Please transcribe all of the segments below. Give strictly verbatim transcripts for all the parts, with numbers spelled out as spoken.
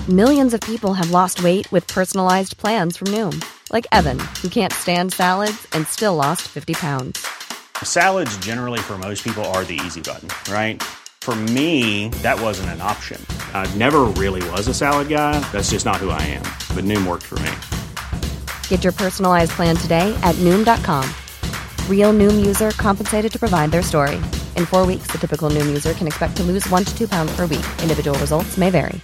Millions of people have lost weight with personalized plans from Noom. Like Evan, who can't stand salads and still lost fifty pounds. Salads generally for most people are the easy button, right? For me, that wasn't an option. I never really was a salad guy. That's just not who I am. But Noom worked for me. Get your personalized plan today at Noom dot com. Real Noom user compensated to provide their story. In four weeks, the typical Noom user can expect to lose one to two pounds per week. Individual results may vary.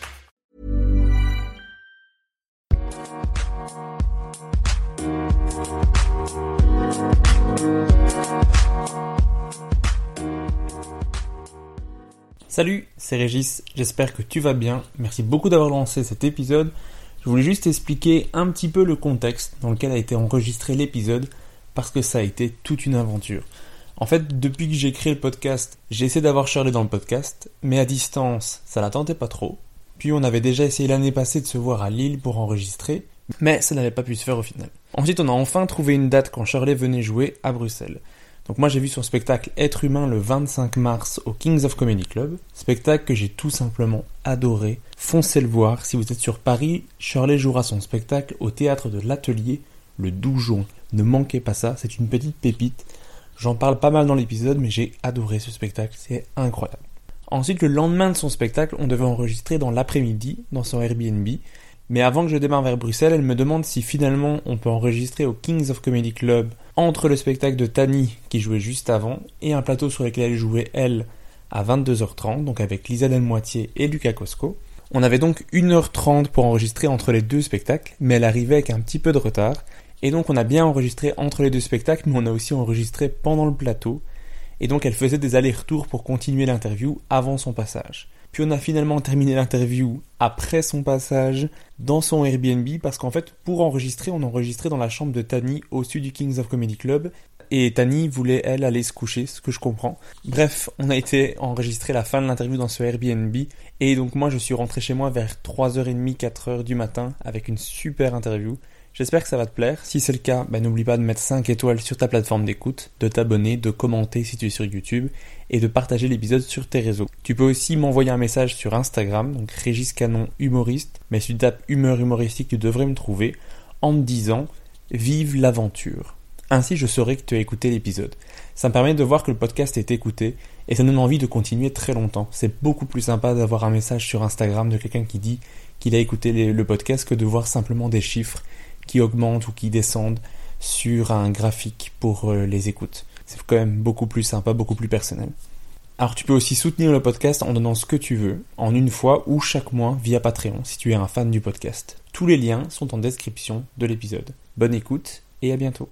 Salut, c'est Régis, j'espère que tu vas bien. Merci beaucoup d'avoir lancé cet épisode. Je voulais juste expliquer un petit peu le contexte dans lequel a été enregistré l'épisode parce que ça a été toute une aventure. En fait, depuis que j'ai créé le podcast, j'ai essayé d'avoir Shirley dans le podcast, mais à distance, ça la tentait pas trop. Puis on avait déjà essayé l'année passée de se voir à Lille pour enregistrer, mais ça n'avait pas pu se faire au final. Ensuite, on a enfin trouvé une date quand Shirley venait jouer à Bruxelles. Donc moi j'ai vu son spectacle Être humain le vingt-cinq mars au Kings of Comedy Club, spectacle que j'ai tout simplement adoré. Foncez le voir, si vous êtes sur Paris, Shirley jouera son spectacle au théâtre de l'Atelier le douze juin. Ne manquez pas ça, c'est une petite pépite. J'en parle pas mal dans l'épisode, mais j'ai adoré ce spectacle, c'est incroyable. Ensuite, le lendemain de son spectacle, on devait enregistrer dans l'après-midi, dans son Airbnb. Mais avant que je démarre vers Bruxelles, elle me demande si finalement on peut enregistrer au Kings of Comedy Club entre le spectacle de Tani, qui jouait juste avant, et un plateau sur lequel elle jouait, elle, à vingt-deux heures trente, donc avec Lisa Delmoitier et Lucas Cosco. On avait donc une heure trente pour enregistrer entre les deux spectacles, mais elle arrivait avec un petit peu de retard. Et donc on a bien enregistré entre les deux spectacles, mais on a aussi enregistré pendant le plateau. Et donc elle faisait des allers-retours pour continuer l'interview avant son passage. Puis on a finalement terminé l'interview après son passage dans son Airbnb parce qu'en fait, pour enregistrer, on enregistrait dans la chambre de Tani au-dessus du Kings of Comedy Club et Tani voulait, elle, aller se coucher, ce que je comprends. Bref, on a été enregistrer la fin de l'interview dans ce Airbnb et donc moi, je suis rentré chez moi vers trois heures trente, quatre heures du matin avec une super interview. J'espère que ça va te plaire. Si c'est le cas, bah, n'oublie pas de mettre cinq étoiles sur ta plateforme d'écoute, de t'abonner, de commenter si tu es sur YouTube et de partager l'épisode sur tes réseaux. Tu peux aussi m'envoyer un message sur Instagram, donc Régis Canon humoriste, mais si tu tapes humeur humoristique, tu devrais me trouver, en me disant « Vive l'aventure ». Ainsi, je saurai que tu as écouté l'épisode. Ça me permet de voir que le podcast est écouté et ça me donne envie de continuer très longtemps. C'est beaucoup plus sympa d'avoir un message sur Instagram de quelqu'un qui dit qu'il a écouté les, le podcast que de voir simplement des chiffres qui augmentent ou qui descendent sur un graphique pour euh, les écoutes. C'est quand même beaucoup plus sympa, beaucoup plus personnel. Alors tu peux aussi soutenir le podcast en donnant ce que tu veux, en une fois ou chaque mois via Patreon si tu es un fan du podcast. Tous les liens sont en description de l'épisode. Bonne écoute et à bientôt.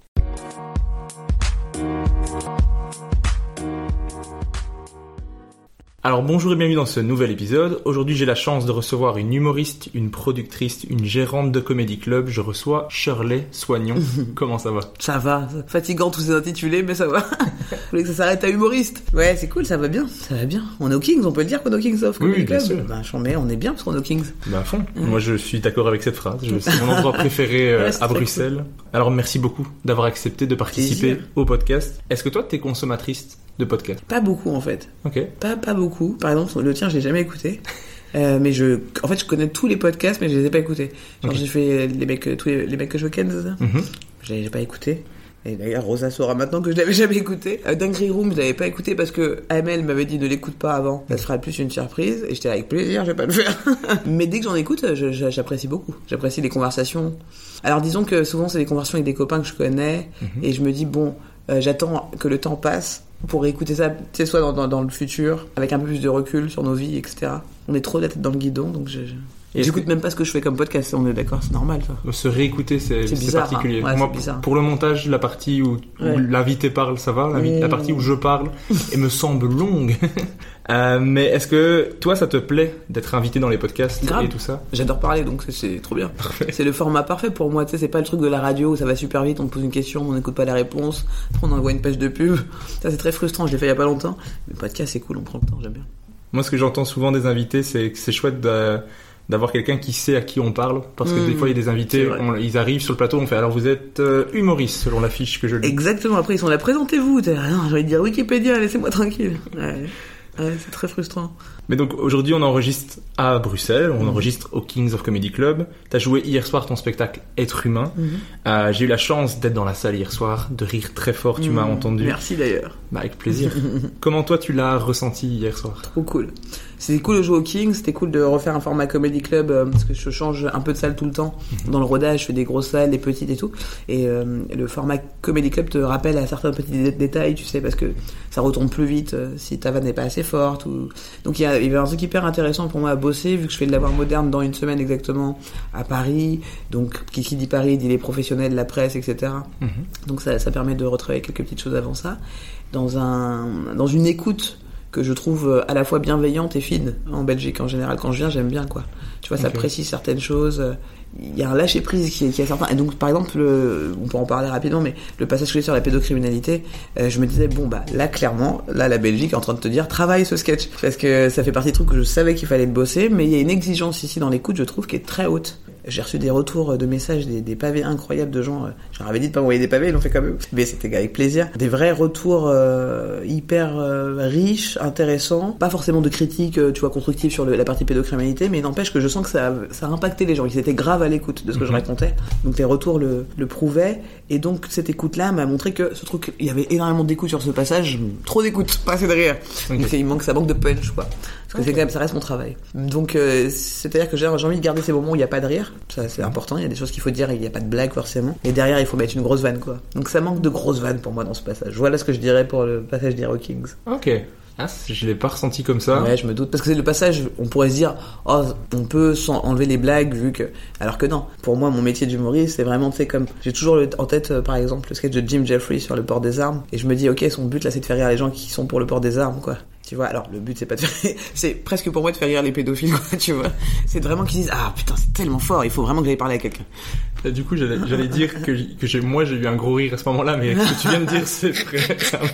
Alors bonjour et bienvenue dans ce nouvel épisode. Aujourd'hui j'ai la chance de recevoir une humoriste, une productrice, une gérante de Comedy Club. Je reçois Shirley Soignon. Comment ça va? Ça va, fatigant tous ces intitulés mais ça va. Vous voulez que ça s'arrête à humoriste? Ouais c'est cool, ça va bien, ça va bien. On est au Kings, on peut le dire qu'on est au Kings of Comedy oui, Club. Bien sûr. Bah j'en mets, on est bien parce qu'on est au Kings. Bah à fond. Mmh. Moi je suis d'accord avec cette phrase. Je, c'est mon endroit préféré euh, ouais, à Bruxelles. Cool. Alors merci beaucoup d'avoir accepté de participer Plaisir. Au podcast. Est-ce que toi t'es consommatrice de podcast? Pas beaucoup en fait. Ok. Pas pas beaucoup. Par exemple, le tien, je l'ai jamais écouté. Euh, mais je, en fait, je connais tous les podcasts, mais je les ai pas écoutés. Genre, okay. J'ai fait les mecs, tous les, les mecs que je ken, c'est ça? Mm-hmm. Je l'ai pas écouté. Et d'ailleurs, Rosa saura maintenant que je l'avais jamais écouté. Euh, Dinguery Room, je l'avais pas écouté parce que Amel m'avait dit ne l'écoute pas avant. Ça sera plus une surprise. Et j'étais avec plaisir, je vais pas le faire. Mais dès que j'en écoute, je, je, j'apprécie beaucoup. J'apprécie les conversations. Alors, disons que souvent, c'est des conversations avec des copains que je connais. Mm-hmm. Et je me dis, bon, euh, j'attends que le temps passe pour écouter ça, tu sais, soit dans, dans, dans le futur, avec un peu plus de recul sur nos vies, et cetera. On est trop la tête dans le guidon, donc je, je... Et j'écoute que... même pas ce que je fais comme podcast, on est d'accord, c'est normal ça. Se réécouter, c'est, c'est, bizarre, c'est particulier. Hein. Ouais, Moi, c'est bizarre. Pour le montage, la partie où, ouais. où l'invité parle, ça va. La, mmh. la partie où je parle, elle me semble longue. euh, mais est-ce que toi, ça te plaît d'être invité dans les podcasts Grave. Et tout ça? J'adore parler, donc c'est, c'est trop bien. Parfait. C'est le format parfait pour moi, tu sais, c'est pas le truc de la radio où ça va super vite, on te pose une question, on n'écoute pas la réponse, on envoie une page de pub. Ça, c'est très frustrant, je l'ai fait il y a pas longtemps. Le podcast, c'est cool, on prend le temps, j'aime bien. Moi, ce que j'entends souvent des invités, c'est que c'est chouette de... d'avoir quelqu'un qui sait à qui on parle, parce que mmh, des fois il y a des invités, on, ils arrivent sur le plateau, on fait alors vous êtes euh, humoriste selon la fiche que je lis. Exactement, après ils sont là, présentez-vous, ah non, j'ai envie de dire Wikipédia, laissez-moi tranquille. Ouais. Ouais, c'est très frustrant. Mais donc aujourd'hui on enregistre à Bruxelles, on mmh. enregistre au Kings of Comedy Club. T'as joué hier soir ton spectacle Être humain. Mmh. Euh, j'ai eu la chance d'être dans la salle hier soir, de rire très fort, tu mmh. m'as entendu. Merci d'ailleurs. Bah avec plaisir. Comment toi tu l'as ressenti hier soir? Trop cool. C'était cool de jouer au Kings, c'était cool de refaire un format Comedy Club euh, parce que je change un peu de salle tout le temps. Mmh. Dans le rodage, je fais des grosses salles, des petites et tout. Et euh, le format Comedy Club te rappelle à certains petits dé- détails, tu sais, parce que ça retourne plus vite euh, si ta vanne n'est pas assez forte. Ou... Donc il y, y avait un truc hyper intéressant pour moi à bosser, vu que je fais de l'art moderne dans une semaine exactement à Paris. Donc qui, qui dit Paris dit les professionnels, la presse, et cetera. Mmh. Donc ça, ça permet de retravailler quelques petites choses avant ça. Dans, un, dans une écoute que je trouve à la fois bienveillante et fine en Belgique en général. Quand je viens, j'aime bien, quoi. Tu vois, ça okay. précise certaines choses. Il y a un lâcher prise qui est, qui est certain. Et donc, par exemple, le, on peut en parler rapidement, mais le passage que j'ai sur la pédocriminalité, euh, je me disais, bon, bah, là, clairement, là, la Belgique est en train de te dire, travaille ce sketch. Parce que ça fait partie des trucs que je savais qu'il fallait le bosser, mais il y a une exigence ici dans l'écoute, je trouve, qui est très haute. J'ai reçu des retours de messages, des, des pavés incroyables de gens. Euh, je leur avais dit de pas m'envoyer des pavés, ils l'ont fait quand même. Mais c'était avec plaisir. Des vrais retours euh, hyper euh, riches, intéressants. Pas forcément de critiques, euh, tu vois, constructives sur le, la partie pédocriminalité, mais il n'empêche que je sens que ça, ça a impacté les gens. Ils étaient graves à l'écoute de ce que mmh. je racontais. Donc les retours le, le prouvaient. Et donc cette écoute-là m'a montré que ce truc, il y avait énormément d'écoute sur ce passage. Trop d'écoute, pas assez de rire. Okay. Donc il manque, ça manque de punch, quoi. Parce que okay. c'est quand même, ça reste mon travail. Donc euh, c'est-à-dire que j'ai, j'ai envie de garder ces moments où il n'y a pas de rire. Ça, c'est important, il y a des choses qu'il faut dire et il n'y a pas de blague forcément. Et derrière, il faut mettre une grosse vanne, quoi. Donc ça manque de grosses vannes pour moi dans ce passage. Voilà ce que je dirais pour le passage d'Hero Kings. Ok. Ah, je l'ai pas ressenti comme ça. Ouais, je me doute. Parce que c'est le passage, on pourrait se dire, oh, on peut enlever les blagues vu que... Alors que non. Pour moi, mon métier d'humoriste, c'est vraiment, tu sais, comme... J'ai toujours en tête, euh, par exemple, le sketch de Jim Jeffries sur le port des armes. Et je me dis, ok, son but là, c'est de faire rire les gens qui sont pour le port des armes, quoi. Tu vois, alors le but c'est pas de faire... c'est presque pour moi de faire rire les pédophiles, quoi, tu vois. C'est vraiment qu'ils disent, ah putain, c'est tellement fort, il faut vraiment que j'aille parler à quelqu'un. Et du coup, j'allais, j'allais dire que, que j'ai, moi j'ai eu un gros rire à ce moment-là, mais ce que tu viens de dire, c'est, c'est un peu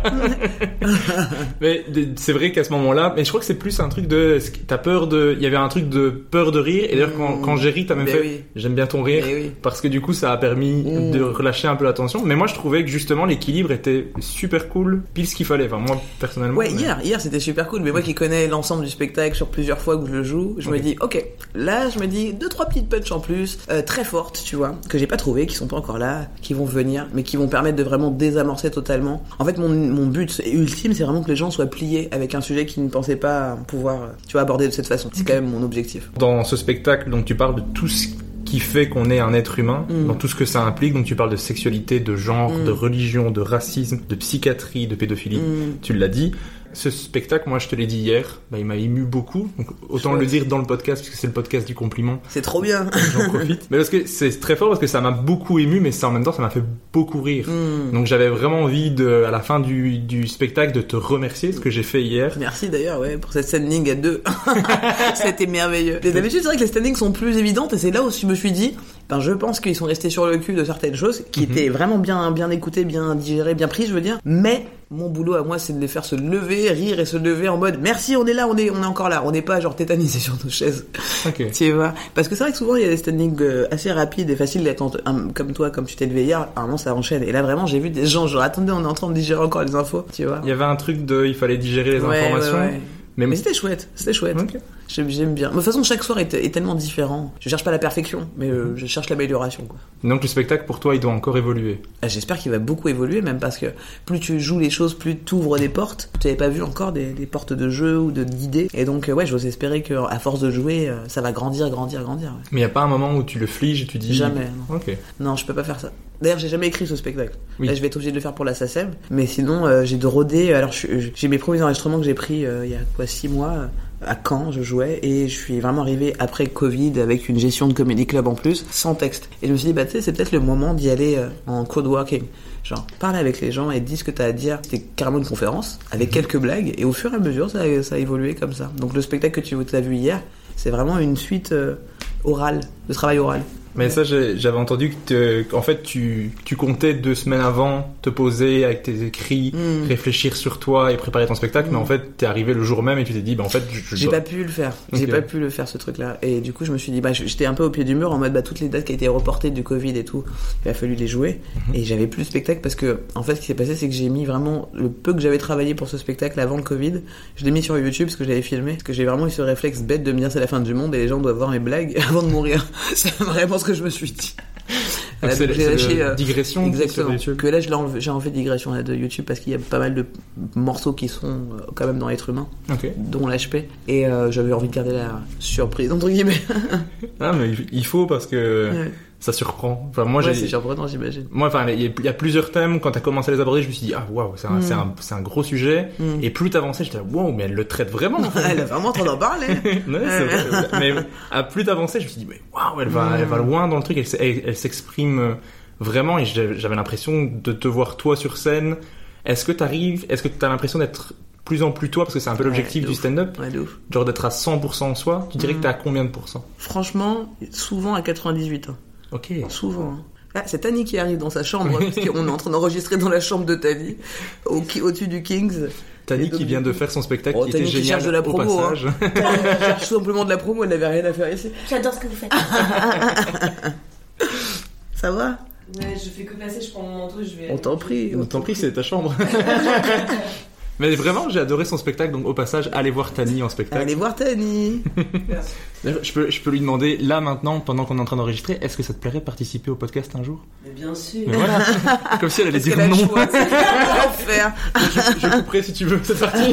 bizarre. Mais c'est vrai qu'à ce moment-là, mais je crois que c'est plus un truc de, t'as peur de, il y avait un truc de peur de rire, et d'ailleurs quand, quand j'ai ri, t'as même mais fait, oui. j'aime bien ton rire, oui. parce que du coup ça a permis mmh. de relâcher un peu la tension. Mais moi je trouvais que justement l'équilibre était super cool, pile ce qu'il fallait. Enfin moi personnellement. Ouais, mais... hier, hier c'était super cool, mais moi qui connais l'ensemble du spectacle sur plusieurs fois que je le joue, je okay. me dis, ok, là je me dis deux trois petites punches en plus, euh, très fortes, tu vois, que j'ai pas trouvé, qui sont pas encore là, qui vont venir, mais qui vont permettre de vraiment désamorcer totalement. En fait, mon, mon but ultime, c'est vraiment que les gens soient pliés avec un sujet qu'ils ne pensaient pas pouvoir, tu vois, aborder de cette façon. C'est quand même mon objectif. Dans ce spectacle, donc tu parles de tout ce qui fait qu'on est un être humain, mmh. dans tout ce que ça implique. Donc tu parles de sexualité, de genre, mmh. de religion, de racisme, de psychiatrie, de pédophilie. Mmh. Tu l'as dit. Ce spectacle, moi je te l'ai dit hier, bah, il m'a ému beaucoup. Donc, autant Chouette. Le dire dans le podcast, puisque c'est le podcast du compliment. C'est trop bien. J'en profite. Mais parce que c'est très fort, parce que ça m'a beaucoup ému, mais ça, en même temps, ça m'a fait beaucoup rire. Mm. Donc j'avais vraiment envie, de, à la fin du, du spectacle, de te remercier, ce que j'ai fait hier. Merci d'ailleurs, ouais, pour cette standing à deux. C'était merveilleux. Et d'habitude, c'est vrai que les standings sont plus évidentes, et c'est là où je me suis dit, ben, je pense qu'ils sont restés sur le cul de certaines choses, qui mm-hmm. étaient vraiment bien, bien écoutées, bien digérées, bien prises, je veux dire. Mais mon boulot à moi, c'est de les faire se lever, rire et se lever en mode merci, on est là, on est, on est encore là, on n'est pas genre tétanisé sur nos chaises. Okay. Tu vois, parce que c'est vrai que souvent il y a des standings assez rapides et faciles d'être en, un, comme toi, comme tu t'es levé hier. À un moment ça enchaîne. Et là vraiment, j'ai vu des gens genre attendez, on est en train de digérer encore les infos, tu vois. Il y avait un truc de, il fallait digérer les ouais, informations. Ouais, ouais. Mais, mais c'était chouette, c'était chouette. Okay. J'aime, j'aime bien. Mais de toute façon, chaque soir est, est tellement différent. Je cherche pas la perfection, mais euh, je cherche l'amélioration, quoi. Donc le spectacle, pour toi, il doit encore évoluer. Ah, j'espère qu'il va beaucoup évoluer, même parce que plus tu joues les choses, plus tu ouvres des portes. Tu n'avais pas vu encore des, des portes de jeu ou de, d'idées. Et donc, euh, ouais, j'ose espérer qu'à force de jouer, euh, ça va grandir, grandir, grandir. Ouais. Mais il n'y a pas un moment où tu le fliges et tu dis... Jamais, non. Ok. Non, je peux pas faire ça. D'ailleurs, j'ai jamais écrit ce spectacle. Oui. Là, je vais être obligé de le faire pour la S A C E M. Mais sinon, euh, j'ai de rôder. Alors, je, je, j'ai mes premiers enregistrements que j'ai pris euh, il y a quoi, six mois. Euh, à Caen, je jouais, et je suis vraiment arrivé après Covid avec une gestion de comedy club en plus, sans texte. Et je me suis dit, bah tu sais, c'est peut-être le moment d'y aller euh, en crowd working. Genre, parler avec les gens et dis ce que t'as à dire. C'était carrément une conférence, avec mmh. quelques blagues, et au fur et à mesure, ça, ça a évolué comme ça. Donc le spectacle que tu as vu hier, c'est vraiment une suite euh, orale, de travail oral. Mais ça, j'ai, j'avais entendu que qu'en fait, tu, tu comptais deux semaines avant te poser avec tes écrits, mm. réfléchir sur toi et préparer ton spectacle, mm. mais en fait, t'es arrivé le jour même et tu t'es dit, bah en fait, je, je j'ai dois... pas pu le faire. Okay. J'ai pas pu le faire ce truc-là. Et du coup, je me suis dit, bah j'étais un peu au pied du mur en mode, bah toutes les dates qui a été reportées du Covid et tout, il a fallu les jouer. Mm-hmm. Et j'avais plus de spectacle parce que, en fait, ce qui s'est passé, c'est que j'ai mis vraiment le peu que j'avais travaillé pour ce spectacle avant le Covid, je l'ai mis sur YouTube parce que je l'avais filmé, parce que j'ai vraiment eu ce réflexe bête de me dire c'est la fin du monde et les gens doivent voir mes blagues avant de mourir. C'est vraiment ce que je me suis dit. Donc c'est, j'ai c'est lâché euh, digression exactement sur YouTube. Que là je l'ai enlevé, j'ai enlevé digression là, de YouTube parce qu'il y a pas mal de morceaux qui sont euh, quand même dans l'être humain, okay. dont l'H P, et euh, j'avais envie de garder la surprise entre guillemets. Ah mais il faut parce que ouais. ça surprend. Enfin moi ouais, j'ai c'est surprenant j'imagine. Moi enfin il y, y a plusieurs thèmes, quand t'as commencé à les aborder je me suis dit ah waouh c'est un mm. c'est un c'est un gros sujet mm. et plus t'avançais j'étais waouh mais elle le traite vraiment. Elle a vraiment en train d'en parler. Ouais, c'est vrai. Mais à plus t'avançais je me suis dit mais waouh elle va mm. elle va loin dans le truc, elle, elle, elle s'exprime vraiment et j'avais l'impression de te voir toi sur scène. Est-ce que t'arrives, est-ce que t'as l'impression d'être plus en plus toi parce que c'est un peu l'objectif ouais, du stand-up, ouais, de ouf. Genre d'être à cent pour cent en soi. Tu dirais mm. que t'es à combien de pourcents? Franchement, souvent à quatre-vingt-dix-huit. Hein. Ok. Souvent. Hein. Ah, c'est Tani qui arrive dans sa chambre parce qu'on est en train d'enregistrer dans la chambre de Tani, au, au-dessus du Kings. Tani qui vient de faire son spectacle oh, qui Tani était qui génial cherche de la promo, au passage. Hein. Tani cherche simplement de la promo, elle n'avait rien à faire ici. J'adore ce que vous faites. Ça va? Ouais, je fais que passer, je prends mon manteau, je vais... On t'en prie. On t'en prie, c'est ta chambre. Mais vraiment, j'ai adoré son spectacle, donc au passage, allez voir Tani en spectacle. Allez voir Tani. je, peux, je peux lui demander, là maintenant, pendant qu'on est en train d'enregistrer, est-ce que ça te plairait de participer au podcast un jour? Mais bien sûr. Mais voilà, comme si elle allait dire non. Faire. je, je couperai si tu veux cette partie.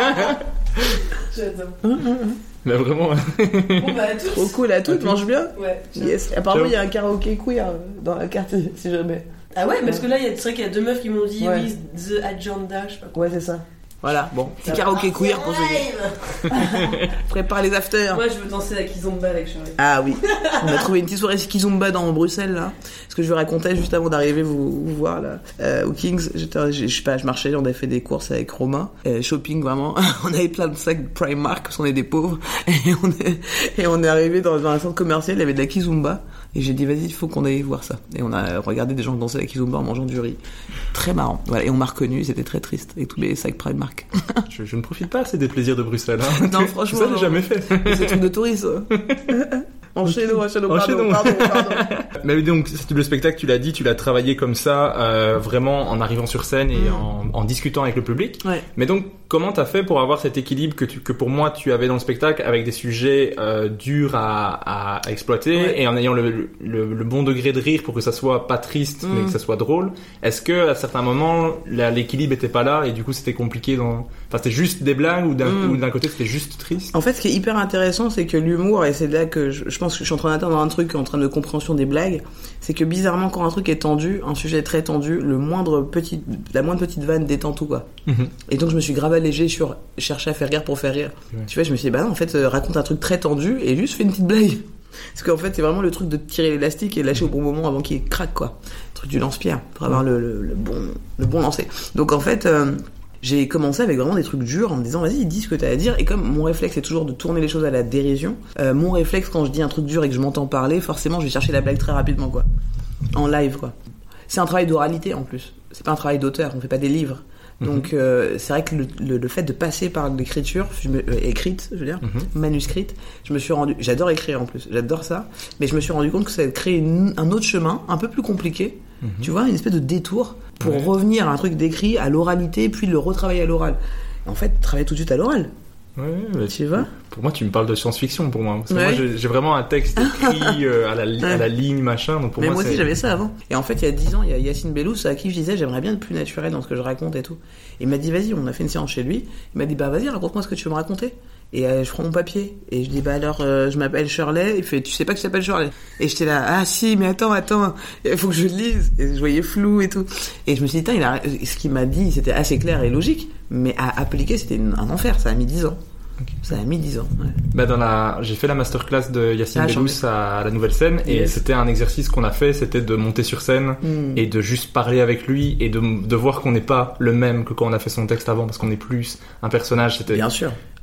J'adore. Mais vraiment. Bon bah à tous. Trop cool, à toutes, mange bien. Ouais. Yes. Apparemment, il y a un karaoké queer dans la carte, si jamais. Ah ouais, parce que là, c'est vrai qu'il y a deux meufs qui m'ont dit ouais. oui, The Agenda, je sais pas quoi. Ouais, c'est ça. Voilà, bon, petit karaoké queer pour ceux qui... Prépare les afters. Moi, je veux danser la kizomba avec Charlie. Ah oui, on a trouvé une petite soirée kizomba dans Bruxelles, là. Ce que je vous racontais juste avant d'arriver vous, vous voir, là, euh, au Kings. J'étais, je sais pas, je marchais, on avait fait des courses avec Romain. Euh, shopping, vraiment. On avait plein de sacs Primark, parce qu'on est des pauvres. Et on est, et on est arrivé dans, dans un centre commercial, il y avait de la kizomba. Et j'ai dit, vas-y, il faut qu'on aille voir ça. Et on a regardé des gens danser avec kizomba en mangeant du riz. Très marrant. Voilà. Et on m'a reconnu, c'était très triste. Avec tous les sacs Primark. je, je ne profite pas assez des plaisirs de Bruxelles. Hein. Non, franchement. Ça, j'ai jamais fait. C'est un truc de touriste, ça. Enchaînons, enchaînons, pardon, pardon, pardon. Mais donc, le spectacle, tu l'as dit, tu l'as travaillé comme ça, euh, vraiment en arrivant sur scène et mm. en, en discutant avec le public. Ouais. Mais donc, comment t'as fait pour avoir cet équilibre que, tu, que pour moi tu avais dans le spectacle avec des sujets euh, durs à, à, à exploiter ouais. et en ayant le, le, le bon degré de rire pour que ça soit pas triste mm. mais que ça soit drôle. Est-ce que à certains moments là, l'équilibre était pas là et du coup c'était compliqué dans... Enfin, c'était juste des blagues ou d'un, mm. ou d'un côté c'était juste triste? En fait, ce qui est hyper intéressant, c'est que l'humour, et c'est là que je, je pense que je suis en train d'atteindre un truc en train de compréhension des blagues, c'est que bizarrement quand un truc est tendu, un sujet très tendu, le moindre petit, la moindre petite vanne détend tout quoi. Mm-hmm. Et donc je me suis grave allégé sur chercher à faire rire pour faire rire. Ouais. Tu vois, je me suis dit bah non, en fait euh, raconte un truc très tendu et juste fais une petite blague. Parce qu'en fait c'est vraiment le truc de tirer l'élastique et lâcher au bon moment avant qu'il craque quoi. Le truc du lance-pierre pour avoir le, le, le bon le bon lancer. Donc en fait euh, j'ai commencé avec vraiment des trucs durs en me disant vas-y dis ce que t'as à dire, et comme mon réflexe est toujours de tourner les choses à la dérision, euh, mon réflexe quand je dis un truc dur et que je m'entends parler, forcément je vais chercher la blague très rapidement quoi, en live quoi. C'est un travail d'oralité en plus, c'est pas un travail d'auteur, on fait pas des livres. Donc euh, c'est vrai que le, le, le fait de passer par l'écriture je me, euh, écrite, je veux dire, mm-hmm. manuscrite, je me suis rendu, j'adore écrire en plus, j'adore ça, mais je me suis rendu compte que ça crée une, un autre chemin, un peu plus compliqué, mm-hmm. tu vois, une espèce de détour pour ouais. revenir à un truc d'écrit, à l'oralité, puis le retravailler à l'oral. Et en fait, travailler tout de suite à l'oral. Ouais, tu vois. Pour moi, tu me parles de science-fiction pour moi. Parce que ouais. moi, j'ai, j'ai vraiment un texte écrit euh, à, la, ouais. à la ligne, machin. Donc pour mais moi, moi c'est... aussi, j'avais ça avant. Et en fait, il y a dix ans, il y a Yacine Bellous à qui je disais, j'aimerais bien être plus naturel dans ce que je raconte et tout. Et il m'a dit, vas-y, on a fait une séance chez lui. Il m'a dit, bah vas-y, raconte-moi ce que tu veux me raconter. Et euh, je prends mon papier et je dis bah alors euh, je m'appelle Shirley. Il fait tu sais pas que je t'appelle Shirley. Et j'étais là ah si mais attends attends il faut que je le lise. Et je voyais flou et tout. Et je me suis dit il a ce qu'il m'a dit c'était assez clair et logique, mais à appliquer c'était un enfer. Ça a mis dix ans. Okay. Ça a mis dix ans. Ouais. Bah dans la, j'ai fait la masterclass de Yacine ah, Bellous à la Nouvelle Scène yes. et c'était un exercice qu'on a fait, c'était de monter sur scène mm. et de juste parler avec lui et de, de voir qu'on n'est pas le même que quand on a fait son texte avant parce qu'on est plus un personnage. C'était bien sûr.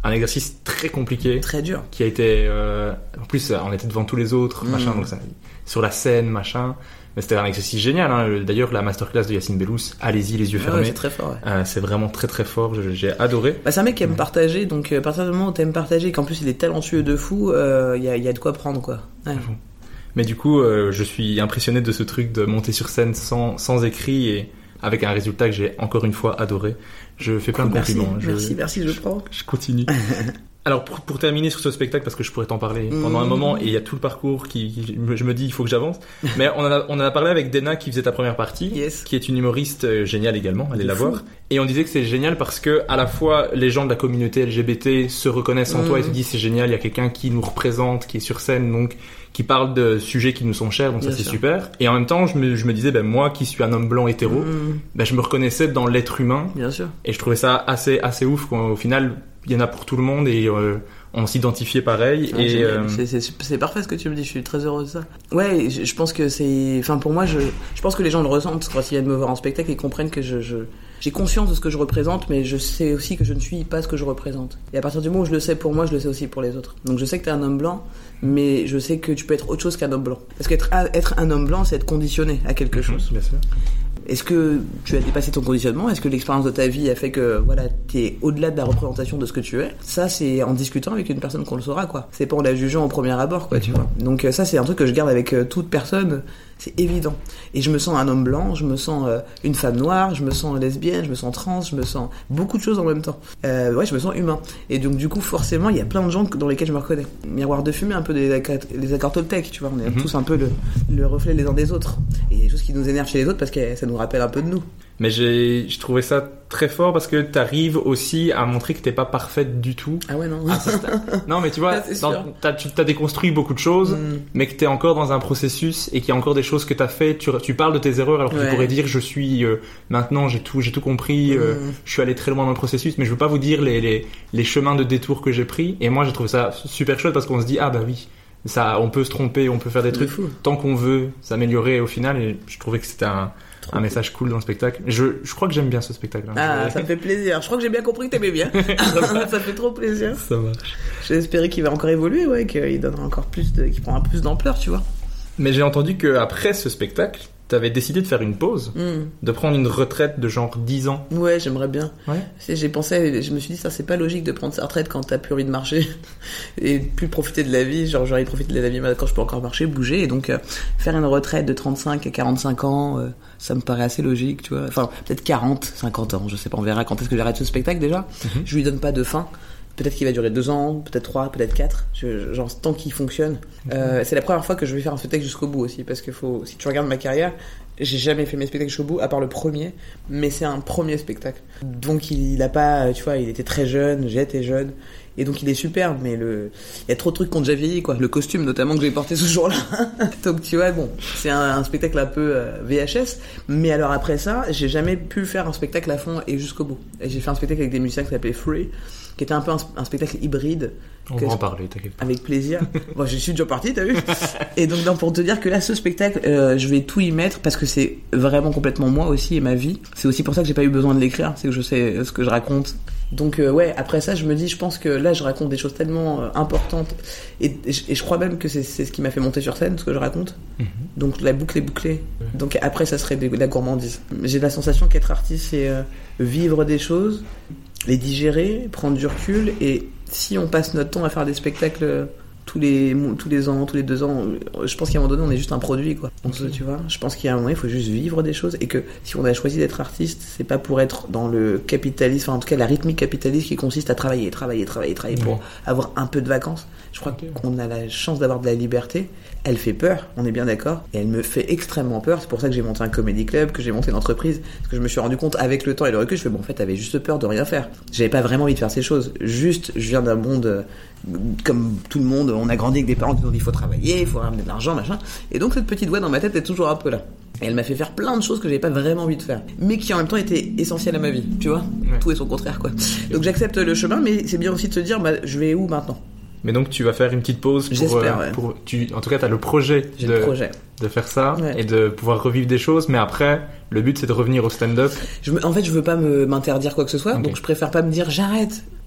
un exercice très compliqué. Très dur. Qui a été... Euh, en plus, on était devant tous les autres, mmh. machin, donc ça, sur la scène, machin. Mais c'était un exercice génial. Hein. D'ailleurs, la masterclass de Yacine Bellous, allez-y, les yeux fermés. Ouais, c'est très fort. Ouais. Euh, c'est vraiment très très fort. Je, j'ai adoré. Bah, c'est un mec qui aime mmh. partager. Donc, à partir du moment où t'aimes partager et qu'en plus il est talentueux de fou, il euh, y, a, y a de quoi prendre, quoi. Ouais. Mais du coup, euh, je suis impressionné de ce truc de monter sur scène sans, sans écrit et avec un résultat que j'ai encore une fois adoré. Je fais plein de merci, compliments. Merci, je, merci, je, je prends. Je continue. Alors pour, pour terminer sur ce spectacle, parce que je pourrais t'en parler pendant mmh. un moment, et il y a tout le parcours qui, qui je me dis il faut que j'avance. Mais on en a, on en a parlé avec Dena qui faisait ta première partie, yes. qui est une humoriste euh, géniale également, allez la voir. Et on disait que c'est génial parce que à la fois les gens de la communauté L G B T se reconnaissent en mmh. toi et se disent c'est génial, il y a quelqu'un qui nous représente, qui est sur scène, donc qui parle de sujets qui nous sont chers, donc Bien ça c'est sûr. super. Et en même temps, je me, je me disais, ben moi qui suis un homme blanc hétéro, mmh. ben je me reconnaissais dans l'être humain. Bien sûr. Et je trouvais ça assez assez ouf. Quoi. Au final, il y en a pour tout le monde et euh, on s'identifiait pareil. Ah, et euh... c'est, c'est, c'est parfait ce que tu me dis. Je suis très heureux de ça. Ouais, je, je pense que c'est, enfin pour moi, je, je pense que les gens le ressentent quand ils viennent me voir en spectacle et comprennent que je, je j'ai conscience de ce que je représente, mais je sais aussi que je ne suis pas ce que je représente. Et à partir du moment où je le sais pour moi, je le sais aussi pour les autres. Donc je sais que t'es un homme blanc, mais je sais que tu peux être autre chose qu'un homme blanc. Parce qu'être être un homme blanc, c'est être conditionné à quelque chose. Bien sûr. Est-ce que tu as dépassé ton conditionnement ? Est-ce que l'expérience de ta vie a fait que voilà, t'es au-delà de la représentation de ce que tu es ? Ça, c'est en discutant avec une personne qu'on le saura, quoi. C'est pas en la jugeant au premier abord, quoi, tu vois. Donc ça, c'est un truc que je garde avec toute personne. C'est évident. Et je me sens un homme blanc, je me sens euh, une femme noire, je me sens lesbienne, je me sens trans, je me sens beaucoup de choses en même temps. Euh, ouais, je me sens humain. Et donc du coup, forcément, il y a plein de gens dans lesquels je me reconnais. Miroir de fumée, un peu des, des accords Toltec, tu vois. On est mm-hmm. tous un peu le, le reflet les uns des autres. Et il y a des choses qui nous énervent chez les autres parce que ça nous rappelle un peu de nous. Mais j'ai, je trouvais ça très fort parce que t'arrives aussi à montrer que t'es pas parfaite du tout. Ah ouais, non. Ah, non, mais tu vois, dans, t'as, tu t'as déconstruit beaucoup de choses, mm. mais que t'es encore dans un processus et qu'il y a encore des choses que t'as fait. Tu, tu parles de tes erreurs alors que ouais. tu pourrais dire je suis, euh, maintenant j'ai tout, j'ai tout compris, euh, mm. je suis allé très loin dans le processus, mais je veux pas vous dire les, les, les chemins de détour que j'ai pris. Et moi, j'ai trouvé ça super chouette parce qu'on se dit, ah bah oui. Ça, on peut se tromper, on peut faire des trucs tant qu'on veut s'améliorer au final. Et je trouvais que c'était un, un message cool dans le spectacle. Je, je crois que j'aime bien ce spectacle. Hein. Ah, ça me fait plaisir. Je crois que j'ai bien compris que t'aimais bien. Ça fait trop plaisir. Ça marche. J'espérais qu'il va encore évoluer, ouais, qu'il donnera encore plus de, qu'il prendra plus d'ampleur, tu vois. Mais j'ai entendu qu'après ce spectacle, t'avais décidé de faire une pause, mm. de prendre une retraite de genre dix ans. Ouais, j'aimerais bien. Ouais. J'ai pensé, je me suis dit, ça c'est pas logique de prendre sa retraite quand t'as plus envie de marcher et plus profiter de la vie. Genre, j'aurais profité de la vie quand je peux encore marcher, bouger. Et donc, euh, faire une retraite de trente-cinq à quarante-cinq ans, euh, ça me paraît assez logique, tu vois. Enfin, peut-être quarante, cinquante ans, je sais pas, on verra quand est-ce que j'arrête ce spectacle déjà. Mm-hmm. Je lui donne pas de fin. Peut-être qu'il va durer deux ans, peut-être trois, peut-être quatre. Je, genre, tant qu'il fonctionne. Euh, c'est la première fois que je vais faire un spectacle jusqu'au bout aussi. Parce que faut, si tu regardes ma carrière, j'ai jamais fait mes spectacles jusqu'au bout, à part le premier. Mais c'est un premier spectacle. Donc, il, il a pas, tu vois, il était très jeune, j'étais jeune. Et donc, il est superbe, mais le, il y a trop de trucs qui ont déjà vieilli, quoi. Le costume, notamment, que j'ai porté ce jour-là. Donc, tu vois, bon, c'est un, un spectacle un peu euh, V H S. Mais alors, après ça, j'ai jamais pu faire un spectacle à fond et jusqu'au bout. Et j'ai fait un spectacle avec des musiciens qui s'appelait Free, qui était un peu un, un spectacle hybride. On va en parler, t'inquiète pas. Avec plaisir. Bon, je suis déjà parti, t'as vu. Et donc, non, pour te dire que là, ce spectacle, euh, je vais tout y mettre parce que c'est vraiment complètement moi aussi et ma vie. C'est aussi pour ça que j'ai pas eu besoin de l'écrire, c'est que je sais ce que je raconte. Donc, euh, ouais, après ça, je me dis, je pense que là, je raconte des choses tellement euh, importantes et, et, et je crois même que c'est, c'est ce qui m'a fait monter sur scène, ce que je raconte. Mm-hmm. Donc, la boucle est bouclée. Mm-hmm. Donc, après, ça serait de, de la gourmandise. J'ai la sensation qu'être artiste, c'est euh, vivre des choses, les digérer, prendre du recul, et si on passe notre temps à faire des spectacles tous les tous les ans, tous les deux ans, je pense qu'à un moment donné on est juste un produit, quoi. Donc okay. Tu vois, je pense qu'il y a un moment il faut juste vivre des choses, et que si on a choisi d'être artiste, c'est pas pour être dans le capitalisme, enfin en tout cas la rythmique capitaliste qui consiste à travailler, travailler, travailler, travailler ouais. pour avoir un peu de vacances. Je crois okay. qu'on a la chance d'avoir de la liberté. Elle fait peur, on est bien d'accord, et elle me fait extrêmement peur. C'est pour ça que j'ai monté un comedy club, que j'ai monté une entreprise, parce que je me suis rendu compte avec le temps et le recul, je fais bon en fait t'avais juste peur de rien faire. J'avais pas vraiment envie de faire ces choses. Juste, je viens d'un monde comme tout le monde, on a grandi avec des parents qui nous ont dit il faut travailler, il faut ramener de l'argent, machin. Et donc cette petite voix dans ma tête est toujours un peu là. Et elle m'a fait faire plein de choses que j'avais pas vraiment envie de faire, mais qui en même temps étaient essentielles à ma vie, tu vois. Ouais. Tout est son contraire, quoi. Donc j'accepte le chemin, mais c'est bien aussi de se dire, bah, je vais où maintenant ? Mais donc tu vas faire une petite pause pour, J'espère, euh, ouais. pour tu en tout cas tu as le projet J'ai de le projet. de faire ça ouais. et de pouvoir revivre des choses, mais après le but c'est de revenir au stand-up. Je me, en fait, je veux pas me m'interdire quoi que ce soit, okay. donc je préfère pas me dire j'arrête.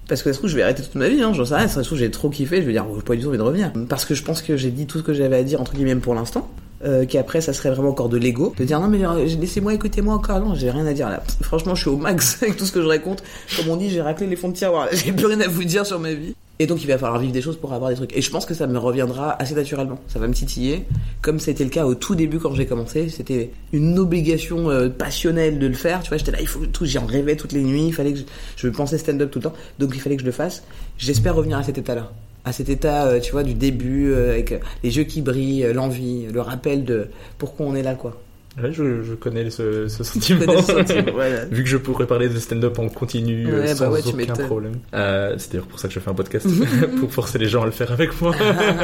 Parce que ça se trouve, je vais arrêter toute ma vie, hein, j'en sais rien. Ça se trouve, j'ai trop kiffé, je vais dire, oh, j'ai pas du tout envie de revenir. Parce que je pense que j'ai dit tout ce que j'avais à dire, entre guillemets, pour l'instant. Euh, qu'après, ça serait vraiment encore de l'ego. De dire, non, mais euh, laissez-moi, écoutez-moi encore. Non, j'ai rien à dire là. Franchement, je suis au max avec tout ce que je raconte. Comme on dit, j'ai raclé les fonds de tiroir. Là. J'ai plus rien à vous dire sur ma vie. Et donc, il va falloir vivre des choses pour avoir des trucs. Et je pense que ça me reviendra assez naturellement. Ça va me titiller. Comme c'était le cas au tout début quand j'ai commencé. C'était une obligation euh, passionnelle de le faire. Tu vois, j'étais là, il faut tout. J'en rêvais toutes les nuits. Il fallait que je, je pensais stand-up tout le temps. Donc, il fallait que je le fasse. J'espère revenir à cet état-là. À cet état, euh, tu vois, du début, euh, avec euh, les yeux qui brillent, euh, l'envie, le rappel de pourquoi on est là, quoi. Ouais, je, je connais ce, ce sentiment. Connais ce sentiment voilà. Vu que je pourrais parler de stand-up en continu ouais, sans bah ouais, aucun problème. Euh, c'est d'ailleurs pour ça que je fais un podcast, pour forcer les gens à le faire avec moi.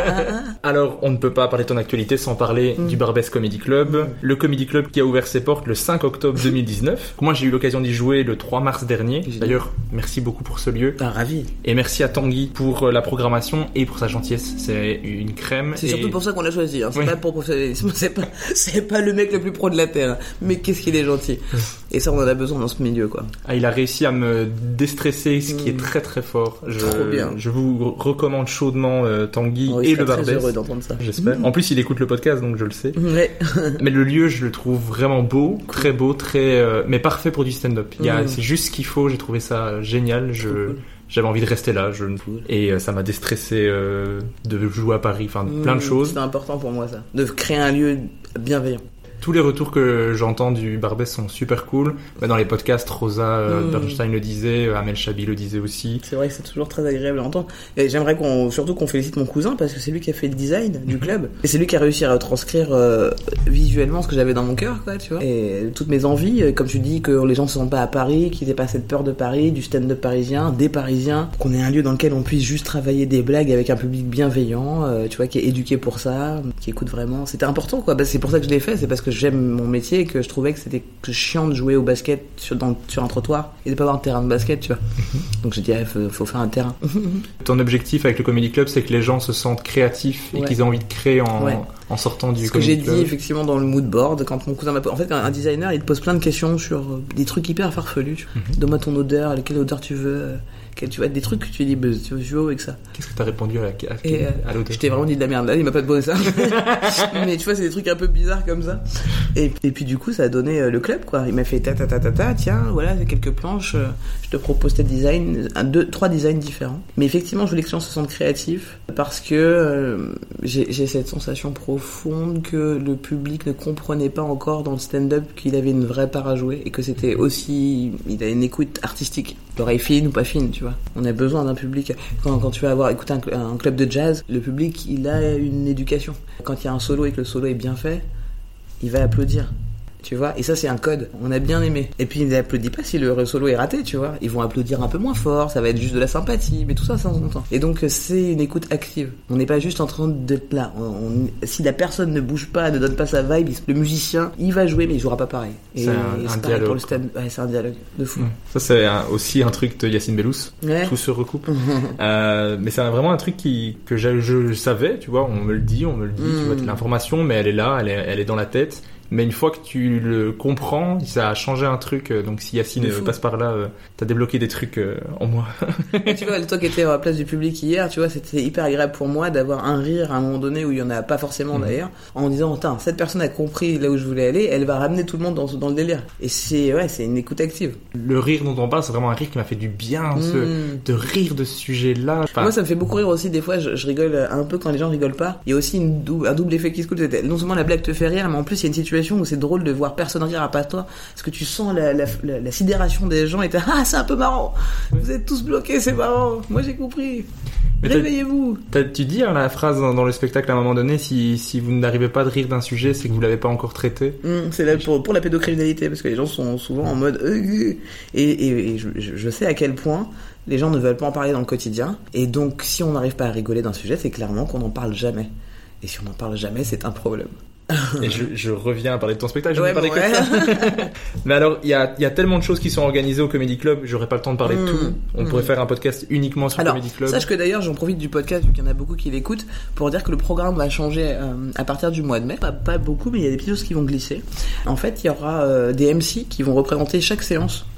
Alors, on ne peut pas parler de ton actualité sans parler mm. du Barbès Comedy Club. Mm. Le Comedy Club qui a ouvert ses portes le cinq octobre deux mille dix-neuf. Moi, j'ai eu l'occasion d'y jouer le trois mars dernier. Génial. D'ailleurs, merci beaucoup pour ce lieu. Ah, ravi. Et merci à Tanguy pour la programmation et pour sa gentillesse. C'est une crème. C'est et... surtout pour ça qu'on l'a choisi. Hein. C'est oui. pas pour professionnalisme. C'est pas, c'est pas le mec le plus pro de la terre. Mais qu'est-ce qu'il est gentil. Et ça, on en a besoin dans ce milieu, quoi. Ah, il a réussi à me déstresser, ce qui mmh. est très très fort. Je, Trop bien. Je vous recommande chaudement euh, Tanguy oh, et le Barbès. Je suis très heureux d'entendre ça. J'espère. Mmh. En plus, il écoute le podcast, donc je le sais. Ouais. Mais le lieu, je le trouve vraiment beau, cool. Très beau, très, euh, mais parfait pour du stand-up. Il y a, mmh. c'est juste ce qu'il faut. J'ai trouvé ça génial. Je, cool. J'avais envie de rester là. Je, cool. Et euh, ça m'a déstressé euh, de jouer à Paris. Enfin, mmh. plein de choses. C'est important pour moi, ça. De créer un lieu bienveillant. Tous les retours que j'entends du Barbès sont super cool. Dans les podcasts, Rosa euh, mmh. Bernstein le disait, Amel Chabi le disait aussi. C'est vrai que c'est toujours très agréable à entendre. Et j'aimerais qu'on, surtout qu'on félicite mon cousin parce que c'est lui qui a fait le design du club. Et c'est lui qui a réussi à retranscrire euh, visuellement ce que j'avais dans mon cœur, quoi, tu vois. Et toutes mes envies, comme tu dis, que les gens se sentent pas à Paris, qu'ils aient pas cette peur de Paris, du stand-up parisien, des Parisiens, qu'on ait un lieu dans lequel on puisse juste travailler des blagues avec un public bienveillant, euh, tu vois, qui est éduqué pour ça, qui écoute vraiment. C'était important, quoi. Bah, c'est pour ça que je l'ai fait, c'est parce que j'aime mon métier et que je trouvais que c'était chiant de jouer au basket sur, dans, sur un trottoir et de pas avoir un terrain de basket, tu vois. Donc j'ai dit, il faut, faut faire un terrain. Ton objectif avec le Comedy Club, c'est que les gens se sentent créatifs et ouais. qu'ils aient envie de créer en, ouais. en sortant du Comedy Club. Ce que j'ai dit effectivement dans le mood board, quand mon cousin m'a... En fait, un designer, il te pose plein de questions sur des trucs hyper farfelus. Tu vois. Mm-hmm. Donne-moi ton odeur, quelle odeur tu veux... Quel, tu vois, des trucs que tu dis, bah, tu veux avec ça. Qu'est-ce que t'as répondu à, la, à, et, à l'autre? Je t'ai vraiment dit de la merde, là, il m'a pas demandé ça. Mais tu vois, c'est des trucs un peu bizarres comme ça. Et, et puis du coup, ça a donné euh, le club, quoi. Il m'a fait ta ta ta ta ta, tiens, voilà, c'est quelques planches, euh, je te propose tes designs, un, deux, trois designs différents. Mais effectivement, je voulais que les gens se sentent créatifs parce que euh, j'ai, j'ai cette sensation profonde que le public ne comprenait pas encore dans le stand-up qu'il avait une vraie part à jouer et que c'était aussi, il a une écoute artistique, l'oreille fine ou pas fine, tu vois. On a besoin d'un public. Quand, quand tu vas avoir écouté un, un club de jazz, le public, il a une éducation. Quand il y a un solo et que le solo est bien fait, il va applaudir. Tu vois, et ça c'est un code, on a bien aimé. Et puis ils n'applaudissent pas si le solo est raté, tu vois. Ils vont applaudir un peu moins fort, ça va être juste de la sympathie, mais tout ça, ça en temps. Et donc c'est une écoute active. On n'est pas juste en train d'être là. On, on, si la personne ne bouge pas, ne donne pas sa vibe, le musicien, il va jouer, mais il jouera pas pareil. Et c'est un, et c'est un pareil dialogue. Pour le stand... ouais, c'est un dialogue de fou. Mmh. Ça c'est un, aussi un truc de Yacine Bellous. Ouais. Tout se recoupe. euh, mais c'est vraiment un truc qui que je, je savais, tu vois. On me le dit, on me le dit. Mmh. Tu vois, l'information, mais elle est là, elle est, elle est dans la tête. Mais une fois que tu le comprends, ça a changé un truc. Donc si Yacine passe par là, euh, t'as débloqué des trucs euh, en moi. Tu vois, toi qui étais à la place du public hier, tu vois, c'était hyper agréable pour moi d'avoir un rire à un moment donné où il y en a pas forcément mmh. d'ailleurs, en disant, attends, cette personne a compris là où je voulais aller, elle va ramener tout le monde dans, dans le délire. Et c'est, ouais, c'est une écoute active. Le rire dont on parle, c'est vraiment un rire qui m'a fait du bien, mmh. ce, de rire de ce sujet-là. Enfin... Moi, ça me fait beaucoup rire aussi. Des fois, je, je rigole un peu quand les gens rigolent pas. Il y a aussi une dou- un double effet qui se coule. Non seulement la blague te fait rire, mais en plus, il y a une situation où c'est drôle de voir personne rire à part toi, parce que tu sens la, la, la, la sidération des gens et t'es ah c'est un peu marrant, vous êtes tous bloqués, c'est marrant, moi j'ai compris, mais réveillez-vous. T'as, tu dis hein, la phrase dans, dans le spectacle à un moment donné, si, si vous n'arrivez pas de rire d'un sujet, c'est que vous l'avez pas encore traité. Mmh, c'est là pour, pour la pédocriminalité, parce que les gens sont souvent en mode euh, et, et, et je, je sais à quel point les gens ne veulent pas en parler dans le quotidien, et donc si on n'arrive pas à rigoler d'un sujet, c'est clairement qu'on n'en parle jamais, et si on n'en parle jamais, c'est un problème. Et je, je reviens à parler de ton spectacle, je ouais, ne parlais bon, que ouais. de ça. Mais alors, il y a, y a tellement de choses qui sont organisées au Comedy Club, j'aurais pas le temps de parler mmh, de tout. On mmh. pourrait faire un podcast uniquement sur le Comedy Club. Sache que d'ailleurs, j'en profite du podcast, vu qu'il y en a beaucoup qui l'écoutent, pour dire que le programme va changer euh, à partir du mois de mai. Pas, pas beaucoup, mais il y a des petites choses qui vont glisser. En fait, il y aura euh, des M C qui vont représenter chaque séance.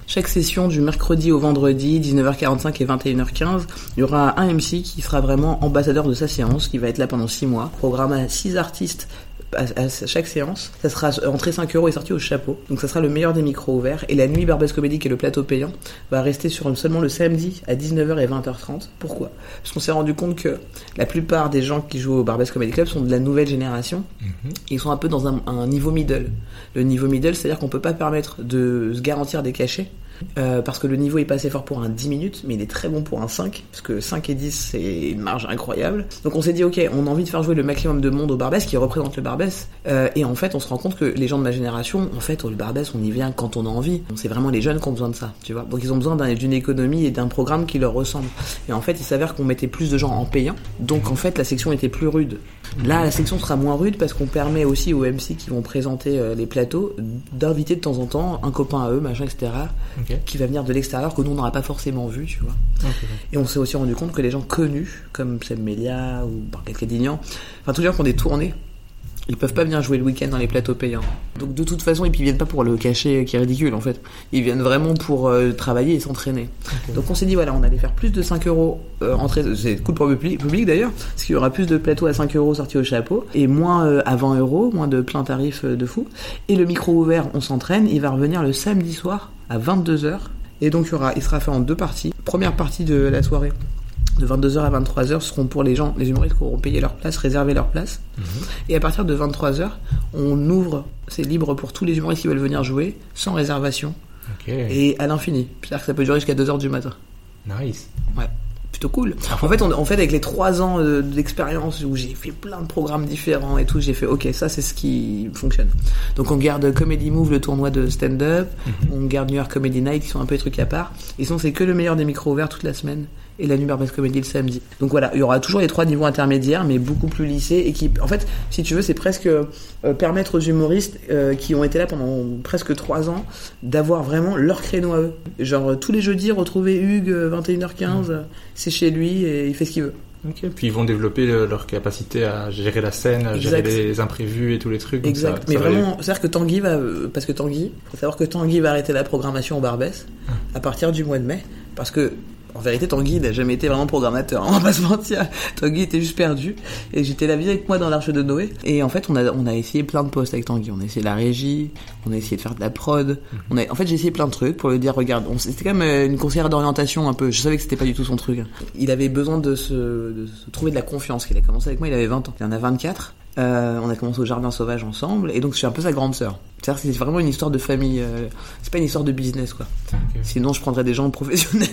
Chaque session du mercredi au vendredi, dix-neuf heures quarante-cinq et vingt et une heures quinze, il y aura un M C qui sera vraiment ambassadeur de sa séance, qui va être là pendant six mois. Programme à six artistes à, à chaque séance. Ça sera entrée cinq euros et sortie au chapeau. Donc ça sera le meilleur des micros ouverts. Et la nuit Barbès Comedy, qui est le plateau payant, va rester sur seulement le samedi à dix-neuf heures et vingt heures trente. Pourquoi ? Parce qu'on s'est rendu compte que la plupart des gens qui jouent au Barbès Comedy Club sont de la nouvelle génération. Mm-hmm. Et ils sont un peu dans un, un niveau middle. Le niveau middle, c'est-à-dire qu'on peut pas permettre de se garantir des cachets. Euh, parce que le niveau est pas assez fort pour un dix minutes, mais il est très bon pour un cinq, parce que cinq et dix c'est une marge incroyable. Donc on s'est dit ok, on a envie de faire jouer le maximum de monde au Barbès, qui représente le Barbès, euh, et en fait on se rend compte que les gens de ma génération, en fait au Barbès on y vient quand on a envie. Donc, c'est vraiment les jeunes qui ont besoin de ça, tu vois. Donc ils ont besoin d'un, d'une économie et d'un programme qui leur ressemble. Et en fait il s'avère qu'on mettait plus de gens en payant, donc en fait la section était plus rude. Là la section sera moins rude parce qu'on permet aussi aux M C qui vont présenter euh, les plateaux d'inviter de temps en temps un copain à eux, machin, et cetera. Okay. Qui va venir de l'extérieur, que nous on n'aura pas forcément vu, tu vois. Okay. Et on s'est aussi rendu compte que les gens connus, comme Seb Melia ou Barclay Cadignan, enfin tous les gens qui ont des tournées, ils peuvent pas venir jouer le week-end dans les plateaux payants. Donc de toute façon, et puis ils viennent pas pour le cachet qui est ridicule en fait. Ils viennent vraiment pour euh, travailler et s'entraîner. Okay. Donc on s'est dit voilà, on allait faire plus de cinq euros euh, entrée, c'est cool pour le public, public d'ailleurs, parce qu'il y aura plus de plateaux à cinq euros sortis au chapeau, et moins euh, à vingt euros, moins de plein tarif euh, de fou. Et le micro ouvert, on s'entraîne, il va revenir le samedi soir à vingt-deux heures. Et donc il, y aura, il sera fait en deux parties. Première partie de la soirée, de vingt-deux heures à vingt-trois heures, seront pour les gens, les humoristes qui auront payé leur place, réservé leur place. Mmh. Et à partir de vingt-trois heures, on ouvre, c'est libre pour tous les humoristes qui veulent venir jouer, sans réservation. Okay. Et à l'infini. C'est-à-dire que ça peut durer jusqu'à deux heures du matin. Nice. Ouais. Plutôt cool. En fait, on, en fait, avec les trois ans euh, d'expérience où j'ai fait plein de programmes différents et tout, j'ai fait ok, ça c'est ce qui fonctionne. Donc on garde Comedy Move, le tournoi de stand-up, mm-hmm. on garde New York Comedy Night, qui sont un peu des trucs à part. Et sinon, c'est que le meilleur des micros ouverts toute la semaine. Et la nuit Barbès Comedy le samedi. Donc voilà, il y aura toujours les trois niveaux intermédiaires, mais beaucoup plus lissés, et qui, en fait, si tu veux, c'est presque euh, permettre aux humoristes euh, qui ont été là pendant presque trois ans d'avoir vraiment leur créneau à eux. Genre euh, tous les jeudis, retrouver Hugues, euh, vingt et une heures quinze, mmh. c'est chez lui et il fait ce qu'il veut. Ok, puis ils vont développer le, leur capacité à gérer la scène, à exact. Gérer les imprévus et tous les trucs. Exact, donc ça, mais ça vraiment, va... c'est-à-dire que Tanguy va, parce que Tanguy, faut savoir que Tanguy va arrêter la programmation au Barbès mmh. à partir du mois de mai, parce que en vérité, Tanguy n'a jamais été vraiment programmateur, hein, on va pas se mentir. Tanguy était juste perdu. Et j'étais là avec moi dans l'Arche de Noé. Et en fait, on a, on a essayé plein de postes avec Tanguy. On a essayé la régie, on a essayé de faire de la prod. Mm-hmm. On a, en fait, j'ai essayé plein de trucs pour lui dire, regarde, on, c'était quand même une conseillère d'orientation un peu. Je savais que c'était pas du tout son truc. Il avait besoin de se, de se trouver de la confiance. Il a commencé avec moi, il avait vingt ans. Il en a vingt-quatre. Euh, on a commencé au Jardin Sauvage ensemble, et donc je suis un peu sa grande sœur. C'est-à-dire c'est vraiment une histoire de famille, euh, c'est pas une histoire de business quoi. Okay. Sinon je prendrais des gens professionnels.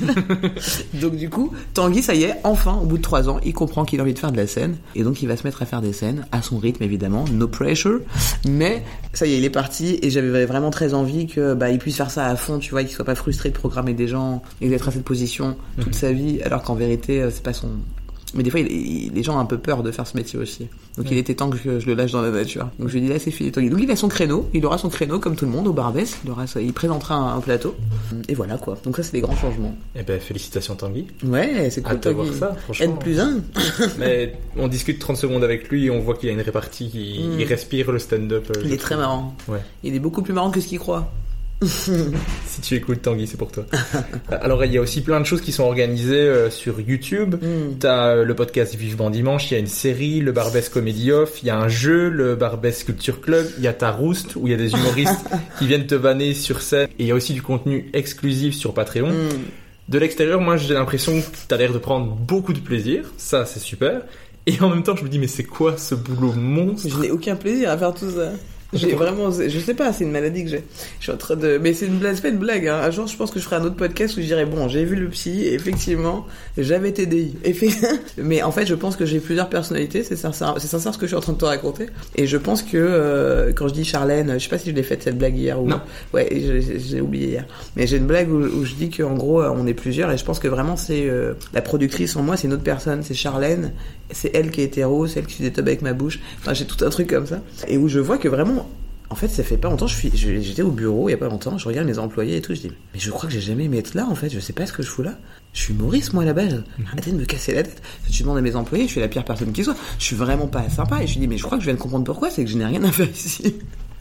Donc du coup, Tanguy, ça y est, enfin, au bout de trois ans, il comprend qu'il a envie de faire de la scène, et donc il va se mettre à faire des scènes, à son rythme évidemment, no pressure, mais ça y est, il est parti, et j'avais vraiment très envie que bah il puisse faire ça à fond, tu vois, qu'il soit pas frustré de programmer des gens, et d'être à cette position toute mm-hmm. sa vie, alors qu'en vérité, c'est pas son... Mais des fois, il, il, les gens ont un peu peur de faire ce métier aussi. Donc, ouais. il était temps que je, je le lâche dans la nature. Donc, je lui ai dit, là, c'est fini. Donc, il a son créneau. Il aura son créneau, comme tout le monde, au Barbès. Il, aura, il présentera un, un plateau. Et voilà, quoi. Donc, ça, c'est des grands changements. Eh ben, félicitations, Tanguy. Ouais, c'est cool. Hâte de voir ça, franchement. N plus un. Mais on discute trente secondes avec lui et on voit qu'il y a une répartie. Qui, mm. Il respire le stand-up. Il est trouve. Très marrant. Ouais. Il est beaucoup plus marrant que ce qu'il croit. Si tu écoutes Tanguy, c'est pour toi. Alors il y a aussi plein de choses qui sont organisées euh, sur YouTube. Mm. T'as euh, le podcast Vivement Dimanche, il y a une série, le Barbès Comedy Off, il y a un jeu, le Barbès Culture Club, il y a ta Roost où il y a des humoristes qui viennent te vanner sur scène, et il y a aussi du contenu exclusif sur Patreon. Mm. De l'extérieur, moi j'ai l'impression que t'as l'air de prendre beaucoup de plaisir, ça c'est super. Et en même temps je me dis mais c'est quoi ce boulot monstre? Je n'ai aucun plaisir à faire tout ça. J'ai vraiment, je sais pas, c'est une maladie que j'ai. Je suis en train de, mais c'est une blague, c'est pas une blague, hein. Un jour, je pense que je ferai un autre podcast où je dirais, bon, j'ai vu le psy, et effectivement, j'avais T D I. Effet... Mais en fait, je pense que j'ai plusieurs personnalités, c'est sincère, c'est sincère ce que je suis en train de te raconter. Et je pense que, euh, quand je dis Charlène, je sais pas si je l'ai faite cette blague hier ou. Non. Ouais, j'ai, j'ai oublié hier. Mais j'ai une blague où, où je dis qu'en gros, on est plusieurs, et je pense que vraiment, c'est, euh, la productrice en moi, c'est une autre personne, c'est Charlène. C'est elle qui est hétéro, c'est elle qui fait des tubs avec ma bouche. Enfin, j'ai tout un truc comme ça. Et où je vois que vraiment, en fait, ça fait pas longtemps, je suis, je, j'étais au bureau, il y a pas longtemps, je regarde mes employés et tout, je dis, mais je crois que j'ai jamais aimé être là, en fait, je sais pas ce que je fous là. Je suis humoriste, moi, à la base. Mm-hmm. Arrêtez de me casser la tête. Je demande à mes employés, je suis la pire personne qui soit. Je suis vraiment pas sympa, et je lui dis, mais je crois que je viens de comprendre pourquoi, c'est que je n'ai rien à faire ici.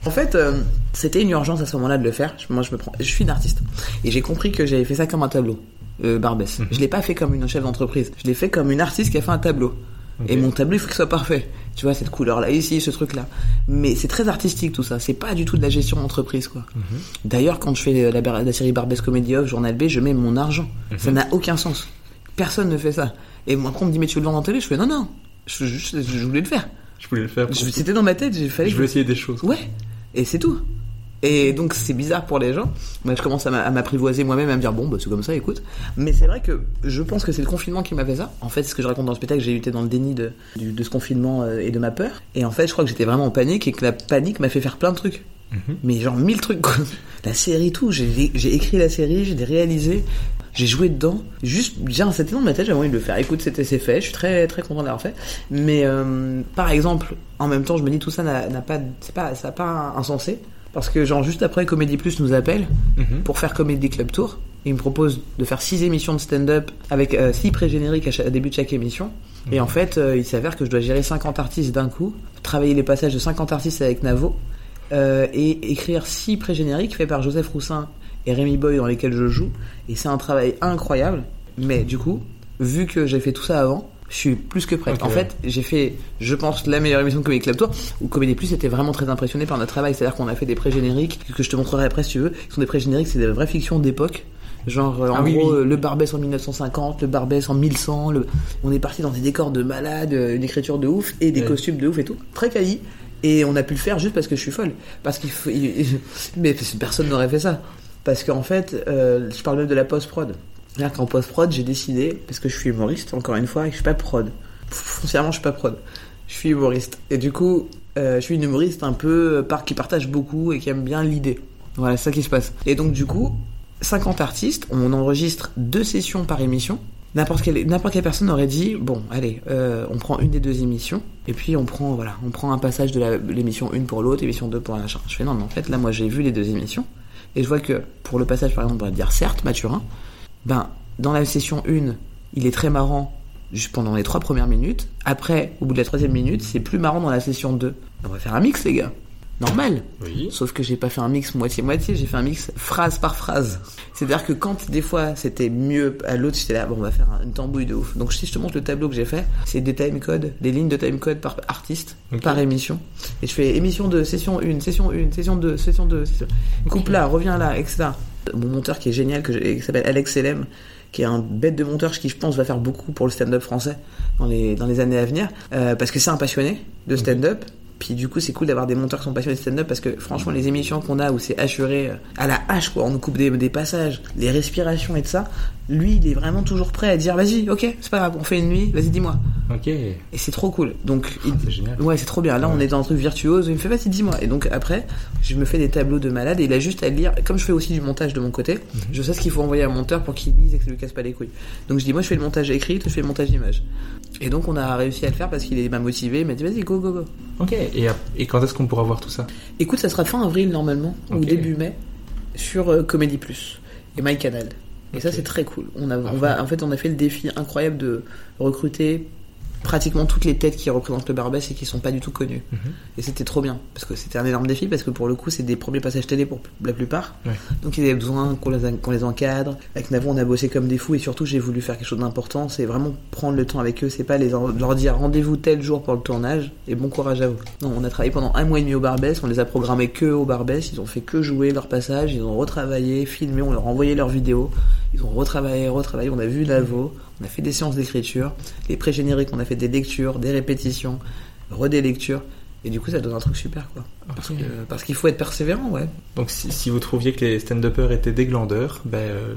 En fait, euh, c'était une urgence à ce moment-là de le faire. Moi, je me prends, je suis une artiste et j'ai compris que j'avais fait ça comme un tableau, euh, Barbès. Mm-hmm. Je l'ai pas fait comme une chef d'entreprise. Je l'ai fait comme une artiste qui a fait un tableau. Okay. Et mon tableau, il faut qu'il soit parfait. Tu vois, cette couleur-là ici, ce truc-là. Mais c'est très artistique tout ça. C'est pas du tout de la gestion d'entreprise, quoi. Mm-hmm. D'ailleurs, quand je fais la, la série Barbès Comedy Off, Journal B, je mets mon argent. Mm-hmm. Ça n'a aucun sens. Personne ne fait ça. Et moi, quand on me dit mais tu veux le vendre en télé, je fais non non. Je, je, je, je voulais le faire. Je voulais le faire. Pour... C'était dans ma tête. J'ai fallu. Je voulais essayer des choses. Ouais. Et c'est tout. Et donc c'est bizarre pour les gens. Moi je commence à m'apprivoiser moi-même, à me dire bon bah c'est comme ça, écoute. Mais c'est vrai que je pense que c'est le confinement qui m'a fait ça. En fait, ce que je raconte dans le spectacle, j'ai été dans le déni de, de, de ce confinement et de ma peur. Et en fait, je crois que j'étais vraiment en panique et que la panique m'a fait faire plein de trucs. Mm-hmm. Mais genre mille trucs quoi. La série, tout. J'ai, j'ai écrit la série, j'ai réalisé. J'ai joué dedans, juste, genre, c'était dans ma tête, j'avais envie de le faire. Écoute, c'était, c'est fait, je suis très, très content de l'avoir fait. Mais, euh, par exemple, en même temps, je me dis, tout ça n'a, n'a pas, c'est pas, ça n'a pas insensé. Parce que, genre, juste après, Comédie Plus nous appelle mm-hmm. pour faire Comedy Club Tour. Il me propose de faire six émissions de stand-up avec euh, six pré-génériques à, chaque, à début de chaque émission. Mm-hmm. Et en fait, euh, il s'avère que je dois gérer cinquante artistes d'un coup, travailler les passages de cinquante artistes avec Navo, euh, et écrire six pré-génériques faits par Joseph Roussin et Rémi Boy dans lesquels je joue, et c'est un travail incroyable. Mais du coup, vu que j'ai fait tout ça avant, je suis plus que prête. Okay. En fait, j'ai fait, je pense, la meilleure émission de Comedy Club Tour, où Comédie Plus était vraiment très impressionné par notre travail. C'est-à-dire qu'on a fait des pré-génériques que je te montrerai après si tu veux, qui sont des pré-génériques, c'est des vraies fictions d'époque. Genre, en ah, oui, gros, oui. le Barbès en dix-neuf cent cinquante, le Barbès en mille cent, le... on est parti dans des décors de malades, une écriture de ouf, et des ouais. costumes de ouf et tout. Très quali. Et on a pu le faire juste parce que je suis folle. Parce qu'il faut... Mais personne n'aurait fait ça. Parce qu'en fait, euh, je parle même de la post-prod. C'est-à-dire qu'en post-prod, j'ai décidé, parce que je suis humoriste, encore une fois, et que je suis pas prod. Foncièrement, je suis pas prod. Je suis humoriste. Et du coup, euh, je suis une humoriste un peu par, qui partage beaucoup et qui aime bien l'idée. Voilà, c'est ça qui se passe. Et donc, du coup, cinquante artistes, on enregistre deux sessions par émission. N'importe quelle, n'importe quelle personne aurait dit, bon, allez, euh, on prend une des deux émissions, et puis on prend, voilà, on prend un passage de la, l'émission une pour l'autre, émission deux pour la charge. Je fais, non, mais en fait, là, moi, j'ai vu les deux émissions. Et je vois que pour le passage, par exemple, on va dire certes, Mathurin, ben, dans la session un, il est très marrant juste pendant les trois premières minutes. Après, au bout de la troisième minute, c'est plus marrant dans la session deux. On va faire un mix, les gars. Normal. Oui. Sauf que j'ai pas fait un mix moitié-moitié, j'ai fait un mix phrase par phrase. C'est-à-dire que quand, des fois, c'était mieux à l'autre, j'étais là, bon, on va faire une tambouille de ouf. Donc, si je te montre le tableau que j'ai fait, c'est des timecodes, des lignes de timecode par artiste, okay. par émission. Et je fais émission deux, session un, session un, session deux, session deux, session... coupe là, reviens là, et cetera. Mon monteur qui est génial, que j'ai, qui s'appelle Alex Selem, qui est un bête de monteur qui, je pense, va faire beaucoup pour le stand-up français dans les, dans les années à venir, euh, parce que c'est un passionné de stand-up. Okay. Puis du coup, c'est cool d'avoir des monteurs qui sont passionnés de stand-up parce que franchement, les émissions qu'on a où c'est assuré à la hache, quoi, on nous coupe des, des passages, les respirations et de ça, lui, il est vraiment toujours prêt à dire vas-y, ok, c'est pas grave, on fait une nuit, vas-y, dis-moi. Ok. Et c'est trop cool. Donc, il... c'est génial. Ouais, c'est trop bien. Là, ouais. on est dans un truc virtuose. Il me fait vas-y, dis-moi. Et donc après, je me fais des tableaux de malade et il a juste à lire. Comme je fais aussi du montage de mon côté, mm-hmm. je sais ce qu'il faut envoyer à un monteur pour qu'il lise et que ça lui casse pas les couilles. Donc je dis moi, je fais le montage écrit, toi, je fais le montage image. Et donc on a réussi à le faire parce qu'il m'a motivé, il m'a dit vas-y, go, go, go. Ok. Et, et quand est-ce qu'on pourra voir tout ça? Écoute, ça sera fin avril normalement, okay. ou début mai, sur euh, Comédie Plus et MyCanal. Et okay. ça c'est très cool. On a, on va, en fait, on a fait le défi incroyable de recruter pratiquement toutes les têtes qui représentent le Barbès et qui sont pas du tout connues. Mm-hmm. Et c'était trop bien parce que c'était un énorme défi parce que pour le coup c'est des premiers passages télé pour la plupart. Ouais. Donc ils avaient besoin qu'on les, qu'on les encadre. Avec Navo on a bossé comme des fous et surtout j'ai voulu faire quelque chose d'important, c'est vraiment prendre le temps avec eux, c'est pas les, leur dire rendez-vous tel jour pour le tournage et bon courage à vous. Non, on a travaillé pendant un mois et demi au Barbès, on les a programmés que au Barbès, ils ont fait que jouer leur passage, ils ont retravaillé, filmé, on leur a envoyé leurs vidéos, ils ont retravaillé, retravaillé, on a vu Navo. On a fait des séances d'écriture, les pré-génériques, on a fait des lectures, des répétitions, redés lectures, et du coup ça donne un truc super quoi. Parce, okay. que, parce qu'il faut être persévérant, ouais. Donc si, si vous trouviez que les stand-uppers étaient des glandeurs, ben... Euh...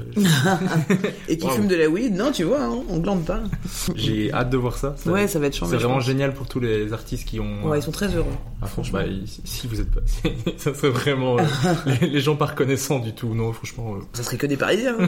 et qui wow. fument de la weed, non tu vois, hein, on glande pas. J'ai hâte de voir ça. ça ouais, ça va être chambé. C'est vraiment génial pour tous les artistes qui ont... Ouais, ils sont très heureux. Ah, franchement, bah, si vous êtes pas... ça serait vraiment... Euh, les, les gens pas reconnaissants du tout, non, franchement... Euh... Ça serait que des Parisiens.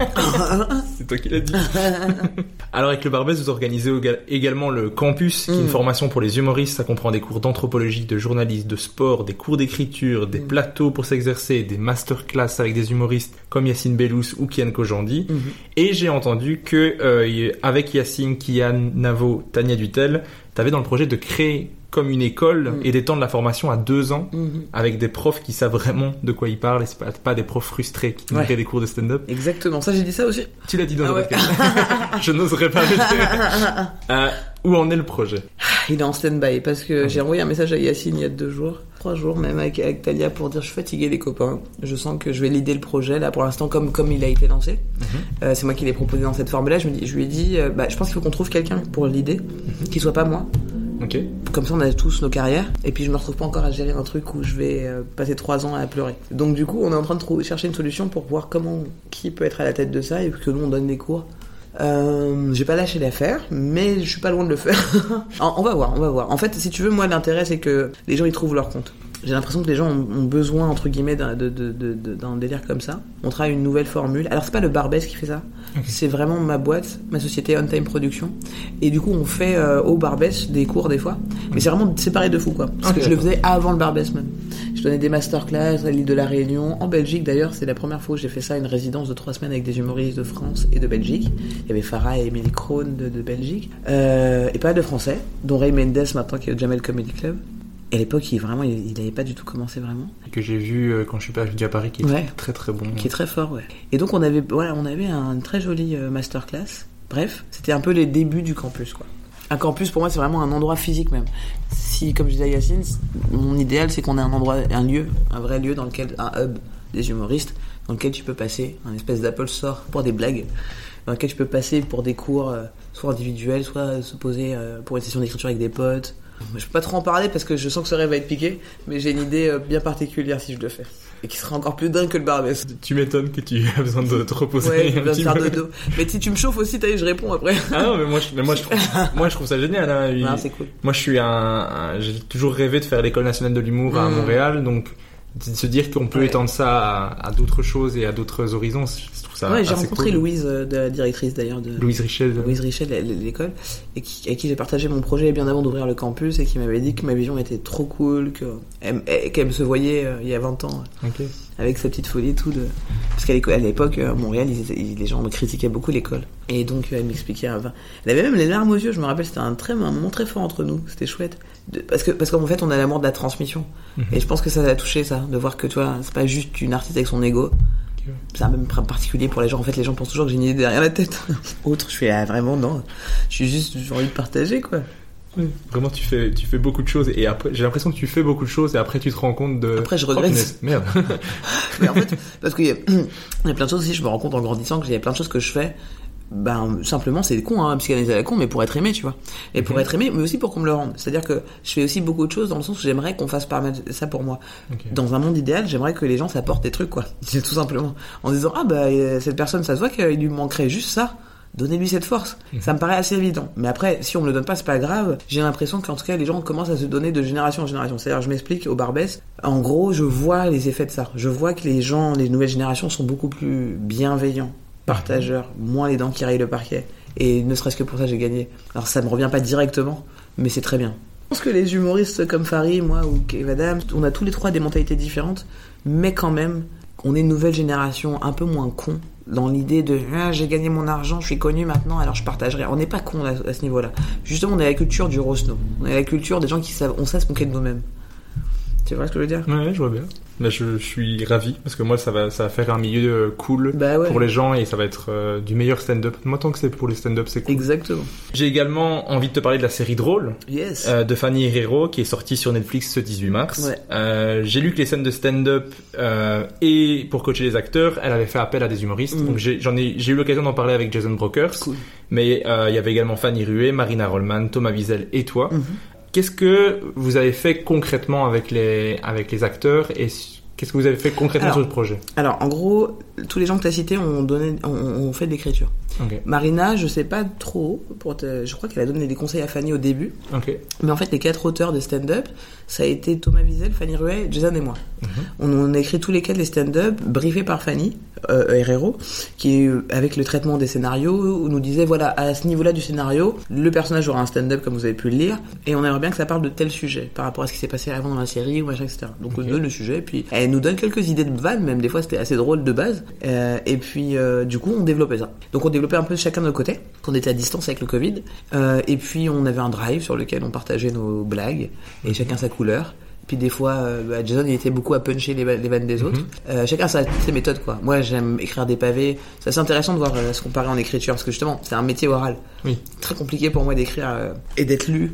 C'est toi qui l'as dit. Alors avec le Barbès, vous organisez également le Campus, qui est une mmh. formation pour les humoristes. Ça comprend des cours d'anthropologie, de journalisme, de sport, des cours d'écriture, des mmh. plateaux pour s'exercer, des masterclass avec des humoristes comme Yacine Bellous ou Kian Kojandi. Mmh. Et j'ai entendu que euh, avec Yacine, Kian, Navo, Tania Dutel, t'avais dans le projet de créer comme une école mmh. et d'étendre la formation à deux ans mmh. avec des profs qui savent vraiment de quoi ils parlent et c'est pas, pas des profs frustrés qui ouais. donnent des cours de stand-up. Exactement, ça j'ai dit ça aussi. Tu l'as dit dans ah le ouais. podcast. Je n'oserais pas le dire. Euh, où en est le projet? Il est en stand-by parce que mmh. j'ai envoyé un message à Yacine il y a deux jours, trois jours même avec, avec Talia pour dire je suis fatigué les copains, je sens que je vais l'idée le projet là pour l'instant comme, comme il a été lancé. Mmh. Euh, c'est moi qui l'ai proposé dans cette forme là, je, me dis, je lui ai dit euh, bah, je pense qu'il faut qu'on trouve quelqu'un pour l'idée, mmh. qui soit pas moi. Okay. Comme ça on a tous nos carrières et puis je me retrouve pas encore à gérer un truc où je vais euh, passer trois ans à pleurer. Donc du coup on est en train de trouver, chercher une solution pour voir comment, qui peut être à la tête de ça et que nous on donne des cours. Euh, j'ai pas lâché l'affaire, mais je suis pas loin de le faire. On va voir, on va voir. En fait, si tu veux, moi l'intérêt c'est que les gens y trouvent leur compte. J'ai l'impression que les gens ont, ont besoin entre guillemets d'un, de, de, de, de, d'un délire comme ça. On travaille une nouvelle formule. Alors c'est pas le Barbès qui fait ça, okay. C'est vraiment ma boîte, ma société On Time Production. Et du coup on fait euh, au Barbès des cours des fois, mais c'est vraiment séparé de fou quoi. Parce okay, que je le faisais avant le Barbès même. Je donnais des masterclass à l'île de la Réunion, en Belgique d'ailleurs. C'est la première fois que j'ai fait ça, une résidence de trois semaines avec des humoristes de France et de Belgique. Il y avait Farah et Émilie Krohn de, de Belgique, euh, et pas de Français, dont Ray Mendes maintenant qui est au Jamel Comedy Club. Et à l'époque, il vraiment, il n'avait pas du tout commencé vraiment. Que j'ai vu euh, quand je suis parti à Paris, qui est ouais. très très bon. Qui est très fort, ouais. Et donc on avait, voilà, on avait un, une très jolie euh, masterclass. Bref, c'était un peu les débuts du campus, quoi. Un campus, pour moi, c'est vraiment un endroit physique même. Si, comme je disais à Yacine, mon idéal, c'est qu'on ait un endroit, un lieu, un vrai lieu dans lequel, un hub des humoristes, dans lequel tu peux passer, un espèce d'Apple Store pour des blagues, dans lequel tu peux passer pour des cours, euh, soit individuels, soit se poser euh, pour une session d'écriture avec des potes. Je peux pas trop en parler parce que je sens que ce rêve va être piqué, mais j'ai une idée euh, bien particulière si je le fais. Et qui sera encore plus dingue que le Barbès. Tu m'étonnes que tu as besoin de te reposer. Ouais, un petit faire peu. dodo. Mais si tu me chauffes aussi, t'as vu, je réponds après. Ah non, mais moi, je, mais moi, je, trouve, moi, je trouve ça génial. Hein. Il, non, c'est cool. Moi, je suis un, un, j'ai toujours rêvé de faire l'école nationale de l'humour mmh. à Montréal, donc de se dire qu'on peut ouais. étendre ça à, à d'autres choses et à d'autres horizons, je trouve ça ouais, assez j'ai rencontré cool. Louise, de la directrice d'ailleurs de Louise Richel, Louise Richel, l'école, et qui, avec qui j'ai partagé mon projet bien avant d'ouvrir le campus et qui m'avait dit que ma vision était trop cool, que elle, qu'elle me se voyait euh, il y a vingt ans. Okay. Avec sa petite folie et tout de... parce qu'à l'époque, à l'époque à Montréal ils étaient, les gens me critiquaient beaucoup l'école et donc elle m'expliquait enfin, elle avait même les larmes aux yeux, je me rappelle, c'était un, très, un moment très fort entre nous, c'était chouette de, parce que parce qu'en fait on a l'amour de la transmission mm-hmm. et je pense que ça a touché ça, de voir que tu vois c'est pas juste une artiste avec son ego, okay. C'est un même particulier pour les gens, en fait les gens pensent toujours que j'ai une idée derrière la tête. Autre, je fais ah, vraiment non, je suis juste, j'ai envie de partager quoi. Vraiment, tu fais, tu fais beaucoup de choses et après, j'ai l'impression que tu fais beaucoup de choses et après tu te rends compte de. Après, je regrette. Oh, merde. Mais en fait, parce qu'il y a, il y a plein de choses aussi, je me rends compte en grandissant qu'il y a plein de choses que je fais. Ben, simplement, c'est con, hein, psychanalyse à la con, mais pour être aimé, tu vois. Et pour okay. être aimé, mais aussi pour qu'on me le rende. C'est-à-dire que je fais aussi beaucoup de choses dans le sens où j'aimerais qu'on fasse pas mal ça pour moi. Okay. Dans un monde idéal, j'aimerais que les gens s'apportent des trucs, quoi. C'est tout simplement. En disant, ah, bah, cette personne, ça se voit qu'il lui manquerait juste ça. Donnez-lui cette force. Mmh. Ça me paraît assez évident. Mais après, si on me le donne pas, c'est pas grave. J'ai l'impression qu'en tout cas, les gens commencent à se donner de génération en génération. C'est-à-dire, je m'explique, au Barbès, en gros, je vois les effets de ça. Je vois que les gens, les nouvelles générations sont beaucoup plus bienveillants, partageurs, moins les dents qui rayent le parquet. Et ne serait-ce que pour ça, j'ai gagné. Alors, ça me revient pas directement, mais c'est très bien. Je pense que les humoristes comme Farid, moi, ou Kev Adams, on a tous les trois des mentalités différentes, mais quand même, on est une nouvelle génération un peu moins con. Dans l'idée de ah, j'ai gagné mon argent, je suis connu maintenant, alors je partagerai. On n'est pas con à, à ce niveau-là. Justement, on est la culture du Rosno. On est la culture des gens qui savent, on sait se moquer de nous-mêmes. Tu vois ce que je veux dire ? Ouais, je vois bien. Mais je, je suis ravi parce que moi, ça va, ça va faire un milieu euh, cool bah ouais. pour les gens et ça va être euh, du meilleur stand-up. Moi, tant que c'est pour les stand-up, c'est cool. Exactement. J'ai également envie de te parler de la série Drôle yes. euh, de Fanny Herrero qui est sortie sur Netflix ce dix-huit mars. Ouais. Euh, j'ai lu que les scènes de stand-up euh, et pour coacher les acteurs, elle avait fait appel à des humoristes. Mm. Donc j'ai, j'en ai, j'ai eu l'occasion d'en parler avec Jason Brokers. Cool. Mais il euh, y avait également Fanny Ruet, Marina Rollman, Thomas Wiesel et toi. Mm-hmm. Qu'est-ce que vous avez fait concrètement avec les, avec les acteurs et qu'est-ce que vous avez fait concrètement alors, sur le projet ? Alors, en gros, tous les gens que tu as cités ont, donné, ont, ont fait de l'écriture. Okay. Marina, je sais pas trop, pour te, je crois qu'elle a donné des conseils à Fanny au début. Okay. Mais en fait, les quatre auteurs de stand-up, ça a été Thomas Wiesel, Fanny Ruet, Jason et moi. Mm-hmm. On, on a écrit tous les quatre les stand-up, briefés par Fanny euh, Herrero, qui, avec le traitement des scénarios, nous disait, voilà, à ce niveau-là du scénario, le personnage aura un stand-up comme vous avez pu le lire, et on aimerait bien que ça parle de tel sujet, par rapport à ce qui s'est passé avant dans la série, ou machin, et cetera. Donc, okay. on donne le sujet, puis elle elle nous donne quelques idées de vannes, même des fois c'était assez drôle de base. Euh, et puis euh, du coup on développait ça. Donc on développait un peu chacun de notre côté, qu'on était à distance avec le Covid. Euh, et puis on avait un drive sur lequel on partageait nos blagues et chacun sa couleur. Puis des fois, euh, bah, Jason il était beaucoup à puncher les, les vannes des autres. Mm-hmm. Euh, chacun sa ses méthodes quoi. Moi j'aime écrire des pavés. C'est assez intéressant de voir euh, se comparer en écriture parce que justement c'est un métier oral. Oui. Très compliqué pour moi d'écrire euh, et d'être lu.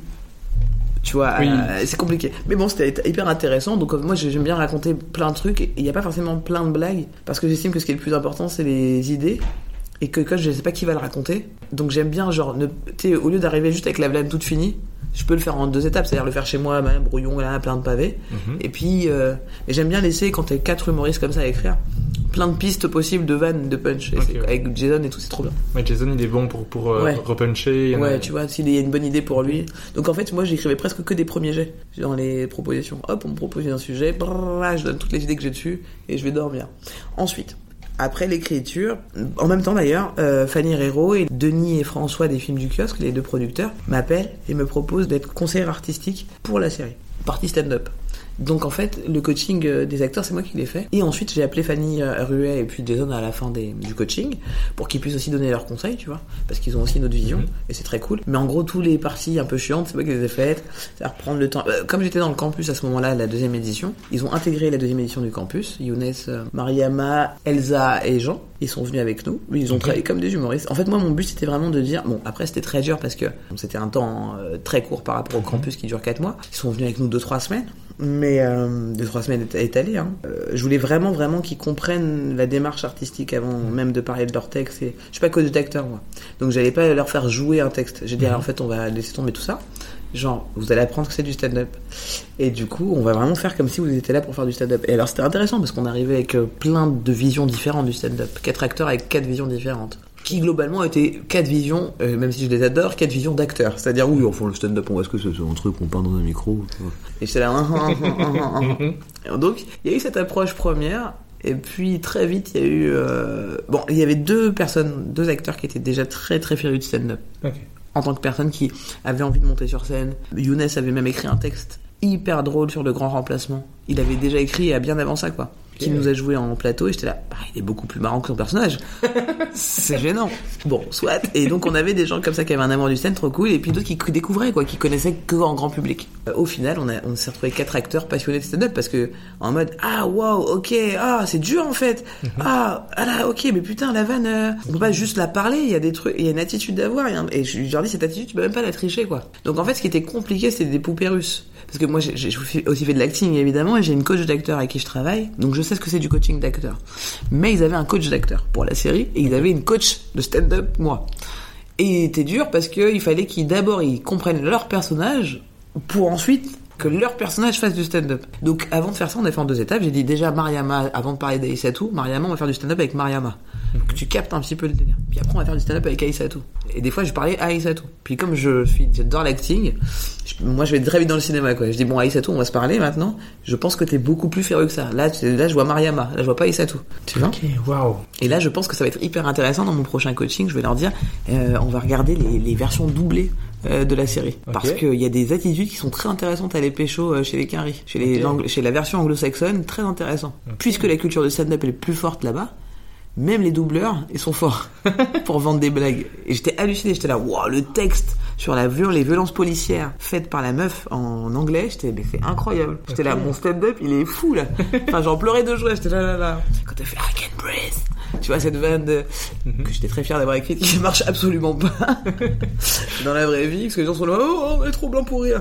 Tu vois, oui. euh, c'est compliqué. Mais bon, c'était hyper intéressant. Donc euh, moi j'aime bien raconter plein de trucs et il n'y a pas forcément plein de blagues parce que j'estime que ce qui est le plus important c'est les idées. Et que quand je sais pas qui va le raconter. Donc j'aime bien genre ne, t'sais, au lieu d'arriver juste avec la vanne toute finie, je peux le faire en deux étapes, c'est-à-dire le faire chez moi, ben, brouillon là, plein de pavés. Mm-hmm. Et puis euh, et j'aime bien laisser quand t'es quatre humoristes comme ça à écrire, plein de pistes possibles de vannes, de punch. Et okay, ouais. Avec Jason et tout, c'est trop bien. Ouais, Jason il est bon pour pour euh, ouais. repuncher. Ouais, a... tu vois, s'il y a une bonne idée pour lui. Donc en fait, moi j'écrivais presque que des premiers jets dans les propositions. Hop, on me propose un sujet, brrr, je donne toutes les idées que j'ai dessus et je vais dormir. Ensuite. Après l'écriture, en même temps d'ailleurs, euh, Fanny Herrero et Denis et François des Films du Kiosque, les deux producteurs, m'appellent et me proposent d'être conseillère artistique pour la série, partie stand-up. Donc en fait, le coaching des acteurs, c'est moi qui l'ai fait. Et ensuite, j'ai appelé Fanny Ruet et puis Jason à la fin des, du coaching pour qu'ils puissent aussi donner leurs conseils, tu vois, parce qu'ils ont aussi une autre vision mmh. et c'est très cool. Mais en gros, tous les parties un peu chiantes, c'est moi qui les ai faites. C'est-à-dire prendre le temps. Comme j'étais dans le campus à ce moment-là, la deuxième édition, ils ont intégré la deuxième édition du campus. Younes, Mariama, Elsa et Jean, ils sont venus avec nous. Ils ont travaillé comme des humoristes. En fait, moi, mon but, c'était vraiment de dire. Bon, après, c'était très dur parce que bon, c'était un temps euh, très court par rapport au campus qui dure quatre mois. Ils sont venus avec nous deux trois semaines. Mais euh, deux trois semaines étalées hein. euh, je voulais vraiment vraiment qu'ils comprennent la démarche artistique avant même de parler de leur texte et je suis pas coach d'acteur moi donc j'allais pas leur faire jouer un texte j'ai dit mmh. alors, en fait on va laisser tomber tout ça genre vous allez apprendre que c'est du stand-up et du coup on va vraiment faire comme si vous étiez là pour faire du stand-up et alors c'était intéressant parce qu'on arrivait avec plein de visions différentes du stand-up quatre acteurs avec quatre visions différentes qui globalement étaient quatre visions, euh, même si je les adore, quatre visions d'acteurs. C'est-à-dire, oui, enfin, le stand-up, on voit ce que c'est, c'est un truc qu'on parle dans un micro. Et j'étais là, ah, ah, ah, ah. Donc, il y a eu cette approche première, et puis très vite, il y a eu... Euh... Bon, il y avait deux personnes, deux acteurs qui étaient déjà très très férus de stand-up. Okay. En tant que personne qui avait envie de monter sur scène. Younes avait même écrit un texte hyper drôle sur le grand remplacement. Il avait déjà écrit à bien avant ça, quoi. Qui nous a joué en plateau et j'étais là, bah, il est beaucoup plus marrant que son personnage. C'est gênant. Bon, soit. Et donc on avait des gens comme ça qui avaient un amour du scène trop cool et puis d'autres qui découvraient quoi, qui connaissaient que en grand public. Euh, au final, on a on s'est retrouvé quatre acteurs passionnés de stand-up parce que en mode ah waouh, ok, ah c'est dur en fait. Mm-hmm. Ah, ah là, ok, mais putain la vanne, euh, on peut pas juste la parler. Il y a des trucs, il y a une attitude d'avoir et, et je leur dis cette attitude, tu peux même pas la tricher quoi. Donc en fait, ce qui était compliqué, c'était des poupées russes. Parce que moi, j'ai, j'ai aussi fait de l'acting, évidemment, et j'ai une coach d'acteur avec qui je travaille. Donc, je sais ce que c'est du coaching d'acteur. Mais ils avaient un coach d'acteur pour la série, et ils avaient une coach de stand-up, moi. Et c'était dur parce qu'il fallait qu'ils, d'abord, ils comprennent leur personnage, pour ensuite que leur personnage fasse du stand-up. Donc, avant de faire ça, on a fait en deux étapes. J'ai dit déjà, Mariama, avant de parler d'Aïssatou, Mariama, on va faire du stand-up avec Mariama. Donc, tu captes un petit peu le délire. Puis après, on va faire du stand-up avec Aïssatou. Et des fois, je parlais à Aïssatou. Puis comme je suis, j'adore l'acting, je, moi, je vais très vite dans le cinéma, quoi. Je dis, bon, Aïssatou, on va se parler maintenant. Je pense que t'es beaucoup plus féreux que ça. Là, là, je vois Mariama. Là, je vois pas Aïssatou. Tu vois? Ok, waouh. Et là, je pense que ça va être hyper intéressant dans mon prochain coaching. Je vais leur dire, euh, on va regarder les, les versions doublées euh, de la série. Okay. Parce qu'il y a des attitudes qui sont très intéressantes à les pécho euh, chez les Quinri. Chez les, okay. chez la version anglo-saxonne, très intéressant. Okay. Puisque la culture de stand-up est plus forte là-bas, même les doubleurs, ils sont forts pour vendre des blagues. Et j'étais halluciné, j'étais là, waouh, le texte sur la viol- les violences policières faites par la meuf en anglais, j'étais, mais c'est incroyable. J'étais là, mon stand-up, il est fou, là. Enfin, j'en pleurais de joie, j'étais là, là, là. Quand elle fait I can breathe. Tu vois, cette vanne de... que j'étais très fier d'avoir écrite, qui marche absolument pas dans la vraie vie, parce que les gens sont là, oh, on est trop blanc pour rire.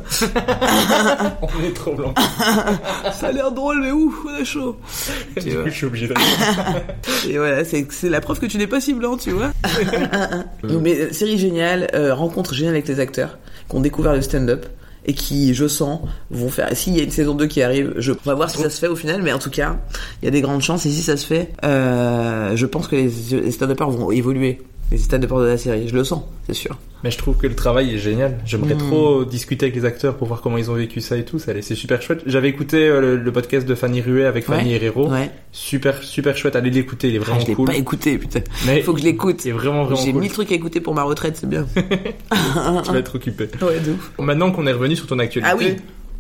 On est trop blanc. Ça a l'air drôle, mais ouf, on est chaud. Du coup, je suis obligé d'aller. Et voilà, c'est, c'est la preuve que tu n'es pas si blanc, tu vois. Donc, mais série géniale, euh, rencontre géniale avec les acteurs, qui ont découvert le stand-up. Et qui, je sens, vont faire... S'il y a une saison deux qui arrive, je... on va voir si ça se fait au final, mais en tout cas, il y a des grandes chances, et si ça se fait, euh, je pense que les, les stand-uppers vont évoluer. Les stand-uppers de la série, je le sens, c'est sûr. Mais je trouve que le travail est génial. J'aimerais mmh. trop discuter avec les acteurs pour voir comment ils ont vécu ça et tout. Ça, c'est super chouette. J'avais écouté euh, le, le podcast de Fanny Ruet avec Fanny ouais. Herrero. Ouais. Super, super chouette. Allez l'écouter, il est vraiment ah, je l'ai cool. pas écouté, putain. Mais il faut que je l'écoute. C'est vraiment, vraiment J'ai cool. mille trucs à écouter pour ma retraite, c'est bien. Tu vas être occupé. Ouais, de ouf. Maintenant qu'on est revenu sur ton actualité. Ah oui.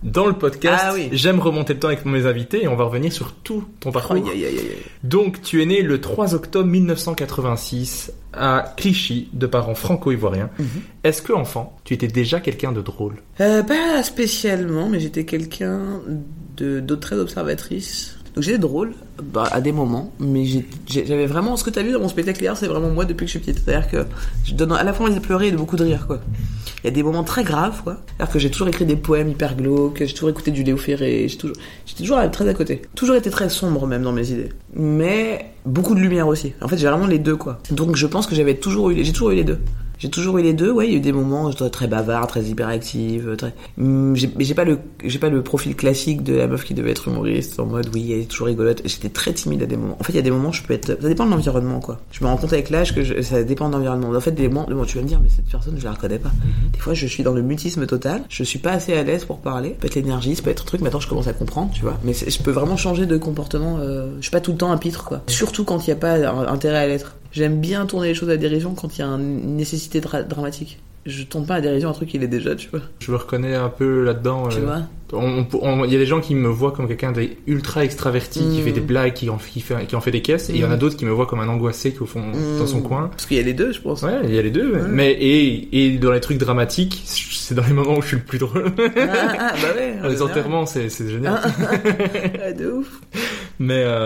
Dans le podcast, ah, oui. j'aime remonter le temps avec mes invités et on va revenir sur tout ton parcours. Aïe, aïe, aïe, aïe. Donc, tu es né le trois octobre mille neuf cent quatre-vingt-six à Clichy, de parents franco-ivoiriens. Mm-hmm. Est-ce que, enfant, tu étais déjà quelqu'un de drôle? euh, Pas spécialement, mais j'étais quelqu'un de, de très observatrice. Donc j'étais drôle, bah, à des moments, mais j'ai, j'avais vraiment, ce que t'as vu dans mon spectacle hier, c'est vraiment moi depuis que je suis petite. C'est-à-dire que je donne à la fois envie de pleurer et de beaucoup de rire, quoi. Il y a des moments très graves, quoi. C'est-à-dire que j'ai toujours écrit des poèmes hyper glauques, j'ai toujours écouté du Léo Ferré, j'ai toujours, j'étais toujours très à côté. Toujours été très sombre, même, dans mes idées. Mais beaucoup de lumière aussi. En fait, j'ai vraiment les deux, quoi. Donc je pense que j'avais toujours eu, j'ai toujours eu les deux. J'ai toujours eu les deux, ouais, il y a eu des moments où j'étais très bavard, très hyperactive, très... J'ai, mais j'ai pas le, j'ai pas le profil classique de la meuf qui devait être humoriste, en mode, oui, elle est toujours rigolote. J'étais très timide à des moments. En fait, il y a des moments où je peux être, ça dépend de l'environnement, quoi. Je me rends compte avec l'âge que je... ça dépend de l'environnement. En fait, des moments, bon, tu vas me dire, mais cette personne, je la reconnais pas. Mm-hmm. Des fois, je suis dans le mutisme total, je suis pas assez à l'aise pour parler. Ça peut être l'énergie, ça peut être un truc, maintenant je commence à comprendre, tu vois. Mais je peux vraiment changer de comportement, euh... je suis pas tout le temps un pitre, quoi. Surtout quand il y a pas intérêt à l'être. J'aime bien tourner les choses à dérision quand il y a une nécessité dra- dramatique. Je tourne pas à dérision un truc qui l'est déjà, tu vois. Je me reconnais un peu là-dedans. Tu euh, vois. On, on, il y a des gens qui me voient comme quelqu'un d'ultra extraverti, mmh. qui fait des blagues, qui en, qui fait, qui en fait des caisses, mmh. et il y en a d'autres qui me voient comme un angoissé qui au fond mmh. dans son coin. Parce qu'il y a les deux, je pense. Ouais, il y a les deux. Mmh. Mais et, et dans les trucs dramatiques, c'est dans les moments où je suis le plus drôle. Ah, ah bah ouais. Les enterrements, c'est, c'est génial. Ah, de ouf. Mais euh,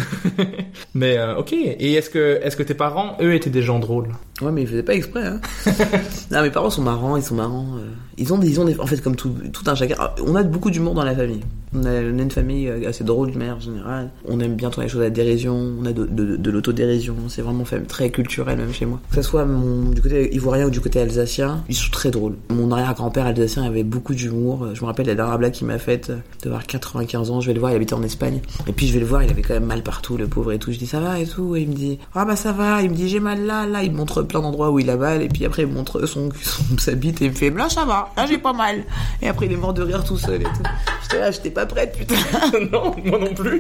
mais euh, ok. Et est-ce que est-ce que tes parents, eux, étaient des gens drôles? Ouais, mais ils faisaient pas exprès. Hein. Non, mes parents sont marrants, ils sont marrants. Euh, ils ont des, ils ont des, en fait, comme tout, tout un chacun. On a beaucoup d'humour dans la famille. On a, on a une famille assez drôle de manière générale. On aime bien tourner les choses à la dérision. On a de, de, de l'autodérision. C'est vraiment fait, très culturel même chez moi. Que ça soit mon, du côté ivoirien ou du côté alsacien, ils sont très drôles. Mon arrière-grand-père alsacien avait beaucoup d'humour. Je me rappelle la dernière blague qu'il m'a faite, d'avoir quatre-vingt-quinze ans. Je vais le voir, il habitait en Espagne. Et puis je vais le voir, il avait quand même mal partout, le pauvre et tout. Je dis ça va et tout. Et il me dit ah bah ça va. Il me dit j'ai mal là, là. Il me montre plein d'endroits où il a mal. Et puis après il me montre son, son sa bite et il me fait là ça va, là j'ai pas mal. Et après il est mort de rire tout seul et tout. J'étais là, j'étais pas prête putain. Non, moi non plus.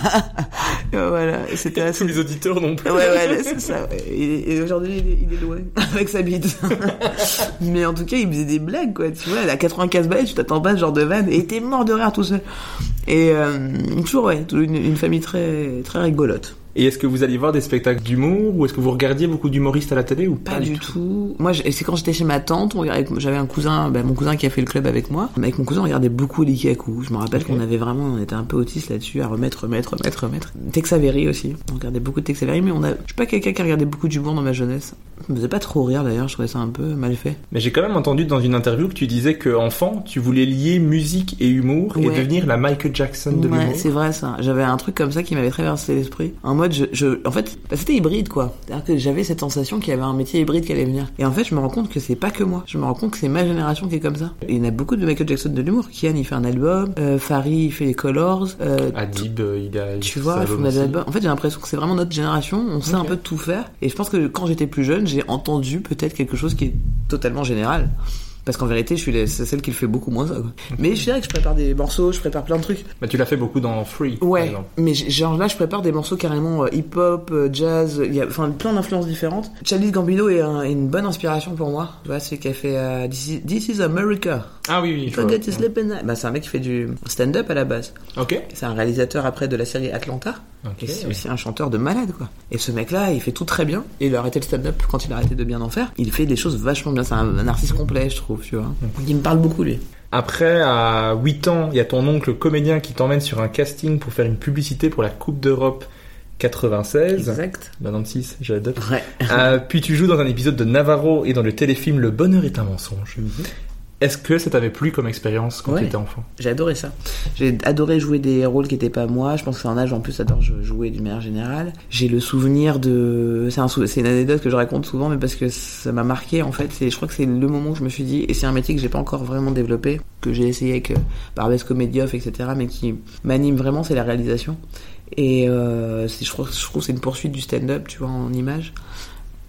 Voilà, c'était assez... Tous les auditeurs non plus. Ouais, ouais, c'est ça. Ouais. Et, et aujourd'hui, il est, il est loin avec sa bite. Mais en tout cas, il faisait des blagues, quoi. Tu vois, à quatre-vingt-quinze balles, tu t'attends pas à ce genre de vanne. Et il était mort de rire tout seul. Et euh, toujours, ouais, une, une famille très, très rigolote. Et est-ce que vous alliez voir des spectacles d'humour ou est-ce que vous regardiez beaucoup d'humoristes à la télé ou pas, pas du tout, tout. Moi, c'est quand j'étais chez ma tante, on regardait, j'avais un cousin, ben, mon cousin qui a fait le club avec moi. Avec mon cousin, on regardait beaucoup Likaku. Je me rappelle okay. qu'on avait vraiment, on était un peu autiste là-dessus, à remettre, remettre, remettre, remettre. Tex Avery aussi. On regardait beaucoup de Tex Avery, mais on a, je suis pas quelqu'un qui a regardé beaucoup d'humour dans ma jeunesse. Ça me faisait pas trop rire d'ailleurs, je trouvais ça un peu mal fait. Mais j'ai quand même entendu dans une interview que tu disais que enfant, tu voulais lier musique et humour ouais. et devenir la Michael Jackson de ouais, l'humour. C'est vrai ça. J'avais un truc comme ça qui m'avait traversé l'esprit. En mode, je, je, en fait, bah, c'était hybride quoi. C'est-à-dire que j'avais cette sensation qu'il y avait un métier hybride qui allait venir. Et en fait, je me rends compte que c'est pas que moi. Je me rends compte que c'est ma génération qui est comme ça. Il y en a beaucoup de Michael Jackson de l'humour. Kian, il fait un album. Euh, Farid, il fait les Colors. Euh, Adib, euh, il a. Tu vois, ils font des albums. En fait, j'ai l'impression que c'est vraiment notre génération. On sait okay. un peu de tout faire. Et je pense que quand j'étais plus jeune, j'ai entendu peut-être quelque chose qui est totalement général. Parce qu'en vérité, je suis la, c'est celle qui le fait beaucoup moins ça, quoi. Mais je dirais que je prépare des morceaux, je prépare plein de trucs. Bah, tu l'as fait beaucoup dans Free. Ouais. Mais genre là, je prépare des morceaux carrément euh, hip-hop, euh, jazz, il y a enfin plein d'influences différentes. Childish Gambino est, un, est une bonne inspiration pour moi. Tu vois, c'est qui a fait euh, This, is, This is America. Ah oui, oui. Forget to sleep in Bah, c'est un mec qui fait du stand-up à la base. Ok. C'est un réalisateur après de la série Atlanta. Okay. Et c'est aussi un chanteur de malade, quoi. Et ce mec-là, il fait tout très bien. Et il a arrêté le stand-up quand il a arrêté de bien en faire. Il fait des choses vachement bien. C'est un, un artiste complet, je trouve, tu vois. Mm. Il me parle beaucoup, lui. Après, à huit ans, il y a ton oncle comédien qui t'emmène sur un casting pour faire une publicité pour la Coupe d'Europe quatre-vingt-seize. Exact. quatre-vingt-seize, j'adore. Ouais. euh, puis tu joues dans un épisode de Navarro et dans le téléfilm Le Bonheur est un mensonge. Mm-hmm. Est-ce que ça t'avait plu comme expérience quand ouais, tu étais enfant? J'ai adoré ça. J'ai adoré jouer des rôles qui n'étaient pas moi. Je pense que c'est un âge en plus j'adore jouer d'une manière générale. J'ai le souvenir de... C'est, un sou... c'est une anecdote que je raconte souvent, mais parce que ça m'a marqué en fait. C'est... Je crois que c'est le moment où je me suis dit, et c'est un métier que j'ai pas encore vraiment développé, que j'ai essayé avec euh, Barbès Comédioff, et cetera, mais qui m'anime vraiment, c'est la réalisation. Et euh, c'est, je, crois, je trouve que c'est une poursuite du stand-up, tu vois, en image.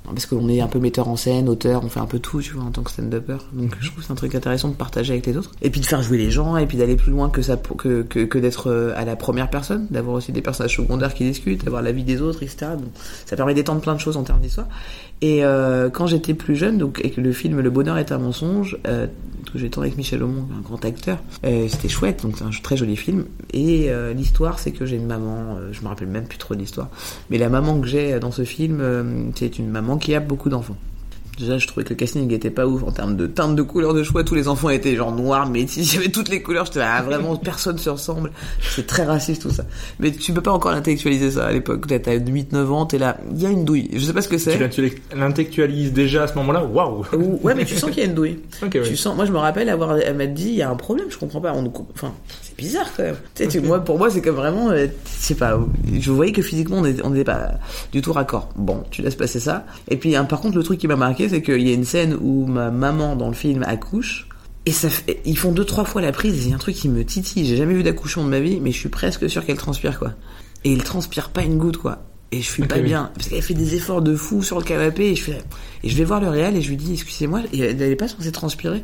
parce qu'on est un peu metteur en scène, auteur, on fait un peu tout, tu vois, en tant que stand-upper. Donc je trouve que c'est un truc intéressant de partager avec les autres. Et puis de faire jouer les gens, et puis d'aller plus loin que ça, que, que, que d'être à la première personne, d'avoir aussi des personnages secondaires qui discutent, d'avoir l'avis des autres, et cetera. Donc ça permet d'étendre plein de choses en termes d'histoire. Et euh, quand j'étais plus jeune, donc, et que le film Le Bonheur est un mensonge, euh, que j'ai tourné avec Michel Aumont, un grand acteur, euh, c'était chouette, donc c'est un très joli film. Et euh, l'histoire, c'est que j'ai une maman, euh, je me rappelle même plus trop de l'histoire, mais la maman que j'ai dans ce film, euh, c'est une maman qui a beaucoup d'enfants. Déjà, je trouvais que le casting était pas ouf en termes de teinte, de couleur, de choix. Tous les enfants étaient genre noirs, métis. Il y avait toutes les couleurs. J'étais là, ah, vraiment, personne se ressemble. C'est très raciste, tout ça. Mais tu peux pas encore l'intellectualiser, ça, à l'époque. T'as huit neuf ans, t'es là. Il y a une douille. Je sais pas ce que c'est. Tu l'intellectualises déjà à ce moment-là? Waouh! Ouais, mais tu sens qu'il y a une douille. Okay, tu ouais. sens, moi, je me rappelle avoir, elle m'a dit, il y a un problème, je comprends pas. On, enfin, c'est bizarre, quand même. Tu sais, tu, moi, pour moi, c'est comme vraiment, euh, je sais pas, je voyais que physiquement, on était, on était pas du tout raccord. Bon, tu laisses passer ça. Et puis, hein, par contre, le truc qui m'a marqué, c'est qu'il y a une scène où ma maman dans le film accouche et ça fait, ils font deux trois fois la prise, il y a un truc qui me titille, j'ai jamais vu d'accouchement de ma vie, mais je suis presque sûr qu'elle transpire quoi, et elle transpire pas une goutte quoi, et je suis okay, pas oui. bien parce qu'elle fait des efforts de fou sur le canapé et je fais et je vais voir le réal et je lui dis excusez-moi, et elle est pas censée transpirer,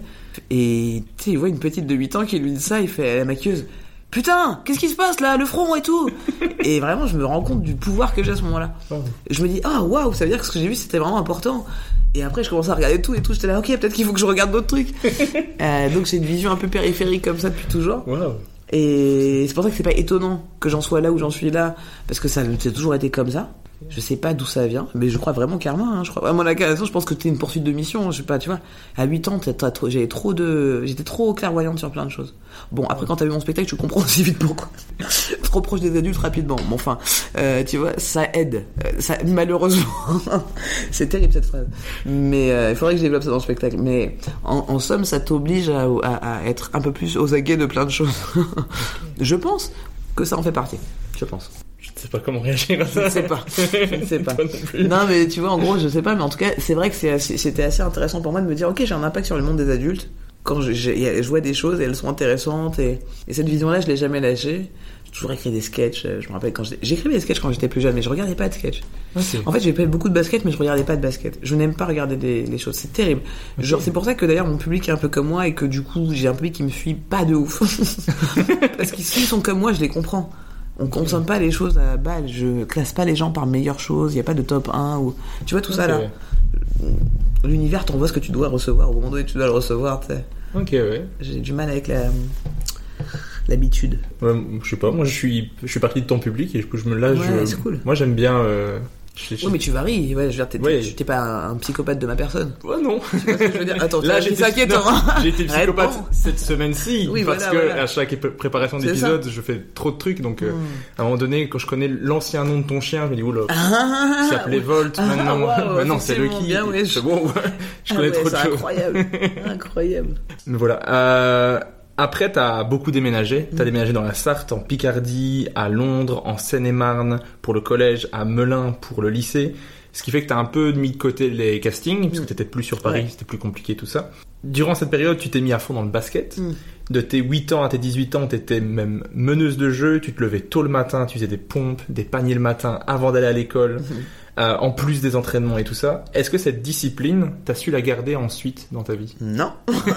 et tu sais il voit une petite de huit ans qui lui dit ça, il fait à la maquilleuse putain, qu'est-ce qui se passe là, le front et tout. Et vraiment je me rends compte du pouvoir que j'ai à ce moment-là. Je me dis ah waouh, ça veut dire que ce que j'ai vu c'était vraiment important. Et après, je commence à regarder tout et tout. J'étais là, ok, peut-être qu'il faut que je regarde d'autres trucs. euh, donc, j'ai une vision un peu périphérique comme ça depuis toujours. Wow. Et c'est pour ça que c'est pas étonnant que j'en sois là où j'en suis là. Parce que ça a toujours été comme ça. Je sais pas d'où ça vient, mais je crois vraiment karma, hein. Je crois vraiment la carrière, je pense que c'était une poursuite de mission, je sais pas, tu vois. À huit ans, t'as, t'as, j'avais trop de, j'étais trop clairvoyante sur plein de choses. Bon, après, quand t'as vu mon spectacle, tu comprends aussi vite pourquoi. Trop proche des adultes rapidement. Bon, enfin, euh, tu vois, ça aide. Ça, malheureusement. C'est terrible, cette phrase. Mais, euh, il faudrait que je développe ça dans le spectacle. Mais, en, en somme, ça t'oblige à, à, à être un peu plus aux aguets de plein de choses. Je pense que ça en fait partie. Je pense. Je sais pas comment réagir à ça. Je ne sais pas. Je ne sais pas. Non, mais tu vois, en gros, je sais pas, mais en tout cas, c'est vrai que c'est assez, c'était assez intéressant pour moi de me dire, ok, j'ai un impact sur le monde des adultes. Quand je, je, je vois des choses et elles sont intéressantes, et, et cette vision-là, je l'ai jamais lâchée. J'ai toujours écrit des sketchs. Je me rappelle quand j'étais, j'écrivais des sketchs quand j'étais plus jeune, mais je regardais pas de sketchs. Okay. En fait, j'ai fait beaucoup de basket, mais je regardais pas de basket. Je n'aime pas regarder des, les choses. C'est terrible. Okay. Genre, c'est pour ça que d'ailleurs, mon public est un peu comme moi et que du coup, j'ai un public qui me suit pas de ouf. Parce qu'ils sont comme moi, je les comprends. On consomme pas les choses à balle. Je classe pas les gens par meilleure chose. Il y a pas de top un ou tu vois tout okay. ça là. L'univers t'envoie ce que tu dois recevoir au moment où tu dois le recevoir. T'sais. Ok ouais. J'ai du mal avec la l'habitude. Ouais, je sais pas. Moi je suis je suis partie de ton public et du coup je me lâche. Ouais, je... c'est cool. Moi j'aime bien. Euh... Je, je... Oui, mais tu varies. Ouais, je veux dire, t'es, ouais. t'es, t'es pas un, un psychopathe de ma personne. Ouais, non. Tu vois ce que je veux dire? Attends, là, j'ai été, non, j'ai été psychopathe bon. cette semaine-ci. Oui, parce voilà, que voilà. à chaque préparation d'épisode, je fais trop de trucs. Donc, mm. euh, à un moment donné, quand je connais l'ancien nom de ton chien, je me dis, oula, ah, il s'appelait Volt. Ah, maintenant, wow, maintenant c'est Lucky. Bien, ouais, je... C'est bon, ouais. Je ah, connais ouais, trop de c'est choses. Incroyable. Incroyable. Mais voilà. Euh, Après, t'as beaucoup déménagé. T'as mmh. déménagé dans la Sarthe, en Picardie, à Londres, en Seine-et-Marne pour le collège, à Melun pour le lycée. Ce qui fait que t'as un peu mis de côté les castings, parce que t'étais plus sur Paris, ouais. C'était plus compliqué tout ça. Durant cette période, tu t'es mis à fond dans le basket. Mm. De tes huit ans à tes dix-huit ans, t'étais même meneuse de jeu, tu te levais tôt le matin, tu faisais des pompes, des paniers le matin avant d'aller à l'école, mm. euh, en plus des entraînements et tout ça. Est-ce que cette discipline, t'as su la garder ensuite dans ta vie? Non,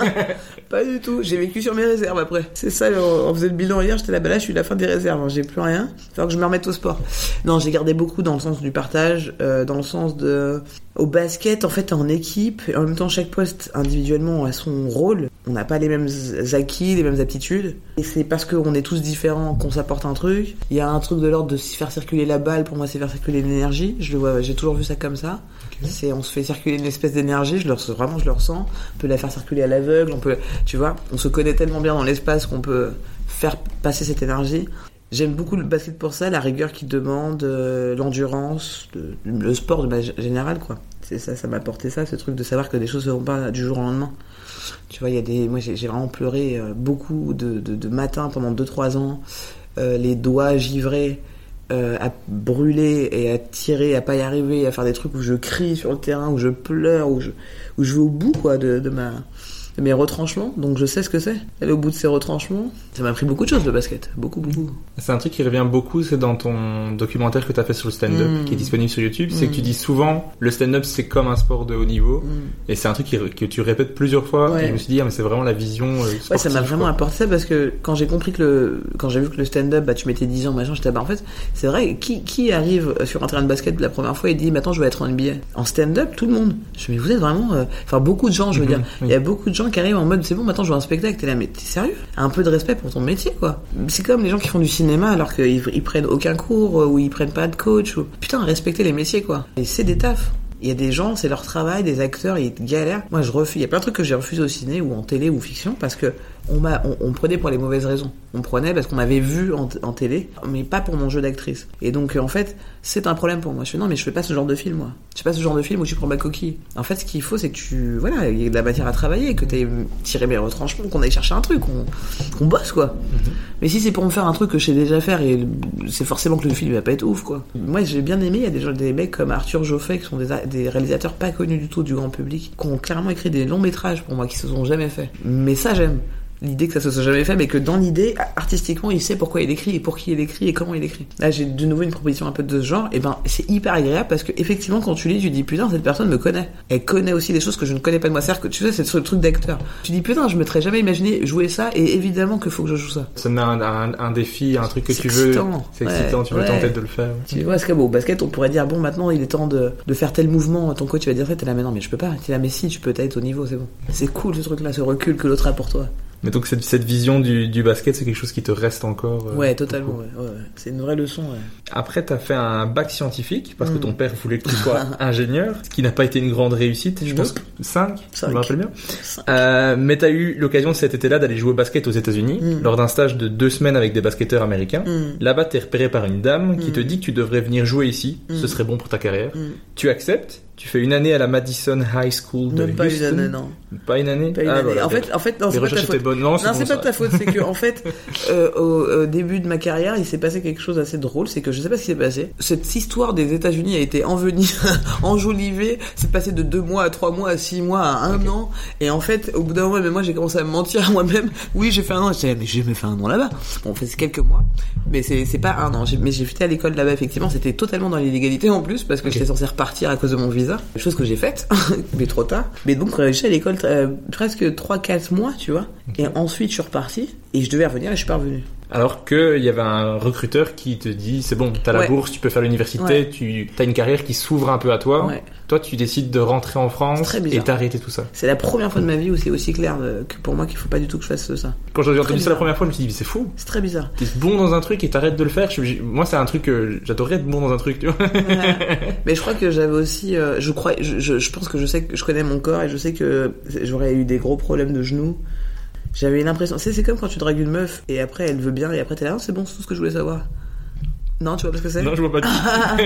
pas du tout. J'ai vécu sur mes réserves après. C'est ça, on faisait le bilan hier, j'étais là, bah là je suis à la fin des réserves, hein. J'ai plus rien. Il faut que je me remette au sport. Non, j'ai gardé beaucoup dans le sens du partage, euh, dans le sens de... Au basket, en fait, en équipe, et en même temps, chaque poste individuellement a son rôle. On n'a pas les mêmes acquis, les mêmes aptitudes. Et c'est parce qu'on est tous différents qu'on s'apporte un truc. Il y a un truc de l'ordre de faire circuler la balle. Pour moi, c'est faire circuler l'énergie. Je le vois, j'ai toujours vu ça comme ça. Okay. C'est, on se fait circuler une espèce d'énergie. Je le ressens, vraiment, je le ressens. On peut la faire circuler à l'aveugle. On peut, tu vois, on se connaît tellement bien dans l'espace qu'on peut faire passer cette énergie. J'aime beaucoup le basket pour ça, la rigueur qu'il demande, euh, l'endurance, le, le sport de manière générale, quoi. C'est ça, ça m'a apporté ça, ce truc de savoir que des choses ne se font pas du jour au lendemain. Tu vois, il y a des, moi j'ai, j'ai vraiment pleuré euh, beaucoup de, de, de matins pendant deux trois ans, euh, les doigts givrés, euh, à brûler et à tirer, à pas y arriver, à faire des trucs où je crie sur le terrain, où je pleure, où je, où je vais au bout, quoi, de, de ma... mes retranchements, donc je sais ce que c'est, aller au bout de ces retranchements. Ça m'a appris beaucoup de choses, le basket. Beaucoup, beaucoup. C'est un truc qui revient beaucoup, c'est dans ton documentaire que tu as fait sur le stand-up, mmh. qui est disponible sur YouTube. C'est mmh. que tu dis souvent, le stand-up, c'est comme un sport de haut niveau. Mmh. Et c'est un truc qui, que tu répètes plusieurs fois. Ouais. Et je me suis dit, ah, mais c'est vraiment la vision euh, sportive. Ouais, ça m'a vraiment quoi. apporté ça parce que quand j'ai compris que le, quand j'ai vu que le stand-up, bah, tu mettais dix ans, machin, j'étais, bah, en fait, c'est vrai, qui, qui arrive sur un terrain de basket la première fois et dit, maintenant, je vais être en N B A? En stand-up, tout le monde. Je me dis, vous êtes vraiment, euh... enfin, beaucoup de gens, je veux mmh. dire. Il oui. y a beaucoup de gens qui arrivent en mode, c'est bon, maintenant, je veux un spectacle. T'es là, mais t'es sérieux? Un peu de respect pour ton métier, quoi. C'est comme les gens qui font du cinéma alors qu'ils ils prennent aucun cours ou ils prennent pas de coach. Ou... Putain, respectez les métiers, quoi. Et c'est des tafs. Il y a des gens, c'est leur travail, des acteurs, ils galèrent. Moi, je refuse. Il y a plein de trucs que j'ai refusé au ciné ou en télé ou fiction parce que on m'a, on, on me prenait pour les mauvaises raisons. On me prenait parce qu'on m'avait vu en, en télé, mais pas pour mon jeu d'actrice. Et donc, en fait, c'est un problème pour moi. Je fais non, mais je fais pas ce genre de film, moi. Je fais pas ce genre de film où tu prends ma coquille. En fait, ce qu'il faut, c'est que tu, voilà, il y a de la matière à travailler, que t'aies tiré mes retranchements, qu'on aille chercher un truc, qu'on, qu'on bosse, quoi. Mm-hmm. Mais si c'est pour me faire un truc que je sais déjà faire, et c'est forcément que le film va pas être ouf, quoi. Moi, j'ai bien aimé, il y a des gens, des mecs comme Arthur Joffé, qui sont des, des réalisateurs pas connus du tout du grand public, qui ont clairement écrit des longs métrages pour moi, qui se sont jamais faits. Mais ça, j'aime. L'idée que ça se soit jamais fait, mais que dans l'idée, artistiquement, il sait pourquoi il écrit et pour qui il écrit et comment il écrit. Là, j'ai de nouveau une proposition un peu de ce genre, et ben, c'est hyper agréable parce que, effectivement, quand tu lis, tu dis, putain, cette personne me connaît. Elle connaît aussi des choses que je ne connais pas de moi. C'est-à-dire que, tu sais, c'est le truc d'acteur. Tu dis, putain, je me serais jamais imaginé jouer ça, et évidemment qu'il faut que je joue ça. Ça met un, un, un défi, un truc que c'est tu excitant. veux. C'est excitant, ouais, tu veux ouais. tenter de le faire. Tu vois, c'est comme au basket, on pourrait dire, bon, maintenant, il est temps de, de faire tel mouvement, ton coach va dire, t'es là, mais non, mais je peux pas. T'es là, mais si, tu peux être au niveau, c'est bon. C'est cool, ce truc-là, ce recul que l'autre a pour toi. Mais donc cette, cette vision du, du basket, c'est quelque chose qui te reste encore euh, Ouais, totalement, ouais, ouais, ouais. C'est une vraie leçon, ouais. Après, t'as fait un bac scientifique, parce mmh. que ton père voulait que tu sois ingénieur, ce qui n'a pas été une grande réussite, je pense. cinq Je me rappelle bien. Euh, mais t'as eu l'occasion cet été-là d'aller jouer au basket aux États-Unis, mmh. lors d'un stage de deux semaines avec des basketteurs américains. Mmh. Là-bas, t'es repéré par une dame qui mmh. te dit que tu devrais venir jouer ici, mmh. ce serait bon pour ta carrière. Mmh. Tu acceptes. Tu fais une année à la Madison High School de Même pas Houston. Une année, non. Pas une année. Pas une ah, année. Voilà, en fait, en fait, non, c'est les pas ta faute. Bonnes. Non, c'est, non, bon, c'est ça. pas ta faute. C'est que, en fait, euh, au, au début de ma carrière, il s'est passé quelque chose d'assez drôle. C'est que je sais pas ce qui s'est passé. Cette histoire des États-Unis a été envenimée, enjolivée. C'est passé de deux mois à trois mois à six mois à un okay. an. Et en fait, au bout d'un moment, mais moi, j'ai commencé à me mentir à moi-même. Oui, j'ai fait un an. Je disais, mais j'ai jamais fait un an là-bas. Bon, on fait quelques mois, mais c'est c'est pas un an. J'ai, mais j'ai fait à l'école là-bas. Effectivement, c'était totalement dans l'illégalité en plus parce que okay. j'étais censé repartir à cause de mon visa. Chose que j'ai faite, mais trop tard. Mais donc, euh, j'étais à l'école euh, presque trois quatre mois, tu vois. Okay. Et ensuite, je suis reparti et je devais revenir et je suis pas revenu. Alors qu'il y avait un recruteur qui te dit, c'est bon, t'as la ouais. bourse, tu peux faire l'université, ouais. tu as une carrière qui s'ouvre un peu à toi. Ouais. Toi, tu décides de rentrer en France et d'arrêter tout ça. C'est la première fois de ma vie où c'est aussi clair que pour moi qu'il faut pas du tout que je fasse ça. Quand j'ai entendu ça la première fois, je me suis dit, c'est fou. C'est très bizarre. T'es bon dans un truc et t'arrêtes de le faire. Je, moi, c'est un truc que j'adorerais être bon dans un truc, tu vois. Ouais. Mais je crois que j'avais aussi, euh, je crois, je, je, je pense que je sais que je connais mon corps et je sais que j'aurais eu des gros problèmes de genoux. J'avais une impression, c'est, c'est comme quand tu dragues une meuf et après elle veut bien et après t'es là, non, c'est bon, c'est tout ce que je voulais savoir. Non, tu vois pas ce que c'est? Non, je vois pas du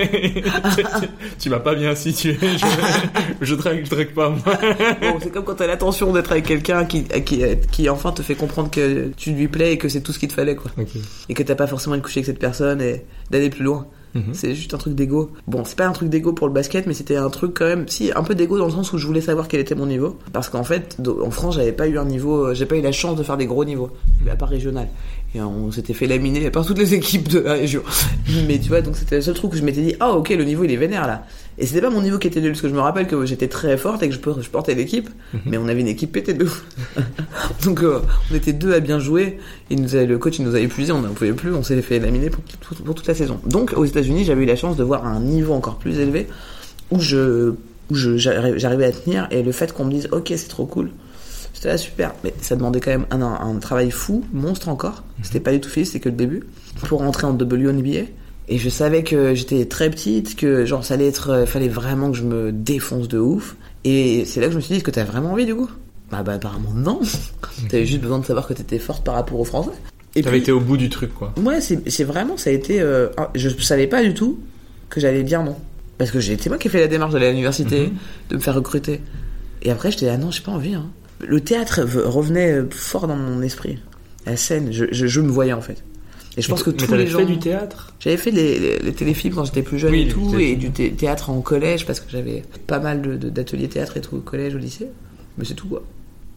tout. Tu m'as pas bien situé. Je, je drague, je drague pas, moi. Bon, c'est comme quand t'as l'intention d'être avec quelqu'un qui, qui, qui enfin te fait comprendre que tu lui plais et que c'est tout ce qu'il te fallait, quoi. Okay. Et que t'as pas forcément de coucher avec cette personne et d'aller plus loin. Mm-hmm. C'est juste un truc d'ego. Bon, c'est pas un truc d'ego pour le basket, mais c'était un truc quand même, si, un peu d'ego dans le sens où je voulais savoir quel était mon niveau. Parce qu'en fait, en France, j'avais pas eu un niveau, j'ai pas eu la chance de faire des gros niveaux, à part régional. Et on s'était fait laminer par toutes les équipes de la région. Mais tu vois, donc c'était le seul truc où je m'étais dit, ah, ok, le niveau il est vénère là. Et c'était pas mon niveau qui était nul, parce que je me rappelle que j'étais très forte et que je, je portais l'équipe, mm-hmm. mais on avait une équipe pétée de ouf. Donc euh, on était deux à bien jouer, il nous avait, le coach il nous a épuisés, on n'en pouvait plus, on s'est fait laminer pour, pour, pour toute la saison. Donc aux États-Unis, j'avais eu la chance de voir un niveau encore plus élevé où je, où je j'arrivais à tenir, et le fait qu'on me dise, ok, c'est trop cool. C'était là super, mais ça demandait quand même un, un, un travail fou, monstre encore. C'était pas du tout fini, c'était que le début. Pour rentrer en W N B A. Et je savais que j'étais très petite, que genre ça allait être, euh, fallait vraiment que je me défonce de ouf. Et c'est là que je me suis dit, est-ce que t'as vraiment envie du coup? Bah bah apparemment non. T'avais juste besoin de savoir que t'étais forte par rapport aux Français. Et t'avais puis, été au bout du truc, quoi. Ouais, c'est, c'est vraiment, ça a été, euh, je savais pas du tout que j'allais dire non. Parce que j'ai, c'est moi qui ai fait la démarche d'aller à l'université, mm-hmm. de me faire recruter. Et après j'étais, ah non, j'ai pas envie, hein. Le théâtre revenait fort dans mon esprit. La scène, je, je, je me voyais en fait. Et je pense que mais tous les gens. Fait du théâtre? J'avais fait les, les, les téléfilms quand j'étais plus jeune oui, et tout, et du thé- théâtre en collège, parce que j'avais pas mal de, de, d'ateliers théâtre et tout au collège, au lycée. Mais c'est tout, quoi.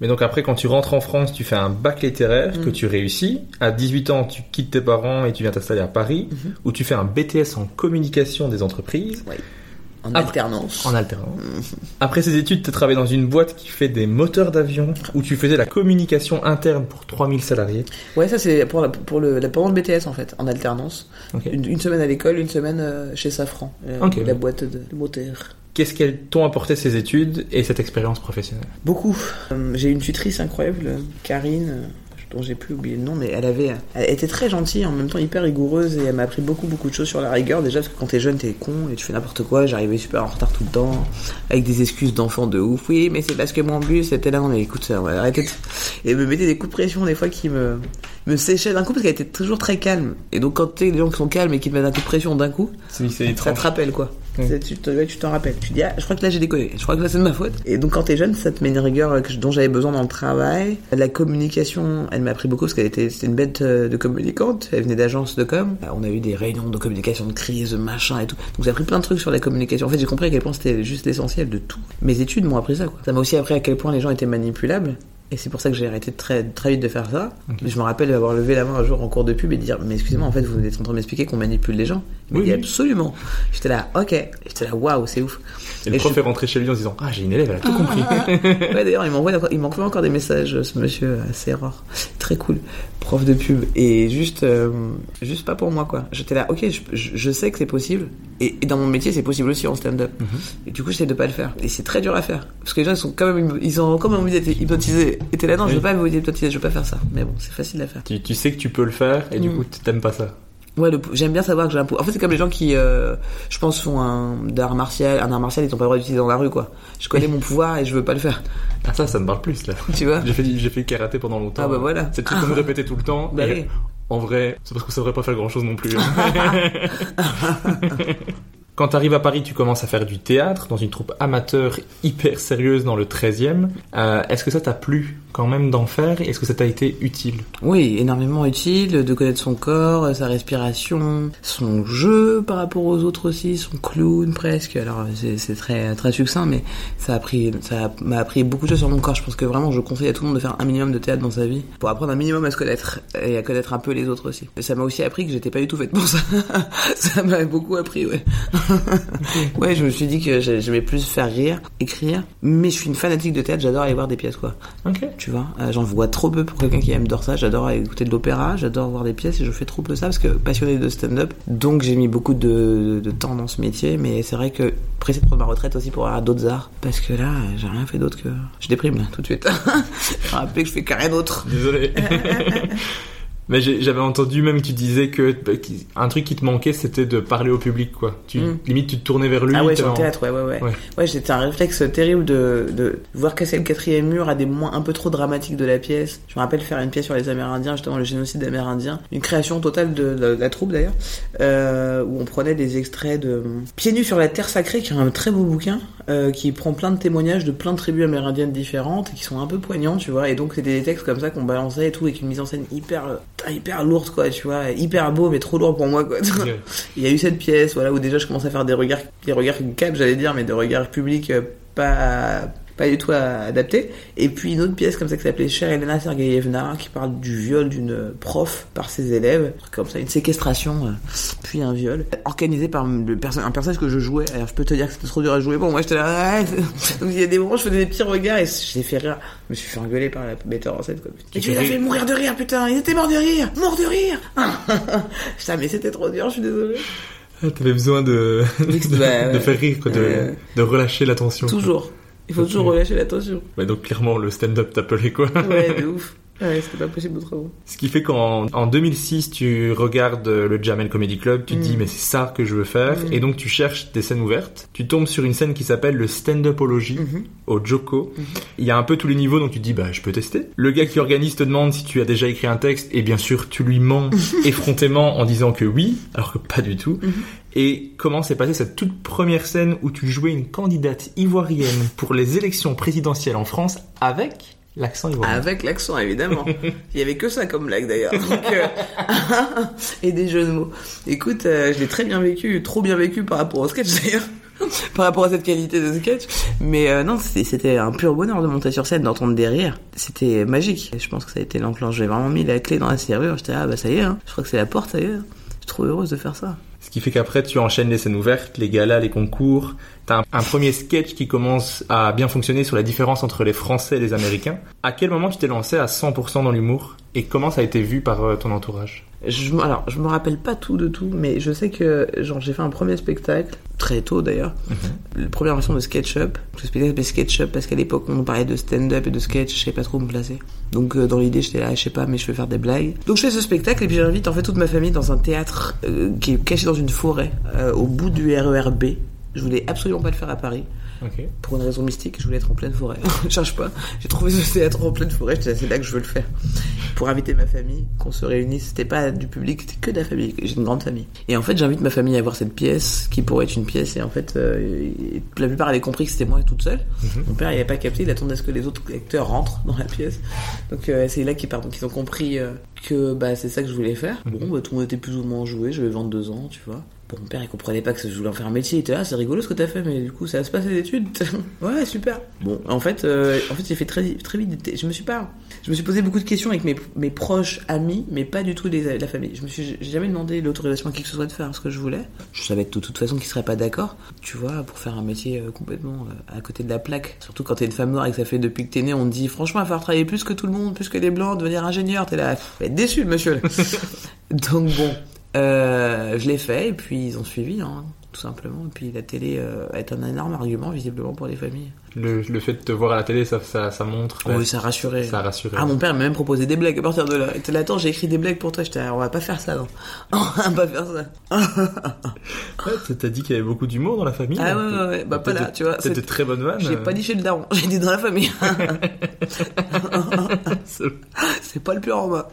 Mais donc après, quand tu rentres en France, tu fais un bac littéraire mmh. que tu réussis. À dix-huit ans, tu quittes tes parents et tu viens t'installer à Paris, mmh. où tu fais un B T S en communication des entreprises. Oui. En Après, alternance. En alternance. Mmh. Après ces études, tu as travaillé dans une boîte qui fait des moteurs d'avion, où tu faisais la communication interne pour trois mille salariés. Ouais, ça c'est pour, la, pour le, la, pendant le B T S en fait, en alternance. Okay. Une, une semaine à l'école, une semaine euh, chez Safran, euh, okay. la boîte de, de moteurs. Qu'est-ce qu'elles t'ont apporté ces études et cette expérience professionnelle? Beaucoup. Euh, j'ai une tutrice incroyable, Karine, euh, dont j'ai plus oublié le nom, mais elle avait, elle était très gentille, en même temps hyper rigoureuse, et elle m'a appris beaucoup beaucoup de choses sur la rigueur. Déjà parce que quand t'es jeune, t'es con et tu fais n'importe quoi. J'arrivais super en retard tout le temps, avec des excuses d'enfant de ouf. Oui, mais c'est parce que mon bus était là. Non mais écoute, ça, on va arrêter. Et elle me mettait des coups de pression des fois qui me me séchaient d'un coup parce qu'elle était toujours très calme. Et donc quand t'es des gens qui sont calmes et qui te mettent un coup de pression d'un coup, c'est, c'est ça te rappelle quoi. Mmh. Tu, te, tu t'en rappelles. Tu dis, ah, je crois que là j'ai déconné. Je crois que là c'est de ma faute. Et donc quand t'es jeune, ça te met une rigueur dont j'avais besoin dans le travail. La communication, elle m'a appris beaucoup parce qu'elle était, c'était une bête de communicante. Elle venait d'agence de com. On a eu des réunions de communication, de crise, de machin et tout. Donc j'ai appris plein de trucs sur la communication. En fait, j'ai compris à quel point c'était juste l'essentiel de tout. Mes études m'ont appris ça, quoi. Ça m'a aussi appris à quel point les gens étaient manipulables. Et c'est pour ça que j'ai arrêté très, très vite de faire ça. Okay. Je me rappelle avoir levé la main un jour en cours de pub et dire, mais excusez-moi, en fait, vous êtes en train de m'expliquer qu'on manipule les gens. Il m'a dit, absolument. J'étais là, ok. J'étais là, waouh, c'est ouf. Et, et le prof je... est rentré chez lui en disant, ah, j'ai une élève, elle a tout compris. Ouais, d'ailleurs, il m'envoie, il m'envoie encore des messages, ce monsieur, assez rare. Très cool. Prof de pub. Et juste, euh, juste pas pour moi, quoi. J'étais là, ok, je, je, je sais que c'est possible. Et, et dans mon métier, c'est possible aussi en stand-up. Mm-hmm. Et du coup, j'essaie de pas le faire. Et c'est très dur à faire. Parce que les gens, ils sont quand même, ils ont quand même envie d'être hypnotisés. Et t'es là, non, oui. je veux pas vous hypnotiser, je veux pas faire ça. Mais bon, c'est facile à faire. Tu, tu sais que tu peux le faire, et mm. du coup, t'aimes pas ça. Ouais, le, j'aime bien savoir que j'ai un pouvoir. En fait, c'est comme les gens qui, euh, je pense, font un d'art martial, un art martial, ils ont pas le droit d'utiliser dans la rue, quoi. Je connais mon pouvoir et je veux pas le faire. Ah, ça, ça me parle plus, là. Tu vois? J'ai fait, j'ai fait karaté pendant longtemps. Ah, bah voilà. C'est tout comme répéter tout le temps. Bah oui. En vrai, c'est parce que ça devrait pas faire grand chose non plus. Quand t'arrives à Paris, tu commences à faire du théâtre dans une troupe amateur hyper sérieuse dans le treizième. Euh, est-ce que ça t'a plu quand même d'en faire? Est-ce que ça t'a été utile? Oui, énormément utile de connaître son corps, sa respiration, son jeu par rapport aux autres aussi, son clown presque. Alors c'est, c'est très très succinct, mais ça a appris, ça m'a appris beaucoup de choses sur mon corps. Je pense que vraiment, je conseille à tout le monde de faire un minimum de théâtre dans sa vie pour apprendre un minimum à se connaître et à connaître un peu les autres aussi. Et ça m'a aussi appris que j'étais pas du tout faite pour ça. Ça m'a beaucoup appris, ouais. Ouais, je me suis dit que j'aimais plus faire rire, écrire, mais je suis une fanatique de théâtre, j'adore aller voir des pièces, quoi. Ok. Tu vois, euh, j'en vois trop peu pour quelqu'un qui aime ça. J'adore écouter de l'opéra, j'adore voir des pièces et je fais trop peu ça parce que passionné de stand-up. Donc j'ai mis beaucoup de, de temps dans ce métier, mais c'est vrai que pressé de prendre ma retraite aussi pour avoir d'autres arts parce que là, j'ai rien fait d'autre que. Je déprime là, tout de suite. Je me rappelle que je fais qu'un rien d'autre. Désolé. Mais j'ai, j'avais entendu même que tu disais que un truc qui te manquait, c'était de parler au public, quoi. Tu, mm. Limite, tu te tournais vers lui. Ah ouais, sur le théâtre, ouais, ouais, ouais. Ouais, ouais c'était un réflexe terrible de, de voir casser le quatrième mur à des moments un peu trop dramatiques de la pièce. Je me rappelle faire une pièce sur les Amérindiens, justement le génocide amérindien. Une création totale de, de, de la troupe, d'ailleurs, euh, où on prenait des extraits de Pieds nus sur la terre sacrée, qui est un très beau bouquin, euh, qui prend plein de témoignages de plein de tribus amérindiennes différentes, et qui sont un peu poignants, tu vois. Et donc, c'était des textes comme ça qu'on balançait et tout, avec une mise en scène hyper... hyper lourde, quoi, tu vois, hyper beau mais trop lourd pour moi, quoi. Okay. Il y a eu cette pièce, voilà, où déjà je commence à faire des regards, des regards cap, j'allais dire, mais des regards publics euh, pas pas du tout adaptés. Et puis une autre pièce comme ça qui s'appelait Chère Elena Sergeyevna, qui parle du viol d'une prof par ses élèves, comme ça, une séquestration, euh, puis un viol, organisé par le perso- un personnage que je jouais. Alors je peux te dire que c'était trop dur à jouer. Bon, moi j'étais là, ouais. Donc il y a des moments, je faisais des petits regards et je les fait rire. Je me suis fait engueuler par la metteur en scène, quoi. Et tu les as fait mourir de rire, putain, ils étaient morts de rire, morts de rire. Putain, mais c'était trop dur, je suis désolé. Ah, t'avais besoin de, de, bah, de faire rire, quoi, de, euh... de relâcher la tension. Toujours. Quoi. Il faut toujours relâcher la tension. Ouais, donc clairement, le stand-up t'appelait, quoi. Ouais, de ouf. Ouais, c'était pas possible autrement. Ce qui fait qu'en en deux mille six, tu regardes le Jamel Comedy Club, tu te mmh. dis mais c'est ça que je veux faire, mmh. et donc tu cherches des scènes ouvertes. Tu tombes sur une scène qui s'appelle le stand-upologie mmh. au Joko. Mmh. Il y a un peu tous les niveaux, donc tu te dis bah je peux tester. Le gars qui organise te demande si tu as déjà écrit un texte, et bien sûr tu lui mens effrontément en disant que oui, alors que pas du tout. Mmh. Et comment s'est passée cette toute première scène où tu jouais une candidate ivoirienne pour les élections présidentielles en France avec l'accent ivoirien? Avec l'accent, évidemment. Il y avait que ça comme blague, d'ailleurs. Donc, euh... et des jeux de mots. Écoute, euh, je l'ai très bien vécu, trop bien vécu par rapport au sketch, d'ailleurs. par rapport à cette qualité de sketch. Mais euh, non, c'était, c'était un pur bonheur de monter sur scène, d'entendre des rires. C'était magique. Et je pense que ça a été l'enclenche. J'ai vraiment mis la clé dans la serrure. J'étais ah bah ça y est, hein. Je crois que c'est la porte, ça y est. Je suis trop heureuse de faire ça. Ce qui fait qu'après, tu enchaînes les scènes ouvertes, les galas, les concours. T'as un, un premier sketch qui commence à bien fonctionner sur la différence entre les Français et les Américains. À quel moment tu t'es lancé à cent pour cent dans l'humour et comment ça a été vu par euh, ton entourage? Je, alors, je me rappelle pas tout de tout, mais je sais que genre j'ai fait un premier spectacle, très tôt d'ailleurs, mm-hmm. la première version de SketchUp. Le spectacle s'appelait SketchUp parce qu'à l'époque on parlait de stand-up et de sketch, je savais pas trop où me placer. Donc euh, dans l'idée j'étais là, je sais pas, mais je vais faire des blagues. Donc je fais ce spectacle et puis j'invite en fait toute ma famille dans un théâtre euh, qui est caché dans une forêt, euh, au bout du R E R B. Je voulais absolument pas le faire à Paris. Okay. Pour une raison mystique, je voulais être en pleine forêt. Je cherche pas. J'ai trouvé ce théâtre en pleine forêt. J'étais c'est là que je veux le faire. Pour inviter ma famille, qu'on se réunisse. C'était pas du public, c'était que de la famille. J'ai une grande famille. Et en fait, j'invite ma famille à voir cette pièce, qui pourrait être une pièce. Et en fait, euh, la plupart avaient compris que c'était moi toute seule. Mm-hmm. Mon père, il avait pas capté. Il attendait à ce que les autres acteurs rentrent dans la pièce. Donc euh, c'est là qu'ils, pardon, qu'ils ont compris euh, que bah c'est ça que je voulais faire. Mm-hmm. Bon, bah, tout le monde était plus ou moins enjoué. J'avais vingt-deux ans, tu vois. Bon, mon père il comprenait pas que je voulais en faire un métier, il était là, c'est rigolo ce que t'as fait, mais du coup ça va se passer des études. Ouais, super. Bon, en fait, euh, en fait j'ai fait très, très vite, je me suis pas, je me suis posé beaucoup de questions avec mes, mes proches amis, mais pas du tout les, la famille. Je me suis j'ai jamais demandé l'autorisation à qui que ce soit de faire ce que je voulais. Je savais de toute, toute façon qu'ils seraient pas d'accord, tu vois, pour faire un métier euh, complètement euh, à côté de la plaque. Surtout quand t'es une femme noire et que ça fait depuis que t'es née, on te dit franchement il va falloir travailler plus que tout le monde, plus que les blancs, devenir ingénieur, t'es là, faut être déçu monsieur. Donc bon. Euh, je l'ai fait et puis ils ont suivi, hein, tout simplement. Et puis la télé euh, est un énorme argument visiblement pour les familles. Le, le fait de te voir à la télé, ça, ça, ça montre. Oh, oui, ça a rassuré. Ça a rassuré. Ah, mon père m'a même proposé des blagues à partir de là. Il était là, attends, j'ai écrit des blagues pour toi. J'étais là, on va pas faire ça, non. On va pas faire ça. Ouais, t'as dit qu'il y avait beaucoup d'humour dans la famille. Ah ouais, ouais, ouais. Bah pas là, tu vois. C'était de très bonnes vannes. J'ai pas dit chez le daron, j'ai dit dans la famille. C'est pas le plus en bas.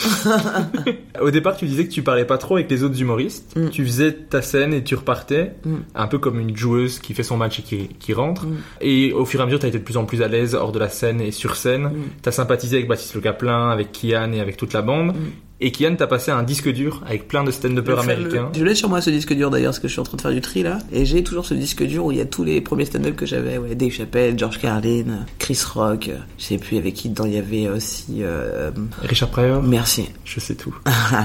Au départ, tu disais que tu parlais pas trop avec les autres humoristes. Mm. Tu faisais ta scène et tu repartais, mm. un peu comme une joueuse qui fait son match et qui, qui rentre. Mm. Et au fur et à mesure, t'as été de plus en plus à l'aise hors de la scène et sur scène. Mm. T'as sympathisé avec Baptiste Le Caplin, avec Kian et avec toute la bande. Mm. Et Kian t'a passé un disque dur avec plein de stand-uppers américains. Le... Je l'ai sur moi ce disque dur d'ailleurs, parce que je suis en train de faire du tri là. Et j'ai toujours ce disque dur où il y a tous les premiers stand-up que j'avais. Ouais, Dave Chappelle, George Carlin, Chris Rock. Je sais plus avec qui dedans il y avait aussi. Euh... Richard Pryor. Merci. Je sais tout.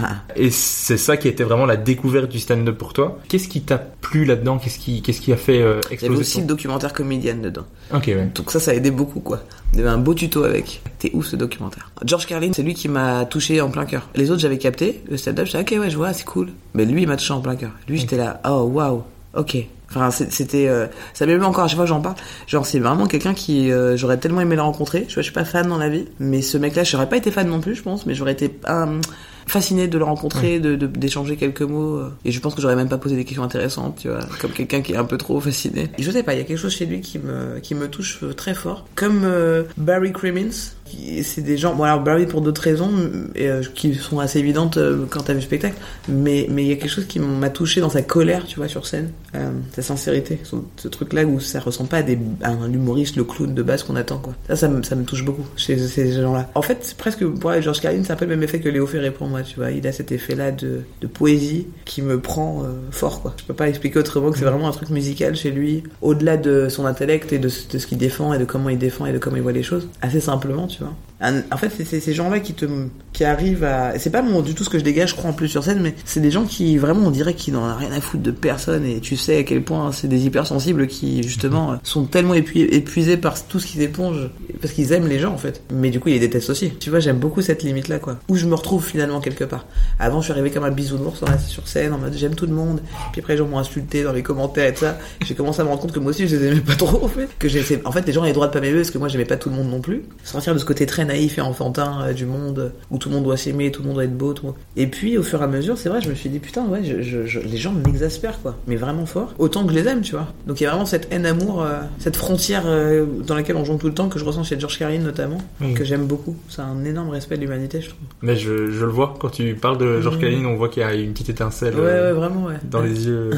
Et c'est ça qui a été vraiment la découverte du stand-up pour toi. Qu'est-ce qui t'a plu là-dedans? Qu'est-ce qui, qu'est-ce qui a fait euh, exploser? Il y avait aussi ton... le documentaire comédienne dedans. Ok, ouais. Donc ça, ça a aidé beaucoup quoi. Il y avait un beau tuto avec. T'es ouf ce documentaire. George Carlin, c'est lui qui m'a touché en plein cœur. Les autres, j'avais capté. Le stand-up, j'étais ok, ouais, je vois, c'est cool. Mais lui, il m'a touché en plein cœur. Lui, j'étais là, oh, waouh, ok. Enfin, c'était, euh, ça m'émeut encore à chaque fois que j'en parle. Genre, c'est vraiment quelqu'un qui, euh, j'aurais tellement aimé le rencontrer. Je vois, je suis pas fan dans la vie, mais ce mec-là, j'aurais pas été fan non plus, je pense, mais j'aurais été euh, fasciné de le rencontrer, ouais. de, de d'échanger quelques mots. Euh, et je pense que j'aurais même pas posé des questions intéressantes, tu vois, comme quelqu'un qui est un peu trop fasciné. Et je sais pas, il y a quelque chose chez lui qui me, qui me touche très fort. Comme euh, Barry Crimmins. C'est des gens, bon alors Barry pour d'autres raisons et, euh, qui sont assez évidentes euh, quand t'as vu le spectacle, mais mais il y a quelque chose qui m'a touché dans sa colère, tu vois, sur scène, euh, sa sincérité, ce, ce truc là où ça ressemble pas à, des, à un humoriste, le clown de base qu'on attend quoi. Ça ça me ça me touche beaucoup chez ces gens là. En fait c'est presque pour ouais, George Carlin c'est un peu le même effet que Léo Ferré pour moi, tu vois, il a cet effet là de de poésie qui me prend euh, fort quoi. Je peux pas expliquer autrement que c'est vraiment un truc musical chez lui, au-delà de son intellect et de, de ce qu'il défend et de comment il défend et de comment il voit les choses, assez simplement tu vois. En fait, c'est, c'est ces gens-là qui te, qui arrivent à, c'est pas mon, du tout ce que je dégage, je crois, en plus sur scène, mais c'est des gens qui, vraiment, on dirait qu'ils n'en ont rien à foutre de personne, et tu sais à quel point c'est des hypersensibles qui, justement, sont tellement épuisés, épuisés par tout ce qu'ils épongent, parce qu'ils aiment les gens, en fait. Mais du coup, ils les détestent aussi. Tu vois, j'aime beaucoup cette limite-là, quoi. Où je me retrouve finalement quelque part. Avant, je suis arrivé comme un bisounours sur scène, en mode j'aime tout le monde, puis après, les gens m'ont insulté dans les commentaires et tout ça. J'ai commencé à me rendre compte que moi aussi, je les aimais pas trop, en fait. Que j'ai fait, en fait, les gens avaient le droit de pas m'aimer parce que moi, j'aimais pas tout le monde non plus. Sortir de ce côté très naïf et enfantin euh, du monde où tout le monde doit s'aimer, tout le monde doit être beau, tout le monde... Et puis au fur et à mesure, c'est vrai, je me suis dit putain, ouais, je, je, je, les gens m'exaspèrent quoi, mais vraiment fort, autant que je les aime, tu vois. Donc il y a vraiment cette haine-amour, euh, cette frontière euh, dans laquelle on jongle tout le temps, que je ressens chez George Carlin notamment, mmh. que j'aime beaucoup. C'est un énorme respect de l'humanité, je trouve. Mais je, je le vois quand tu parles de George mmh. Carlin, on voit qu'il y a une petite étincelle ouais, euh, ouais, vraiment, ouais. dans ouais. les yeux.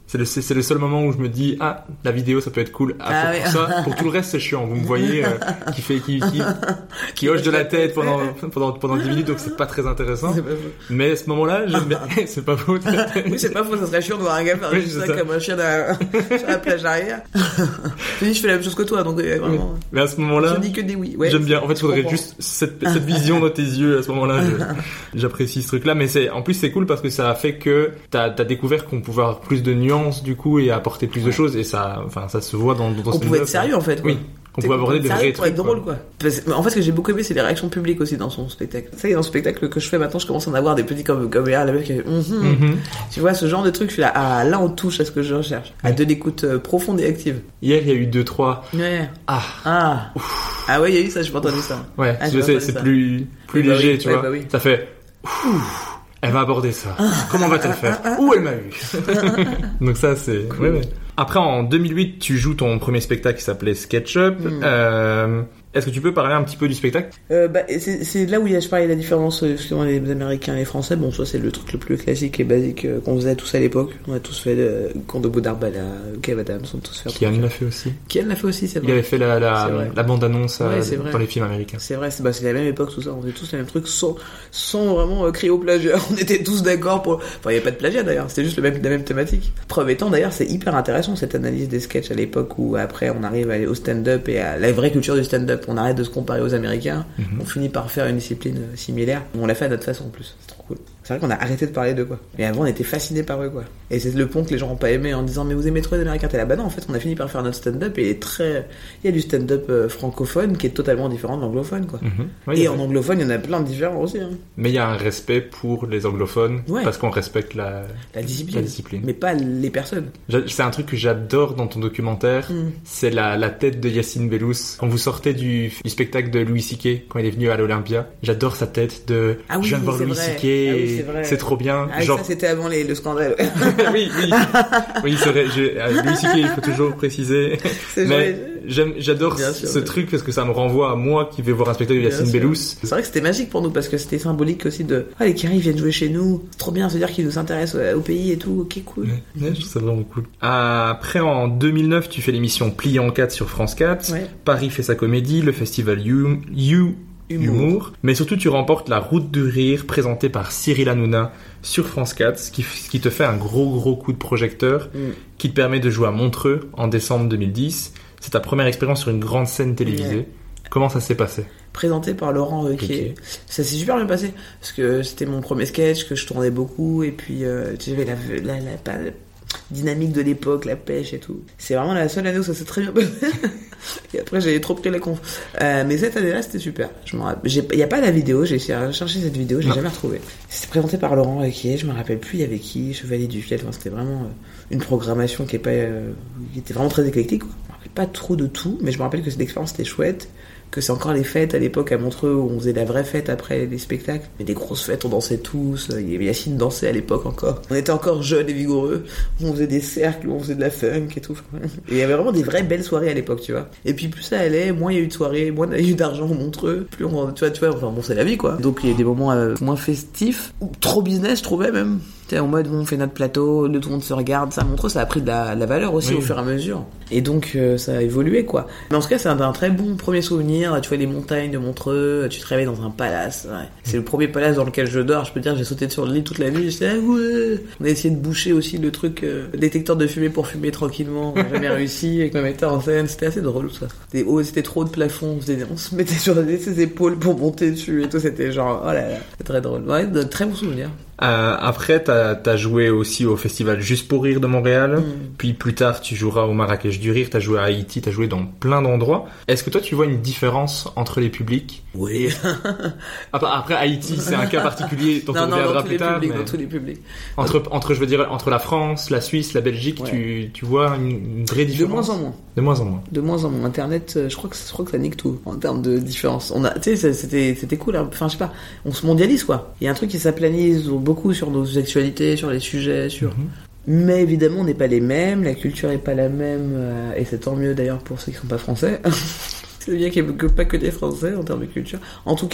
C'est le, c'est, c'est le seul moment où je me dis, ah, la vidéo, ça peut être cool. Ah, Ah pour, oui. pour ça, pour tout le reste, c'est chiant. Vous me voyez, euh, qui fait, qui, qui, qui hoche de la tête pendant, pendant, pendant dix minutes, donc c'est pas très intéressant. C'est pas faux. Mais à ce moment-là, j'aime bien. C'est pas faux. Oui, c'est pas faux, ça serait chiant de voir un gars faire Oui, juste c'est ça ça. comme un chien à- sur la plage arrière. Je dis, je fais la même chose que toi, donc euh, vraiment. Mais à ce moment-là, Je dis que des oui. Ouais, j'aime bien. En fait, il je faudrait comprends. juste cette, cette vision dans tes yeux à ce moment-là. je- j'apprécie ce truc-là, mais c'est, en plus, c'est cool parce que ça a fait que t'as, t'as découvert qu'on pouvait avoir plus de nuances, du coup, et apporter plus de choses, et ça, enfin, ça se voit dans, dans On ce pouvait être neuf, sérieux en fait. Quoi. Oui. Qu'on pouvait aborder des vrais pour être trucs. drôle quoi. Parce- mais en fait, ce que j'ai beaucoup aimé, c'est les réactions publiques aussi dans son spectacle. Ça y est, dans le spectacle que je fais maintenant, je commence à en avoir des petits comme comme hier, la meuf qui fait, Mhm. Mhm. Tu vois, ce genre de truc, je suis là, ah là, on touche à ce que je recherche, à de l'écoute euh, profonde et active. Hier, il y a eu deux, trois. Ouais. Ah. Ah. Ah ouais, il y a eu ça, j'ai pas entendu ça. Ouais, Ah, je j'ai sais, entendu c'est ça. plus, plus Oui, bah léger, oui, tu ouais, vois. bah oui. Ça fait, ouf, elle va aborder ça. Comment va-t-elle faire? Où elle m'a eu? Donc ça, c'est, ouais, ouais. Après, en deux mille huit, tu joues ton premier spectacle qui s'appelait SketchUp. Mm. Euh, est-ce que tu peux parler un petit peu du spectacle? Euh, bah, c'est, c'est là où il y a, je parlais de la différence euh, justement les Américains et les Français. Bon, ça c'est le truc le plus classique et basique euh, qu'on faisait tous à l'époque. On a tous fait le Conte de Boudarbala, Kev Adams, on a tous fait. Kian l'a fait aussi. Kian l'a fait aussi, c'est Il vrai. avait fait la, C'est la, vrai. la bande-annonce euh, Ouais, c'est vrai. dans les films américains. C'est vrai, c'est, bah, c'est la même époque tout ça. On faisait tous les mêmes trucs sans, sans vraiment euh, crier au plagiat. On était tous d'accord pour. Enfin, il n'y avait pas de plagiat d'ailleurs. C'était juste le même, la même thématique. Preuve étant d'ailleurs, c'est hyper intéressant cette analyse des sketchs à l'époque où après on arrive à aller au stand-up et à la vraie culture du stand-up. On arrête de se comparer aux Américains. Mhm. On finit par faire une discipline euh, similaire. On l'a fait à notre façon en plus. C'est trop cool. C'est vrai qu'on a arrêté de parler d'eux quoi. Mais avant on était fascinés par eux quoi. Et c'est le pont que les gens ont pas aimé en disant mais vous aimez trop les Américains, t'es là. Bah non, en fait on a fini par faire notre stand-up et il est très. Il y a du stand-up euh, francophone qui est totalement différent de l'anglophone quoi. Mhm. Ouais, il y Et a- en anglophone, il y en a plein de différents aussi. Hein. Mais il y a un respect pour les anglophones Ouais. parce qu'on respecte la, La discipline. la discipline. Mais pas les personnes. J'a- C'est un truc que j'adore dans ton documentaire, Mm. c'est la, la tête de Yacine Bellous. Quand vous sortez du, du spectacle de Louis C K, quand il est venu à l'Olympia, j'adore sa tête de Ah oui, je viens de voir c'est Louis vrai. C K Ah oui, et c'est vrai. c'est trop bien. Ah, Genre, ça, c'était avant les, le scandale. oui, oui, oui, c'est vrai. j'ai- euh, Louis C K, il faut toujours préciser. C'est Mais vrai. j'aime, j'adore Bien ce sûr, ouais. truc parce que ça me renvoie à moi qui vais voir un spectacle de Bien Yacine sûr. Bellous. C'est vrai que c'était magique pour nous parce que c'était symbolique aussi de ah les Kiris viennent jouer chez nous, c'est trop bien, c'est-à-dire qu'ils nous intéressent au, au pays et tout, ok cool. Ouais, je trouve ça vraiment cool. Après, en deux mille neuf, tu fais l'émission Plié en quatre sur France quatre. Ouais. Paris fait sa comédie, le festival You, You Humour. Humour. Mais surtout, tu remportes la Route du Rire présentée par Cyril Hanouna sur France quatre, ce qui, ce qui te fait un gros gros coup de projecteur Mm. qui te permet de jouer à Montreux en décembre deux mille dix. C'est ta première expérience sur une grande scène télévisée. Ouais. Comment ça s'est passé? Présenté par Laurent Ruquier. Ok. Ça s'est super bien passé parce que c'était mon premier sketch que je tournais beaucoup et puis euh, j'avais la, la, la, pas- la dynamique de l'époque, la pêche et tout. C'est vraiment la seule année où ça s'est très bien passé. Et après j'avais trop pris la conf. Euh, mais cette année-là c'était super. Je m'en rappelle- j'ai- Il n'y a pas la vidéo, j'ai essayé de chercher cette vidéo, j'ai Non. jamais retrouvé. C'était présenté par Laurent Ruquier, je me rappelle plus il y avait qui, Chevalier du Fiel, enfin, c'était vraiment euh, une programmation qui, est pas, euh, qui était vraiment très éclectique. Quoi. Je me rappelle pas trop de tout, mais je me rappelle que cette expérience était chouette. Que c'est encore les fêtes à l'époque à Montreux où on faisait la vraie fête après les spectacles. Mais des grosses fêtes, on dansait tous. Il y avait Yacine dansait à l'époque encore. On était encore jeunes et vigoureux. On faisait des cercles, on faisait de la funk et tout. Et il y avait vraiment des vraies belles soirées à l'époque, tu vois. Et puis plus ça allait, moins il y a eu de soirées, moins il y a eu d'argent au Montreux. Plus on, tu vois, tu vois, enfin bon, c'est la vie quoi. Donc il y a des moments euh, moins festifs, ou trop business, je trouvais même. T'es en mode, bon, on fait notre plateau, le tout le monde se regarde, ça Montreux, ça a pris de la, de la valeur aussi Oui. au fur et à mesure. Et donc, euh, ça a évolué, quoi. Mais en tout cas, c'est un, un très bon premier souvenir. Tu vois les montagnes de Montreux, tu te réveilles dans un palace. Ouais. C'est le premier palace dans lequel je dors. Je peux te dire, j'ai sauté sur le lit toute la nuit. J'étais, ah ouais. On a essayé de boucher aussi le truc, euh, détecteur de fumée pour fumer tranquillement. On n'a jamais réussi avec ma metteur en scène. C'était assez drôle, ça. C'était, oh, c'était trop de plafond. On, faisait- on se mettait sur ses épaules pour monter dessus et tout. C'était genre, oh là là. C'est très drôle. Ouais, de très bons souvenirs. Euh, après, t'as as joué aussi au festival Juste pour Rire de Montréal. Mm. Puis plus tard, tu joueras au Marrakech du Rire. T'as joué à Haïti. T'as joué dans plein d'endroits. Est-ce que toi, tu vois une différence entre les publics? Oui. Après, après, Haïti, c'est un cas particulier dont Non, on non, reviendra dans tous plus les tard. publics, mais dans tous les publics. entre, entre, je veux dire, entre la France, la Suisse, la Belgique, Ouais. tu, tu vois une, une vraie De différence? moins en moins. De moins en moins. De moins en moins. Internet, euh, je crois que je crois que ça nique tout en termes de différence. On a, tu sais, ça- c'était c'était cool. hein. Enfin, je sais pas. On se mondialise quoi. Il y a un truc qui s'aplanise beaucoup sur nos actualités, sur les sujets, sur. Mhm. Mais évidemment, on n'est pas les mêmes. La culture est pas la même, euh, et c'est tant mieux d'ailleurs pour ceux qui sont pas français. C'est bien qu'il n'y ait que- pas que des Français en termes de culture. En tout cas.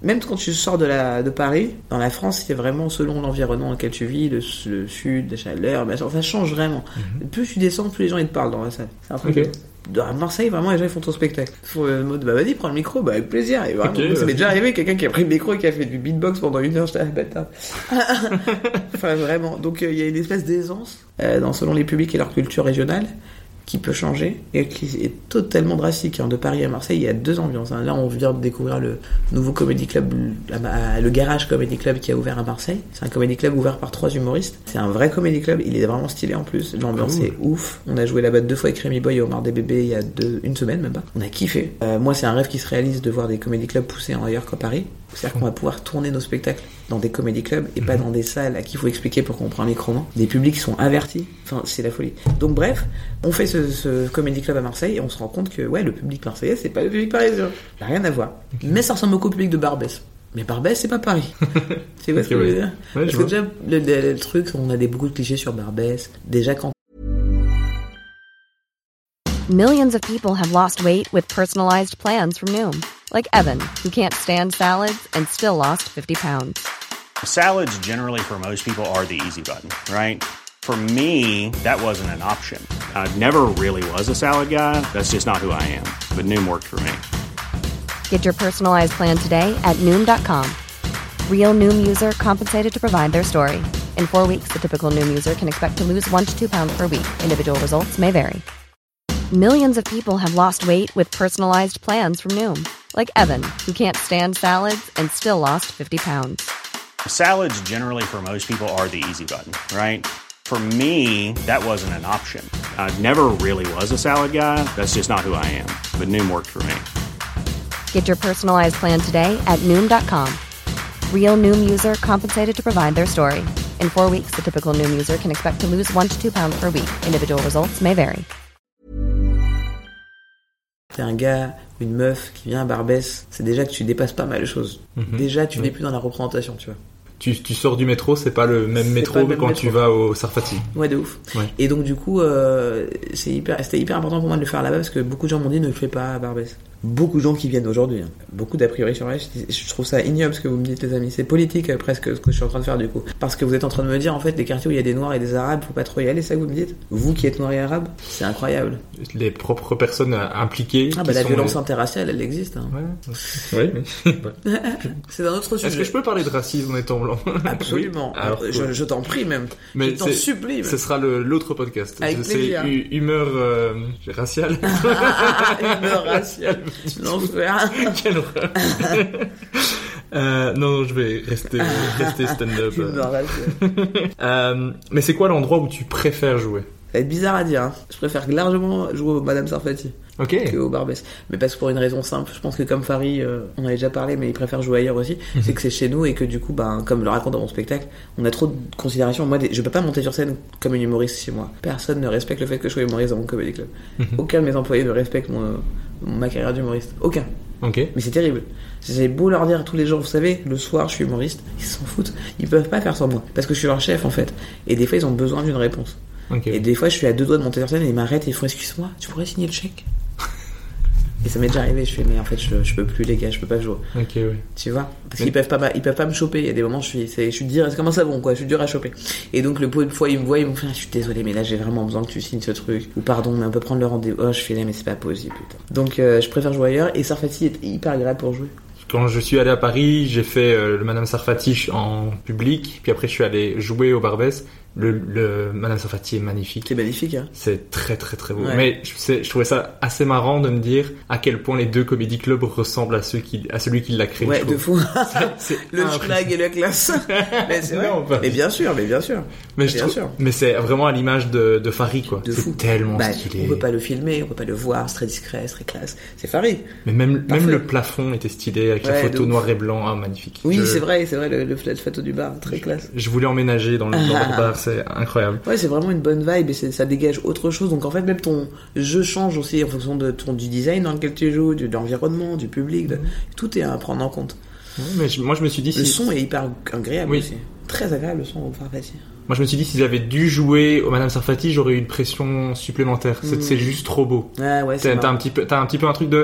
même quand tu sors de, la, de Paris, dans la France, c'est vraiment selon l'environnement dans lequel tu vis, le, le sud, la chaleur, mais ça, ça change vraiment. Mm-hmm. Plus tu descends, plus les gens ils te parlent dans la salle. C'est un truc. Okay. De, à Marseille, vraiment, les gens ils font ton spectacle. Ils font le mode, bah vas-y, prends le micro, bah avec plaisir. Et vraiment, okay, ça m'est déjà arrivé, quelqu'un qui a pris le micro et qui a fait du beatbox pendant une heure, j'étais à la bâtard. Enfin, vraiment. Donc, il euh, y a une espèce d'aisance, euh, dans, selon les publics et leur culture régionale, qui peut changer et qui est totalement drastique. De Paris à Marseille, il y a deux ambiances. Là, on vient de découvrir le nouveau Comedy Club, le Garage Comedy Club qui a ouvert à Marseille. C'est un Comedy Club ouvert par trois humoristes. C'est un vrai Comedy Club. Il est vraiment stylé en plus. L'ambiance cool. est ouf. On a joué là-bas deux fois avec Rémi Boy et Omar des Bébés il y a deux, une semaine même pas. On a kiffé. Euh, moi, c'est un rêve qui se réalise de voir des Comedy Clubs pousser en ailleurs qu'à Paris. C'est-à-dire qu'on va pouvoir tourner nos spectacles dans des comédie clubs et mmh. pas dans des salles à qui il faut expliquer pourquoi on prend un micro. Des publics qui sont avertis. Enfin, c'est la folie. Donc bref, on fait ce, ce comédie club à Marseille et on se rend compte que ouais, le public marseillais, c'est pas le public parisien. Ça n'a rien à voir. Okay. Mais ça ressemble beaucoup au public de Barbès. Mais Barbès, c'est pas Paris. Tu vois ce que je veux dire? Ouais, Parce que déjà, le, le, le truc, on a des, beaucoup de clichés sur Barbès. Déjà, quand Millions of people have lost weight with personalized plans from Noom. Like Evan, who can't stand salads and still lost fifty pounds. Salads generally for most people are the easy button, right? For me, that wasn't an option. I never really was a salad guy. That's just not who I am. But Noom worked for me. Get your personalized plan today at Noom dot com. Real Noom user compensated to provide their story. In four weeks, the typical Noom user can expect to lose one to two pounds per week. Individual results may vary. Millions of people have lost weight with personalized plans from Noom. Like Evan, who can't stand salads and still lost fifty pounds. Salads generally for most people are the easy button, right? For me, that wasn't an option. I never really was a salad guy. That's just not who I am. But Noom worked for me. Get your personalized plan today at Noom dot com. Real Noom user compensated to provide their story. In four weeks, the typical Noom user can expect to lose one to two pounds per week. Individual results may vary. T'es un gars, une meuf qui vient à Barbès, c'est déjà que tu dépasses pas mal de choses. Mm-hmm. Déjà, tu n'es oui. plus dans la représentation, tu vois. Tu, tu sors du métro, c'est pas le même c'est métro le même que quand métro. Tu vas au Sarfati. Ouais, de ouf. Ouais. Et donc, du coup, euh, c'est hyper, c'était hyper important pour moi de le faire là-bas parce que beaucoup de gens m'ont dit ne le fais pas à Barbès. Beaucoup de gens qui viennent aujourd'hui, hein. Beaucoup d'a priori sur elle. Je trouve ça ignoble ce que vous me dites, les amis. C'est politique euh, presque ce que je suis en train de faire du coup. Parce que vous êtes en train de me dire, en fait, les quartiers où il y a des Noirs et des Arabes, faut pas trop y aller, c'est ça que vous me dites? Vous qui êtes Noirs et Arabes, c'est incroyable. Les propres personnes impliquées. Ah bah la violence les... interraciale, elle existe. Hein. Ouais. Oui, mais... c'est un autre sujet. Est-ce que je peux parler de racisme en étant blanc? Absolument. Oui. Alors, je, je t'en prie même. Mais je t'en supplie. Même. Ce sera le, l'autre podcast. Avec c'est plaisir. Hu- humeur euh, raciale. Humeur raciale. L'enfer. Quelle horreur. euh, non, je vais rester, rester stand-up. euh, mais c'est quoi l'endroit où tu préfères jouer? Ça va être bizarre à dire, hein. Je préfère largement jouer au Madame Sarfati okay. que au Barbès. Mais parce que pour une raison simple, je pense que comme Farid, euh, on en avait déjà parlé, mais il préfère jouer ailleurs aussi, mm-hmm. c'est que c'est chez nous et que du coup, ben, comme je le raconte dans mon spectacle, on a trop de considération. Moi, je peux pas monter sur scène comme une humoriste chez moi. Personne ne respecte le fait que je sois humoriste dans mon comedy club. Mm-hmm. Aucun de mes employés ne respecte mon, ma carrière d'humoriste. Aucun. Okay. Mais c'est terrible. J'ai beau leur dire à tous les jours, vous savez, le soir je suis humoriste, ils s'en foutent. Ils peuvent pas faire sans moi. Parce que je suis leur chef en fait. Et des fois ils ont besoin d'une réponse. Okay. Et des fois je suis à deux doigts de monter sur scène et ils m'arrêtent et ils font excuse-moi, tu pourrais signer le chèque? Et ça m'est déjà arrivé, je fais mais en fait je, je peux plus les gars, je peux pas jouer. Ok, oui. Tu vois? Parce mais... qu'ils peuvent pas, ils peuvent pas me choper. Il y a des moments je suis, c'est, je suis dur, c'est comme un savon quoi, je suis dur à choper. Et donc le pot une fois ils me voient, ils me font, je suis désolé mais là j'ai vraiment besoin que tu signes ce truc. Ou pardon, mais on peut prendre le rendez-vous. Oh je fais là mais c'est pas possible putain. Donc euh, je préfère jouer ailleurs et Sarfati est hyper agréable pour jouer. Quand je suis allé à Paris, j'ai fait euh, le Madame Sarfati en public, puis après je suis allé jouer au Barbès. Le, le Madame Sarfati est magnifique. C'est magnifique, hein. C'est très très très beau. Ouais. Mais je, sais, je trouvais ça assez marrant de me dire à quel point les deux comédie clubs ressemblent à ceux qui, à celui qui l'a créé. Ouais, de fou. C'est, c'est le schlag et la classe. Mais c'est vrai. Non, mais bien sûr, mais bien sûr. Mais, mais je bien trouve, sûr. Mais c'est vraiment à l'image de, de Farid, quoi. De c'est fou. Tellement bah, stylé. On peut pas le filmer, on peut pas le voir, c'est très discret, c'est très classe. C'est Farid. Mais même, même le plafond était stylé avec ouais, la photo noir et blanc, ah, magnifique. Oui, je... c'est vrai, c'est vrai, le, le flat photo du bar, très classe. Je voulais emménager dans le, dans le bar, c'est incroyable. Ouais, c'est vraiment une bonne vibe et c'est, ça dégage autre chose. Donc en fait, même ton jeu change aussi en fonction de ton, du design dans lequel tu joues, du, de l'environnement, du public. De, tout est à prendre en compte. Ouais, mais je, moi, je me suis dit... Le si... son est hyper agréable oui. aussi. Très agréable le son au Sarfati. Moi, je me suis dit, si j'avais dû jouer au Madame Sarfati, j'aurais eu une pression supplémentaire. C'est, mmh. c'est juste trop beau. Ah, ouais, c'est t'as, t'as, un petit peu, t'as un petit peu un truc de...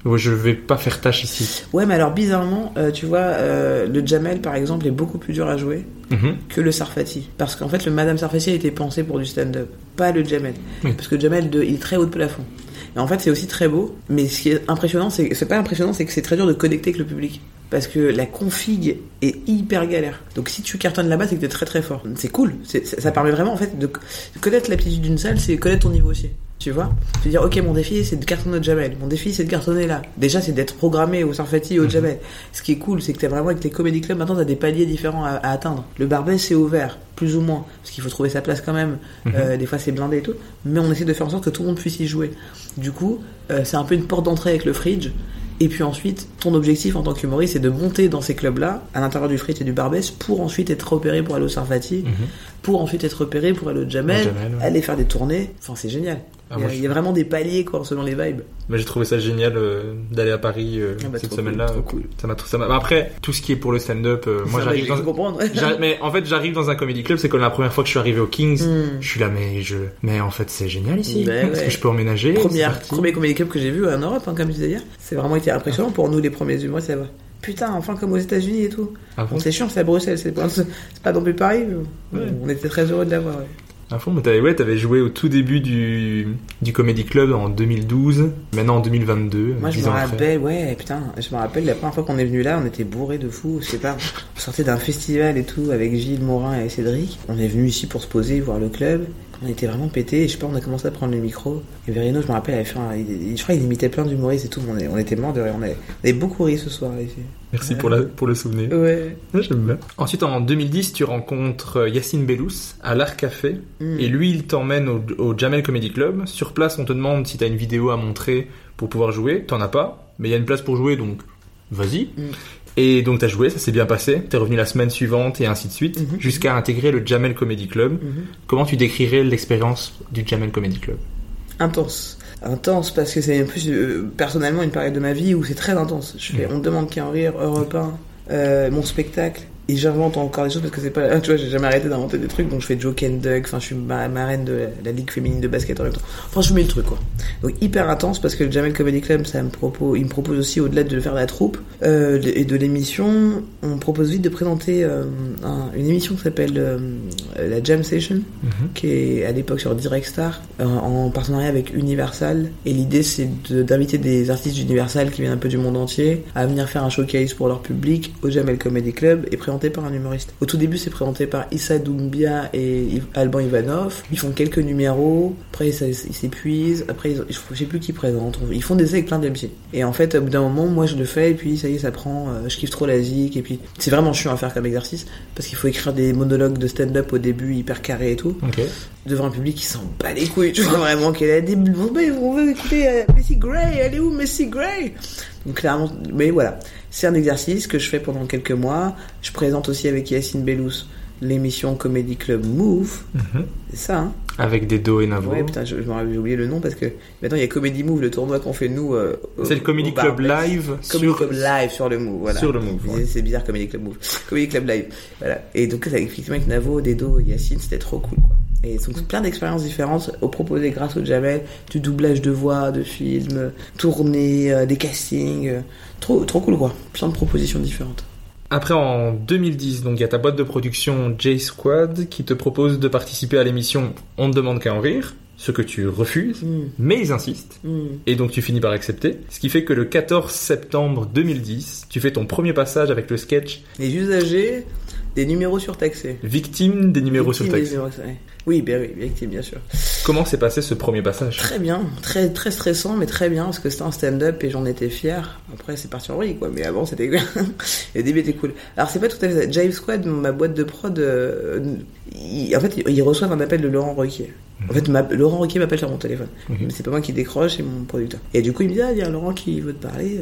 Ouais, je vais pas faire tâche ici. Ouais, mais alors bizarrement, euh, tu vois, euh, le Jamel par exemple est beaucoup plus dur à jouer mm-hmm. que le Sarfati. Parce qu'en fait, le Madame Sarfati a été pensé pour du stand-up, pas le Jamel. Oui. Parce que le Jamel, de, il est très haut de plafond. Et en fait, c'est aussi très beau, mais ce qui est impressionnant, c'est, c'est pas impressionnant, c'est que c'est très dur de connecter avec le public. Parce que la config est hyper galère. Donc si tu cartonnes là-bas, c'est que t'es très très fort. C'est cool. C'est, ça permet vraiment en fait de, de connaître l'aptitude d'une salle, c'est connaître ton niveau aussi. Tu vois, tu veux dire, ok, mon défi c'est de cartonner au Jamel, mon défi c'est de cartonner là. Déjà, c'est d'être programmé au Sarfati et au Jamel. Ce qui est cool, c'est que t'as vraiment avec les comedy clubs maintenant t'as des paliers différents à, à atteindre. Le Barbès c'est ouvert, plus ou moins, parce qu'il faut trouver sa place quand même. Mm-hmm. Euh, des fois c'est blindé et tout, mais on essaie de faire en sorte que tout le monde puisse y jouer. Du coup, euh, c'est un peu une porte d'entrée avec le Fridge. Et puis ensuite, ton objectif en tant qu'humoriste, c'est de monter dans ces clubs-là, à l'intérieur du Fridge et du Barbès, pour ensuite être repéré pour aller au Sarfati, mm-hmm. pour ensuite être repéré pour aller au Jamel, Jamel ouais. aller faire des tournées. Enfin, c'est génial. Ah, il, y a, je... il y a vraiment des paliers, quoi, selon les vibes. Mais j'ai trouvé ça génial euh, d'aller à Paris euh, ah bah, cette semaine-là. Cool, cool. Ça m'a, ça m'a... Après, tout ce qui est pour le stand-up, euh, moi ça j'arrive dans. Comprendre. j'arrive... Mais en fait, j'arrive dans un comedy club. C'est comme la première fois que je suis arrivé au Kings. Mm. Je suis là, mais je. Mais en fait, c'est génial ici. Ben, Est-ce ouais. que je peux emménager? Première, premier comedy club que j'ai vu en Europe, hein, comme je disais hier. C'est vraiment été impressionnant pour nous, les premiers humoristes. Ça va. Putain, enfin comme aux États-Unis et tout. Ah bon, c'est chiant, c'est à Bruxelles, c'est pas, c'est pas non plus Paris. Ouais. On était très heureux de l'avoir. Ouais. À fond, mais t'avais, ouais, t'avais joué au tout début du, du Comedy Club en deux mille douze, maintenant en deux mille vingt-deux. Moi, je me rappelle, ouais, putain, je me rappelle la première fois qu'on est venu là, on était bourrés de fous, je sais pas, on sortait d'un festival et tout avec Gilles Morin et Cédric. On est venu ici pour se poser, voir le club. On était vraiment pétés, et je sais pas, on a commencé à prendre le micro. Et Verino, je me rappelle, avait fait un, il, je crois qu'il imitait plein d'humoristes et tout, on, est, on était morts de rire, on avait, on avait beaucoup ri ce soir ici. Merci ouais. pour, la, pour le souvenir. Ouais. ouais. J'aime bien. Ensuite, en deux mille dix, tu rencontres Yacine Bellous à l'Art Café, mm. et lui, il t'emmène au, au Jamel Comedy Club. Sur place, on te demande si t'as une vidéo à montrer pour pouvoir jouer. T'en as pas, mais il y a une place pour jouer, donc vas-y. Mm. Et donc t'as joué, ça s'est bien passé, t'es revenu la semaine suivante et ainsi de suite, mm-hmm. jusqu'à intégrer le Jamel Comedy Club. Mm-hmm. Comment tu décrirais l'expérience du Jamel Comedy Club? Intense. Intense parce que c'est en plus euh, personnellement une période de ma vie où c'est très intense. Je fais, mm. on me demande qu'à en rire, Europe un, euh, mon spectacle, et j'invente encore des choses parce que c'est pas, tu vois, j'ai jamais arrêté d'inventer des trucs, donc je fais Joe and Doug, enfin je suis ma- marraine de la, la ligue féminine de basket en même temps. Enfin je mets le truc quoi. Donc hyper intense parce que le Jamel Comedy Club, ça me propose, il me propose aussi au-delà de faire la troupe euh, et de l'émission, on me propose vite de présenter euh, un, une émission qui s'appelle euh, la Jam Session, mm-hmm. qui est à l'époque sur Direct Star, euh, en partenariat avec Universal, et l'idée c'est de, d'inviter des artistes d'Universal qui viennent un peu du monde entier à venir faire un showcase pour leur public au Jamel Comedy Club et présenté par un humoriste. Au tout début, c'est présenté par Issa Doumbia et Alban Ivanov. Ils font quelques numéros, après ça, ils s'épuisent, après ils, je sais plus qui présente. Ils font des essais avec plein de M C. Et en fait, au bout d'un moment, moi je le fais et puis ça y est, ça prend. Euh, je kiffe trop la zik et puis c'est vraiment chiant à faire comme exercice parce qu'il faut écrire des monologues de stand-up au début hyper carrés et tout. Okay. Devant un public qui s'en bat les couilles. Tu vois vraiment qu'elle a des. On veut écouter euh, Messi Gray. Elle est où Messi Gray? Donc clairement, mais voilà, c'est un exercice que je fais pendant quelques mois. Je présente aussi avec Yacine Bellous l'émission Comedy Club Move. Mm-hmm. C'est ça, hein? Avec des dos et Navo. Ouais, putain, je, je m'en avais oublié le nom parce que maintenant il y a Comedy Move, le tournoi qu'on fait nous. Euh, c'est au, le Comedy Club Live. Comedy sur... Club Live sur le Move, voilà. Sur le Move. Ouais. C'est bizarre, Comedy Club Move. Comedy Club Live, voilà. Et donc effectivement avec Navo, Dedo, Yacine, c'était trop cool, quoi. Et donc plein d'expériences différentes au proposé grâce au Jamel, du doublage de voix, de films, tournées, euh, des castings, euh, trop trop cool quoi, plein de propositions différentes. Après en deux mille dix, donc il y a ta boîte de production J-Squad qui te propose de participer à l'émission On ne demande qu'à en rire, ce que tu refuses, mm. mais ils insistent, mm. et donc tu finis par accepter, ce qui fait que le quatorze septembre deux mille dix, tu fais ton premier passage avec le sketch Les usagers des numéros surtaxés. Victime des numéros Victime surtaxés. Des numéros, oui, bien, oui, victime, bien sûr. Comment s'est passé ce premier passage? Très bien, très très stressant, mais très bien, parce que c'était un stand-up et j'en étais fier. Après, c'est parti en vrille, quoi, mais avant, c'était le début était cool. Alors, c'est pas tout à fait ça. Jive Squad, ma boîte de prod, euh, il, en fait, ils reçoivent un appel de Laurent Ruquier. En fait, ma, Laurent Ruquier m'appelle sur mon téléphone. Mm-hmm. Mais c'est pas moi qui décroche, c'est mon producteur. Et du coup, il me dit, ah, il y a Laurent qui veut te parler et tout.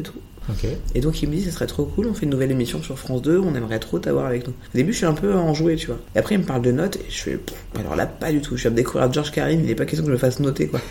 Okay. Et donc il me dit, ça serait trop cool, on fait une nouvelle émission sur France deux, on aimerait trop t'avoir avec nous. Au début, je suis un peu enjoué, tu vois. Et après, il me parle de notes, et je fais, pff, alors là, pas du tout. Je suis à découvrir George Carlin, il n'est pas question que je me fasse noter, quoi.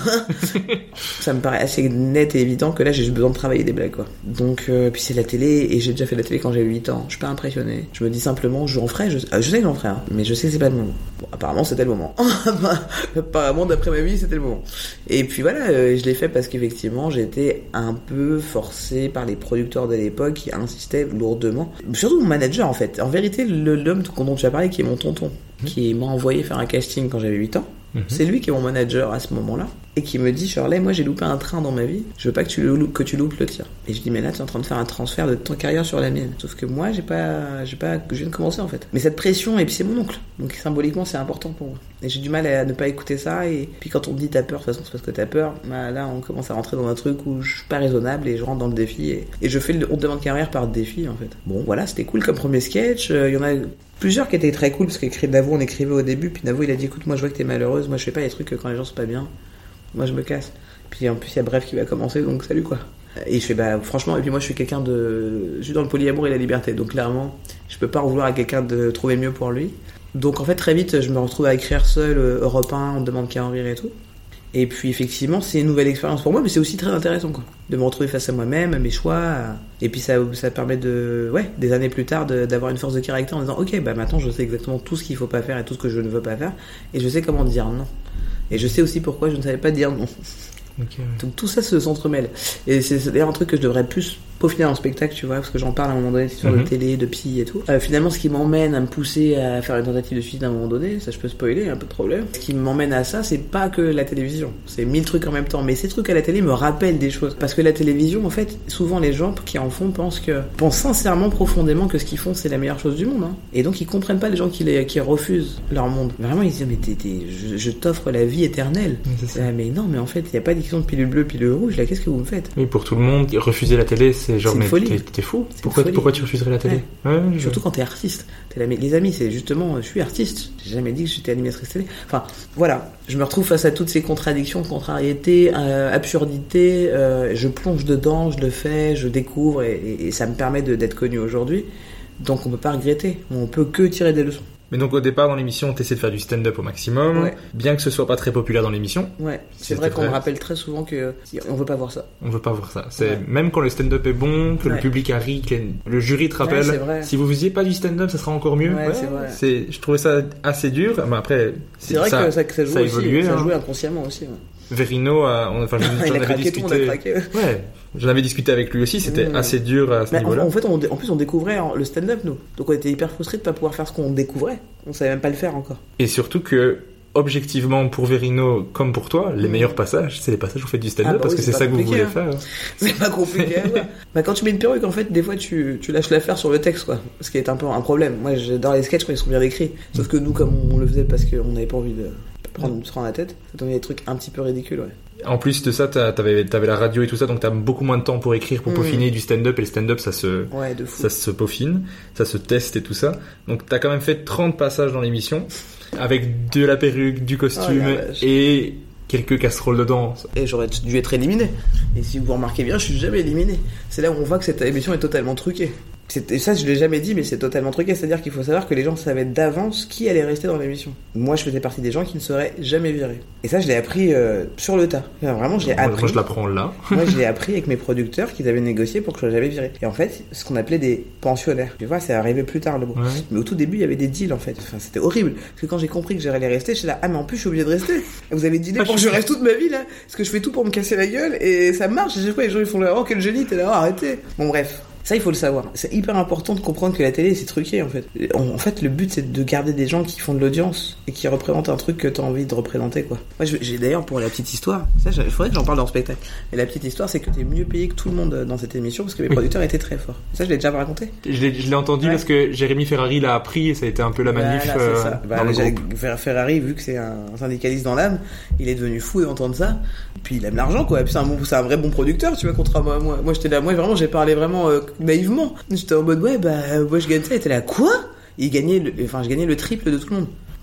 Ça me paraît assez net et évident que là, j'ai juste besoin de travailler des blagues, quoi. Donc, euh, puis c'est la télé, et j'ai déjà fait la télé quand j'avais huit ans. Je suis pas impressionné. Je me dis simplement, je en ferai, je, euh, je sais que j'en ferai, hein, mais je sais que c'est pas le moment. Bon, apparemment, c'était le moment. Apparemment, d'après ma vie, c'était le moment. Et puis voilà, euh, je l'ai fait parce qu'effectivement, j'étais un peu forcé par les producteurs de l'époque qui insistaient lourdement. Surtout mon manager, en fait. En vérité, le, l'homme dont tu as parlé, qui est mon tonton, mmh. qui m'a envoyé faire un casting quand j'avais huit ans, mmh. c'est lui qui est mon manager à ce moment-là, et qui me dit, Shirley, moi j'ai loupé un train dans ma vie, je veux pas que tu, le, que tu loupes le tien. Et je dis, mais là tu es en train de faire un transfert de ton carrière sur la mienne. Sauf que moi, j'ai pas, j'ai pas, je viens de commencer en fait. Mais cette pression, et puis c'est mon oncle, donc symboliquement c'est important pour moi. Et j'ai du mal à ne pas écouter ça, et puis quand on me dit t'as peur, de toute façon c'est parce que t'as peur, bah, là on commence à rentrer dans un truc où je suis pas raisonnable et je rentre dans le défi, et, et je fais le on demande carrière par défi en fait. Bon voilà, c'était cool comme premier sketch, il euh, y en a plusieurs qui étaient très cool, parce qu'écrit Navo, on écrivait au début, puis Navo il a dit écoute, moi je vois que t'es malheureuse, moi je fais pas les trucs quand les gens sont pas bien, moi je me casse. Puis en plus il y a Bref qui va commencer, donc salut quoi. Et je fais bah franchement, et puis moi je suis quelqu'un de, je suis dans le polyamour et la liberté, donc clairement je peux pas en vouloir à quelqu'un de trouver mieux pour lui. Donc en fait très vite je me retrouve à écrire seul euh, Europe un, on demande qu'à en rire et tout. Et puis effectivement c'est une nouvelle expérience pour moi, mais c'est aussi très intéressant quoi, de me retrouver face à moi-même, à mes choix, et puis ça, ça permet de, ouais, des années plus tard de, d'avoir une force de caractère en disant ok bah maintenant je sais exactement tout ce qu'il faut pas faire et tout ce que je ne veux pas faire, et je sais comment dire non, et je sais aussi pourquoi je ne savais pas dire non. Okay. Donc tout ça se s'entremêle, et c'est, c'est d'ailleurs un truc que je devrais plus peaufiner en spectacle, tu vois, parce que j'en parle à un moment donné sur mm-hmm. de télé, de psy et tout. Euh, finalement, ce qui m'emmène à me pousser à faire une tentative de suicide à un moment donné, ça je peux spoiler, un peu de problème. Ce qui m'emmène à ça, c'est pas que la télévision, c'est mille trucs en même temps, mais ces trucs à la télé me rappellent des choses, parce que la télévision, en fait, souvent les gens qui en font pensent que pensent sincèrement, profondément que ce qu'ils font c'est la meilleure chose du monde, hein. Et donc ils comprennent pas les gens qui les qui refusent leur monde. Vraiment ils disent mais t'es, t'es, je, je t'offre la vie éternelle. Ah, mais non, mais en fait il y a pas de question de pilule bleue, pilule rouge. Là, qu'est-ce que vous me faites? Oui, pour tout le monde, refuser la télé, c'est genre, c'est mais t'es, t'es fou. C'est pourquoi, pourquoi tu refuserais la télé? Ouais. Ouais, ouais, surtout ouais. Quand t'es artiste. T'es la, les amis, c'est justement, je suis artiste. J'ai jamais dit que j'étais animatrice télé. Enfin, voilà. Je me retrouve face à toutes ces contradictions, contrariétés, euh, absurdités. Euh, je plonge dedans, je le fais, je découvre, et, et, et ça me permet de, d'être connu aujourd'hui. Donc, on peut pas regretter. On peut que tirer des leçons. Mais donc au départ dans l'émission, t'essaies de faire du stand-up au maximum, ouais. Bien que ce soit pas très populaire dans l'émission. Ouais, c'est vrai qu'on me rappelle très souvent que on veut pas voir ça. On veut pas voir ça. C'est ouais. Même quand le stand-up est bon, que ouais. le public a ri, que le jury te rappelle. Ouais, si vous faisiez pas du stand-up, ça sera encore mieux. Ouais, ouais, c'est vrai. C'est, je trouvais ça assez dur. Mais après, c'est, c'est vrai ça, que ça, que ça joue ça aussi, évolué, ça hein. Jouait inconsciemment aussi. Ouais. Verino, a, on, enfin, j'en avais craqué, discuté. Tout, on a craqué. Ouais, j'en avais discuté avec lui aussi. C'était mmh. assez dur à ce mais niveau-là. En, en fait, on, en plus, on découvrait le stand-up nous, donc on était hyper frustrés de pas pouvoir faire ce qu'on découvrait. On savait même pas le faire encore. Et surtout que, objectivement, pour Verino comme pour toi, les mmh. meilleurs passages, c'est les passages où vous faites du stand-up, ah bah parce oui, que c'est, c'est ça que vous voulez hein. faire. C'est pas compliqué. Ouais. Bah quand tu mets une perruque, en fait, des fois tu, tu lâches l'affaire sur le texte, quoi. Ce qui est un peu un problème. Moi, j'adore les sketchs quand ils sont bien écrits. Sauf que nous, comme on le faisait parce qu'on n'avait pas envie de prendre se prendre la tête, ça donnait des trucs un petit peu ridicules, ouais. En plus de ça, t'avais, t'avais la radio et tout ça, donc t'as beaucoup moins de temps pour écrire, pour mmh. peaufiner du stand-up, et le stand-up, ça se, ouais, de fou. ça se peaufine, ça se teste et tout ça. Donc t'as quand même fait trente passages dans l'émission, avec de la perruque, du costume, oh, et quelques casseroles dedans. Et j'aurais dû être éliminé. Et si vous remarquez bien, je suis jamais éliminé. C'est là où on voit que cette émission est totalement truquée. C'est, ça, je l'ai jamais dit, mais c'est totalement truqué. C'est-à-dire qu'il faut savoir que les gens savaient d'avance qui allait rester dans l'émission. Moi, je faisais partie des gens qui ne seraient jamais virés. Et ça, je l'ai appris euh, sur le tas. Enfin, vraiment, je l'ai moi, appris. Moi, je l'apprends là. Moi, je l'ai appris avec mes producteurs qu'ils avaient négocié pour que je sois jamais viré. Et en fait, ce qu'on appelait des pensionnaires. Tu vois, c'est arrivé plus tard le mot. Ouais. Mais au tout début, il y avait des deals en fait. Enfin, c'était horrible. Parce que quand j'ai compris que j'allais rester, j'étais là, ah mais en plus, je suis obligé de rester. Vous avez dealé pour que je reste toute ma vie là. Parce que je fais tout pour me casser la gueule et ça marche. Et je sais pas, les gens ils font là, oh quel génie, t'es là, oh, arrêtez. Bon bref. Ça, il faut le savoir. C'est hyper important de comprendre que la télé, c'est truqué, en fait. En fait, le but, c'est de garder des gens qui font de l'audience et qui représentent un truc que t'as envie de représenter, quoi. Moi, j'ai d'ailleurs, pour la petite histoire, ça, il faudrait que j'en parle dans le spectacle. Et la petite histoire, c'est que t'es mieux payé que tout le monde dans cette émission parce que mes producteurs étaient très forts. Ça, je l'ai déjà raconté. Je l'ai, je l'ai entendu ouais. Parce que Jérémy Ferrari l'a appris et ça a été un peu la manif. Voilà, euh, c'est ça. Bah, le Ferrari, vu que c'est un syndicaliste dans l'âme, il est devenu fou d'entendre ça. Puis il aime l'argent, quoi. Et puis c'est un, bon, c'est un vrai bon producteur, tu vois, contrairement à moi. Moi, j'étais là, moi, vraiment, j'ai parlé vraiment euh, naïvement. J'étais en mode, ouais, bah, moi, je gagne ça. Et t'es là, quoi? Il gagnait le, enfin, je gagnais le triple de tout le monde.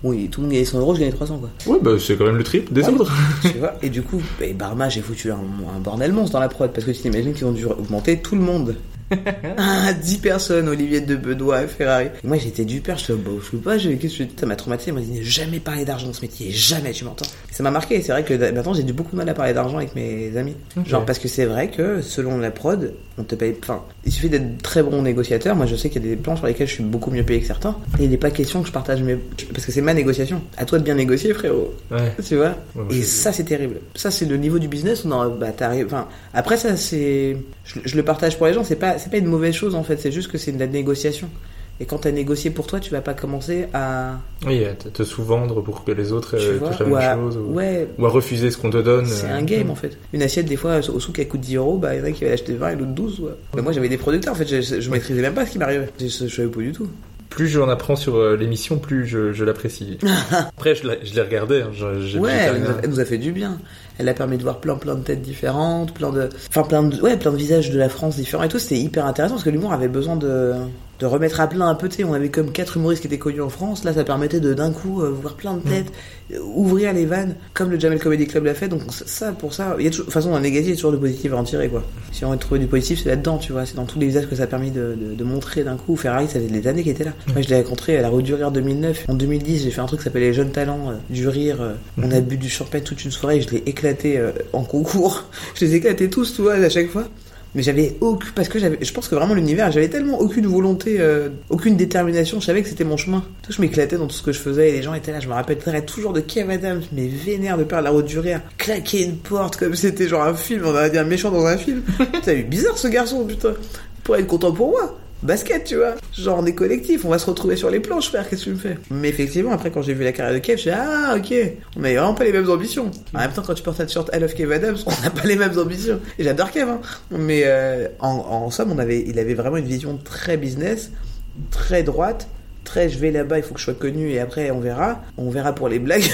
Oui, tout le monde gagnait cent euros, je gagnais trois cents, quoi. Ouais, bah, c'est quand même le triple des ouais, autres. Tu vois, et du coup, bah, Barma, j'ai foutu un, un bordel monstre dans la prod, parce que tu t'imagines qu'ils ont dû augmenter tout le monde. Ah, dix personnes, Olivier de Bedois, Ferrari. Et moi, j'étais du père, je fais, bon, je sais pas, j'ai, qu'est-ce que je dis, ça m'a traumatisé, il m'a dit, jamais parler d'argent dans ce métier, jamais, tu m'entends. Et ça m'a marqué, et c'est vrai que maintenant, j'ai du beaucoup de mal à parler d'argent avec mes amis. Okay. Genre, parce que c'est vrai que, selon la prod, on te paye, enfin, il suffit d'être très bon négociateur. Moi, je sais qu'il y a des plans sur lesquels je suis beaucoup mieux payé que certains. Et il n'est pas question que je partage mes, parce que c'est ma négociation. À toi de bien négocier, frérot. Ouais. Tu vois? Ouais, et ça, c'est terrible. Ça, c'est le niveau du business. Non, bah, t'arrives, enfin, après, ça, c'est, je, je le partage pour les gens, c'est pas, c'est pas une mauvaise chose, en fait, c'est juste que c'est de la négociation. Et quand t'as négocié pour toi, tu vas pas commencer à... Oui, à te sous-vendre pour que les autres euh, touchent la même à... chose. Ou... Ouais. ou à refuser ce qu'on te donne. C'est euh... un game, en fait. Une assiette, des fois, au souk, elle coûte dix euros, bah, il y en a qui va l'acheter vingt et l'autre douze, ouais. Mais moi, j'avais des producteurs, en fait, je, je maîtrisais même pas ce qui m'arrivait. Je, je, je savais pas du tout. Plus j'en apprends sur euh, l'émission, plus je, je l'apprécie. Après, je, je l'ai regardé. Hein, je, je, ouais, elle nous, a, elle nous a fait du bien. Elle a permis de voir plein plein de têtes différentes, plein de, enfin plein de, ouais, plein de visages de la France différents et tout. C'était hyper intéressant parce que l'humour avait besoin de, de remettre à plein un peu. Tu sais, on avait comme quatre humoristes qui étaient connus en France. Là, ça permettait de d'un coup euh, voir plein de têtes, mmh. ouvrir les vannes comme le Jamel Comedy Club l'a fait. Donc ça, pour ça, il y a toujours, de toute façon, dans le négatif, il y a toujours du positif à en tirer, quoi. Si on veut trouver du positif, c'est là-dedans, tu vois. C'est dans tous les visages que ça a permis de, de, de montrer d'un coup. Ferrari, ça fait des années qu'il était là. Mmh. Moi, je l'ai rencontré à la rue du Rire deux mille neuf. En deux mille dix, j'ai fait un truc qui s'appelait les Jeunes Talents euh, du Rire. Euh, mmh. On a bu du champagne toute une soirée. Je l'ai éclaté euh, en concours. Je les éclatais tous, tu vois, à chaque fois. Mais j'avais aucun, parce que j'avais, je pense que vraiment l'univers, j'avais tellement aucune volonté, euh, aucune détermination, je savais que c'était mon chemin. Tout, je m'éclatais dans tout ce que je faisais et les gens étaient là. Je me rappelle très toujours de Kev Adams, mais vénère de perdre la route du rire, claquer une porte comme si c'était genre un film, on aurait dit un méchant dans un film. C'est bizarre ce garçon, putain. Pour être content pour moi. Basket, tu vois. Genre, on est collectif, on va se retrouver sur les planches, frère, qu'est-ce que tu me fais? Mais effectivement, après, quand j'ai vu la carrière de Kev, j'ai dit, ah, ok, on avait vraiment pas les mêmes ambitions. En même temps, quand tu portes ta t-shirt I Love Kev Adams, on n'a pas les mêmes ambitions. Et j'adore Kev, hein. Mais, euh, en, en somme, on avait, il avait vraiment une vision très business, très droite, très, je vais là-bas, il faut que je sois connu, et après, on verra. On verra pour les blagues.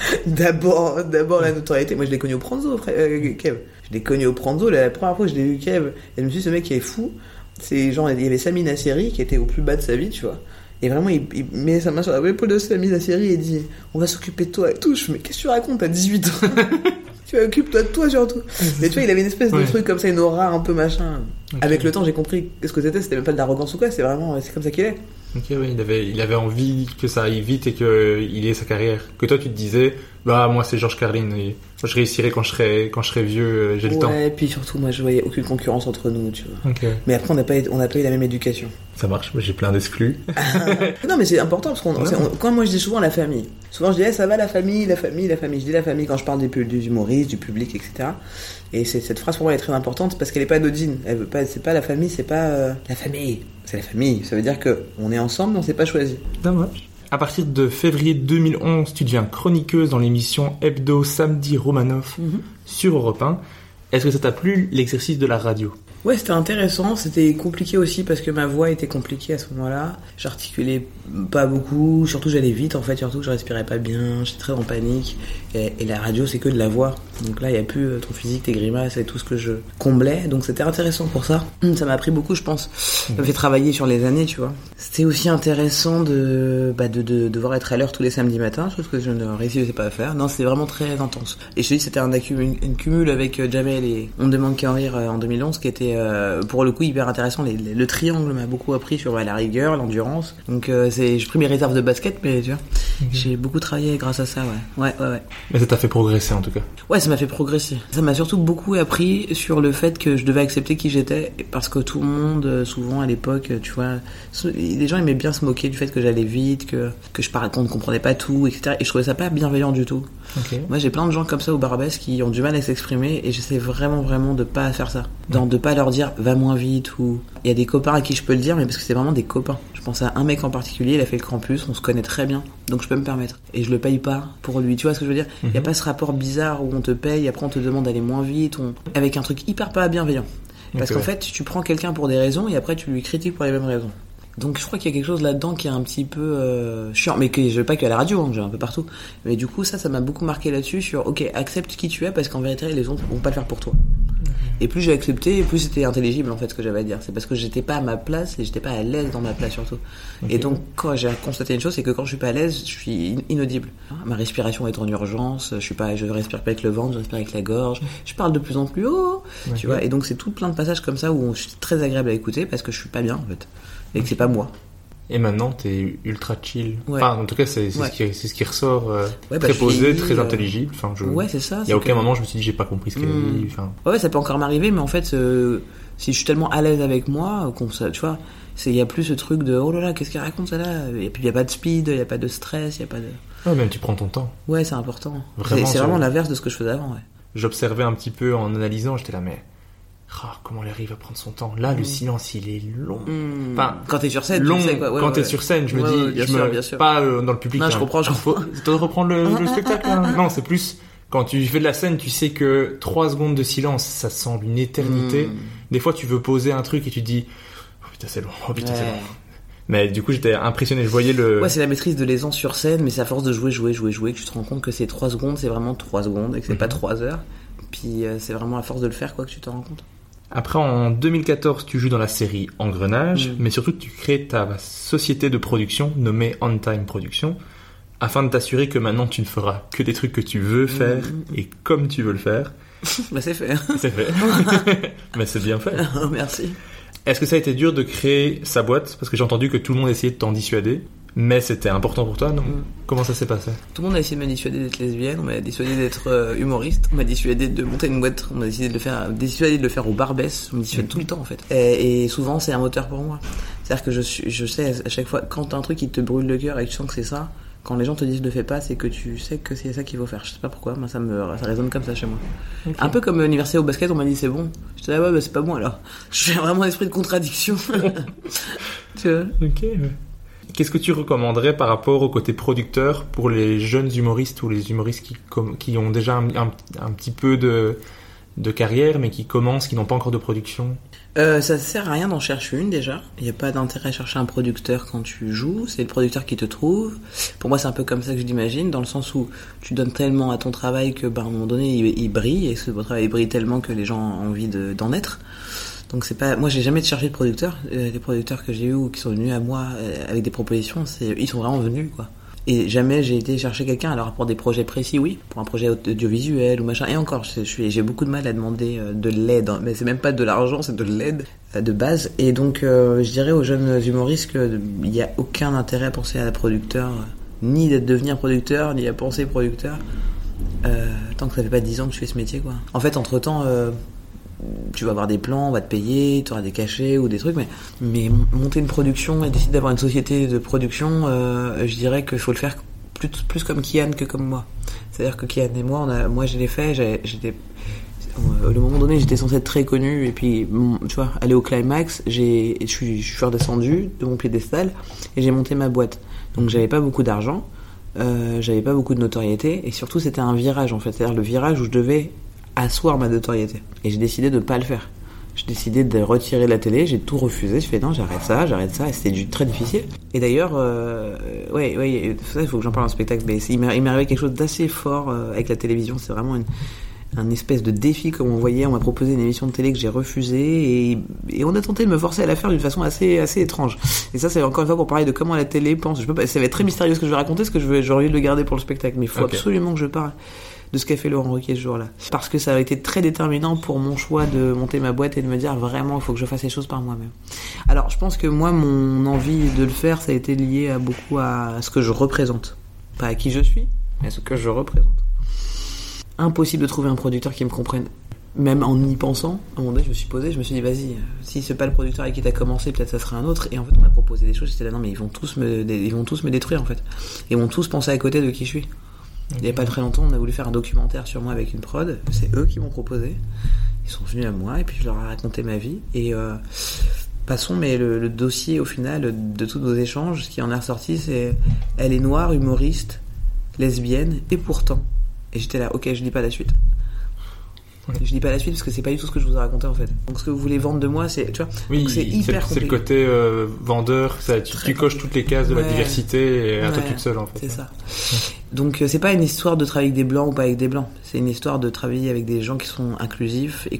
d'abord, d'abord la notoriété. Moi, je l'ai connu au Pranzo, frère, euh, Kev. Je l'ai connu au Pranzo, la première fois que je l'ai vu, Kev, et je me suis dit, ce mec, il est fou. C'est genre, il y avait Sami Nasseri qui était au plus bas de sa vie, tu vois. Et vraiment, il, il met sa main sur l'épaule de Sami Nasseri et dit, on va s'occuper de toi et tout. Je me dis, qu'est-ce que tu racontes, t'as dix-huit ans? Tu occupe-toi de toi surtout. Mais tu vois, il avait une espèce de ouais. truc comme ça, une aura un peu machin. Okay. Avec le temps, j'ai compris ce que c'était, c'était même pas de l'arrogance ou quoi, c'est vraiment, c'est comme ça qu'il est. Ok, oui, il avait, il avait envie que ça aille vite et qu'il ait sa carrière. Que toi, tu te disais, bah, moi, c'est Georges Carlin, et je réussirai quand je serai, quand je serai vieux, j'ai le ouais, temps. Ouais, et puis surtout, moi, je voyais aucune concurrence entre nous, tu vois. Okay. Mais après, on n'a pas, on n'a pas eu la même éducation. Ça marche, j'ai plein d'exclus. Non, mais c'est important parce qu'on, on, quand moi, je dis souvent la famille. Souvent, je dis, eh, ça va, la famille, la famille, la famille. Je dis la famille quand je parle des, des humoristes, du public, et cetera. Et c'est, cette phrase pour moi elle est très importante parce qu'elle est pas anodine. Elle veut pas, c'est pas la famille, c'est pas euh, la famille. C'est la famille. Ça veut dire que on est ensemble, mais on s'est pas choisi. Dommage. À partir de février deux mille onze, tu deviens chroniqueuse dans l'émission Hebdo Samedi Romanov mm-hmm. sur Europe un. Est-ce que ça t'a plu l'exercice de la radio? Ouais, c'était intéressant, c'était compliqué aussi parce que ma voix était compliquée à ce moment-là. J'articulais pas beaucoup, surtout j'allais vite en fait, surtout je respirais pas bien, j'étais très en panique. Et, et la radio c'est que de la voix, donc là il y a plus ton physique, tes grimaces et tout ce que je comblais, donc c'était intéressant pour ça. Ça m'a appris beaucoup, je pense. Ça m'a fait travailler sur les années, tu vois. C'était aussi intéressant de, bah, de, de, de devoir être à l'heure tous les samedis matins, chose que je ne réussissais pas à faire. Non, c'était vraiment très intense. Et je te dis, c'était un accumul, une cumul avec Jamel et On ne demande qu'à en rire en deux mille onze qui était Euh, pour le coup hyper intéressant. Les, les, le triangle m'a beaucoup appris sur ouais, la rigueur, l'endurance. Donc euh, c'est, j'ai pris mes réserves de basket, mais tu vois, mm-hmm. j'ai beaucoup travaillé grâce à ça, ouais. Ouais, ouais, ouais. Mais ça t'a fait progresser en tout cas. Ouais, ça m'a fait progresser. Ça m'a surtout beaucoup appris sur le fait que je devais accepter qui j'étais, parce que tout le monde, souvent à l'époque, tu vois, les gens aimaient bien se moquer du fait que j'allais vite, que que je parlais, qu'on ne comprenait pas tout, et cetera. Et je trouvais ça pas bienveillant du tout. Okay. Moi, j'ai plein de gens comme ça au Barbès qui ont du mal à s'exprimer, et j'essaie vraiment, vraiment de pas faire ça, dans, de pas leur dire va moins vite, ou il y a des copains à qui je peux le dire, mais parce que c'est vraiment des copains. Je pense à un mec en particulier, il a fait le campus, on se connaît très bien, donc je peux me permettre. Et je le paye pas pour lui, tu vois ce que je veux dire? Il mm-hmm. y a pas ce rapport bizarre où on te paye, après on te demande d'aller moins vite, on... avec un truc hyper pas bienveillant. Parce okay. qu'en fait, tu prends quelqu'un pour des raisons et après tu lui critiques pour les mêmes raisons. Donc je crois qu'il y a quelque chose là-dedans qui est un petit peu euh, chiant, mais que je veux pas qu'à la radio, hein, j'ai un peu partout. Mais du coup ça, ça m'a beaucoup marqué là-dessus sur ok, accepte qui tu es parce qu'en vérité les autres vont pas le faire pour toi. Et plus j'ai accepté, plus c'était intelligible en fait ce que j'avais à dire. C'est parce que j'étais pas à ma place et j'étais pas à l'aise dans ma place surtout. Okay. Et donc quand j'ai constaté une chose, c'est que quand je suis pas à l'aise, je suis inaudible. Ma respiration est en urgence. Je suis pas, je respire pas avec le ventre, je respire avec la gorge. Je parle de plus en plus haut, okay. tu vois. Et donc c'est tout plein de passages comme ça où je suis très agréable à écouter parce que je suis pas bien en fait et que c'est pas moi. Et maintenant, t'es ultra chill. Ouais. Enfin, en tout cas, c'est, c'est, ouais. ce, qui, c'est ce qui ressort. Euh, ouais, bah, très posé, dit, très euh... intelligible. Enfin, je... Ouais, c'est ça. Il y a aucun que... moment, je me suis dit, j'ai pas compris ce qu'elle mmh. dit. Enfin... Ouais, ça peut encore m'arriver, mais en fait, euh, si je suis tellement à l'aise avec moi, qu'on, ça, tu vois, il y a plus ce truc de oh là là, qu'est-ce qu'elle raconte ça là. Et puis il y a pas de speed, il y a pas de stress, il y a pas de. Ouais, même tu prends ton temps. Ouais, c'est important. Vraiment, c'est c'est vraiment l'inverse de ce que je faisais avant. Ouais. J'observais un petit peu en analysant, j'étais là, mais. Oh, comment elle arrive à prendre son temps. Là, mmh. le silence, il est long. Mmh. Enfin, quand t'es sur scène, long, tu sais quoi. Ouais, quand ouais, t'es ouais. sur scène, je me ouais, dis, ouais, bien je sûr, me, bien sûr. pas euh, dans le public. Non, hein. je comprends, je comprends. Tu dois reprendre le, le spectacle. Hein. Non, c'est plus quand tu fais de la scène, tu sais que trois secondes de silence, ça semble une éternité. Mmh. Des fois, tu veux poser un truc et tu te dis, oh putain, c'est long. Oh putain, ouais. c'est long. Mais du coup, j'étais impressionné. Je voyais le. Ouais, c'est la maîtrise de l'aisance sur scène, mais c'est à force de jouer, jouer, jouer, jouer que tu te rends compte que ces trois secondes, c'est vraiment trois secondes et que c'est mmh. pas trois heures. Puis euh, c'est vraiment à force de le faire quoi que tu te rends compte. Après, en deux mille quatorze, tu joues dans la série Engrenage, mmh. mais surtout tu crées ta société de production nommée On Time Production, afin de t'assurer que maintenant tu ne feras que des trucs que tu veux faire mmh. et comme tu veux le faire. Bah c'est fait. C'est fait. Mais c'est bien fait. Oh, merci. Est-ce que ça a été dur de créer sa boîte ? Parce que j'ai entendu que tout le monde essayait de t'en dissuader. Mais c'était important pour toi, non ? mmh. Comment ça s'est passé ? Tout le monde a essayé de me dissuader d'être lesbienne, on m'a dissuadé d'être euh, humoriste, on m'a dissuadé de monter une boîte, on m'a décidé de le faire, dissuadé de le faire au Barbès, on me dissuade mmh. tout le temps en fait. Et, et souvent c'est un moteur pour moi. C'est-à-dire que je, suis, je sais à chaque fois, quand t'as un truc qui te brûle le cœur et que tu sens que c'est ça, quand les gens te disent ne le fais pas, c'est que tu sais que c'est ça qu'il faut faire. Je sais pas pourquoi, moi ça me ça résonne comme ça chez moi. Okay. Un peu comme l'université au basket, on m'a dit c'est bon. J'étais là ouais bah c'est pas bon alors. Je suis vraiment un esprit de contradiction. Tu vois ? Ok. Ouais. Qu'est-ce que tu recommanderais par rapport au côté producteur pour les jeunes humoristes ou les humoristes qui, com- qui ont déjà un, un, un petit peu de, de carrière mais qui commencent, qui n'ont pas encore de production ? euh, Ça sert à rien d'en chercher une déjà. Il n'y a pas d'intérêt à chercher un producteur quand tu joues. C'est le producteur qui te trouve. Pour moi, c'est un peu comme ça que je l'imagine, dans le sens où tu donnes tellement à ton travail que, bah, à un moment donné, il, il brille et ce beau travail brille tellement que les gens ont envie de, d'en être. Donc c'est pas, moi j'ai jamais cherché de producteurs. Euh, les producteurs que j'ai eu ou qui sont venus à moi euh, avec des propositions, c'est, ils sont vraiment venus quoi. Et jamais j'ai été chercher quelqu'un. Alors pour des projets précis, oui, pour un projet audiovisuel ou machin. Et encore, je suis, j'ai beaucoup de mal à demander euh, de l'aide. Hein. Mais c'est même pas de l'argent, c'est de l'aide euh, de base. Et donc euh, je dirais aux jeunes humoristes qu'il n'y a aucun intérêt à penser à producteur, euh, ni à devenir producteur, ni à penser producteur, euh, tant que ça fait pas dix ans que je fais ce métier quoi. En fait, entre temps. Euh, tu vas avoir des plans, on va te payer, tu auras des cachets ou des trucs, mais, mais monter une production et décider d'avoir une société de production, euh, je dirais qu'il faut le faire plus, plus comme Kian que comme moi. C'est-à-dire que Kian et moi, on a, moi je l'ai fait, j'ai, j'étais, au moment donné j'étais censé être très connu et puis tu vois, aller au climax, j'ai, je suis, je suis redescendu de mon piédestal et j'ai monté ma boîte. Donc j'avais pas beaucoup d'argent, euh, j'avais pas beaucoup de notoriété et surtout c'était un virage en fait, c'est-à-dire le virage où je devais asseoir ma notoriété. Et j'ai décidé de pas le faire. J'ai décidé de retirer la télé, j'ai tout refusé, j'ai fait non, j'arrête ça, j'arrête ça, et c'était du, très difficile. Et d'ailleurs, euh, ouais, ouais, ça, il faut que j'en parle en spectacle, mais il m'est, il m'est arrivé quelque chose d'assez fort euh, avec la télévision, c'est vraiment une, un espèce de défi, comme on voyait, on m'a proposé une émission de télé que j'ai refusée, et, et on a tenté de me forcer à la faire d'une façon assez, assez étrange. Et ça, c'est encore une fois pour parler de comment la télé pense. Je peux pas, ça va être très mystérieux ce que je vais raconter, ce que je vais, j'aurais envie de le garder pour le spectacle, mais il faut okay. absolument que je parle de ce qu'a fait Laurent Ruquier ce jour-là. Parce que ça a été très déterminant pour mon choix de monter ma boîte et de me dire vraiment il faut que je fasse les choses par moi-même. Alors je pense que moi mon envie de le faire ça a été lié à beaucoup à ce que je représente. Pas à qui je suis, mais à ce que je représente. Impossible de trouver un producteur qui me comprenne. Même en y pensant, à un moment donné je me suis posé, je me suis dit vas-y, si c'est pas le producteur avec qui t'as commencé, peut-être ça sera un autre. Et en fait on m'a proposé des choses, j'étais là non mais ils vont tous me, ils vont tous me détruire en fait. Ils vont tous penser à côté de qui je suis. Il n'y a pas très longtemps, on a voulu faire un documentaire sur moi avec une prod. C'est eux qui m'ont proposé. Ils sont venus à moi et puis je leur ai raconté ma vie. Et euh, passons, mais le, le dossier au final de tous nos échanges, ce qui en est ressorti, c'est elle est noire, humoriste, lesbienne, et pourtant. Et j'étais là, ok, je dis pas la suite. Ouais. Je dis pas la suite parce que c'est pas du tout ce que je vous ai raconté en fait. Donc ce que vous voulez vendre de moi, c'est, tu vois, oui, donc c'est hyper c'est, c'est le côté euh, vendeur, ça, tu, tu coches toutes les cases de ouais. la diversité et à ouais. toi toute seule en fait. C'est ça. Ouais. Donc euh, c'est pas une histoire de travailler avec des blancs ou pas avec des blancs. C'est une histoire de travailler avec des gens qui sont inclusifs et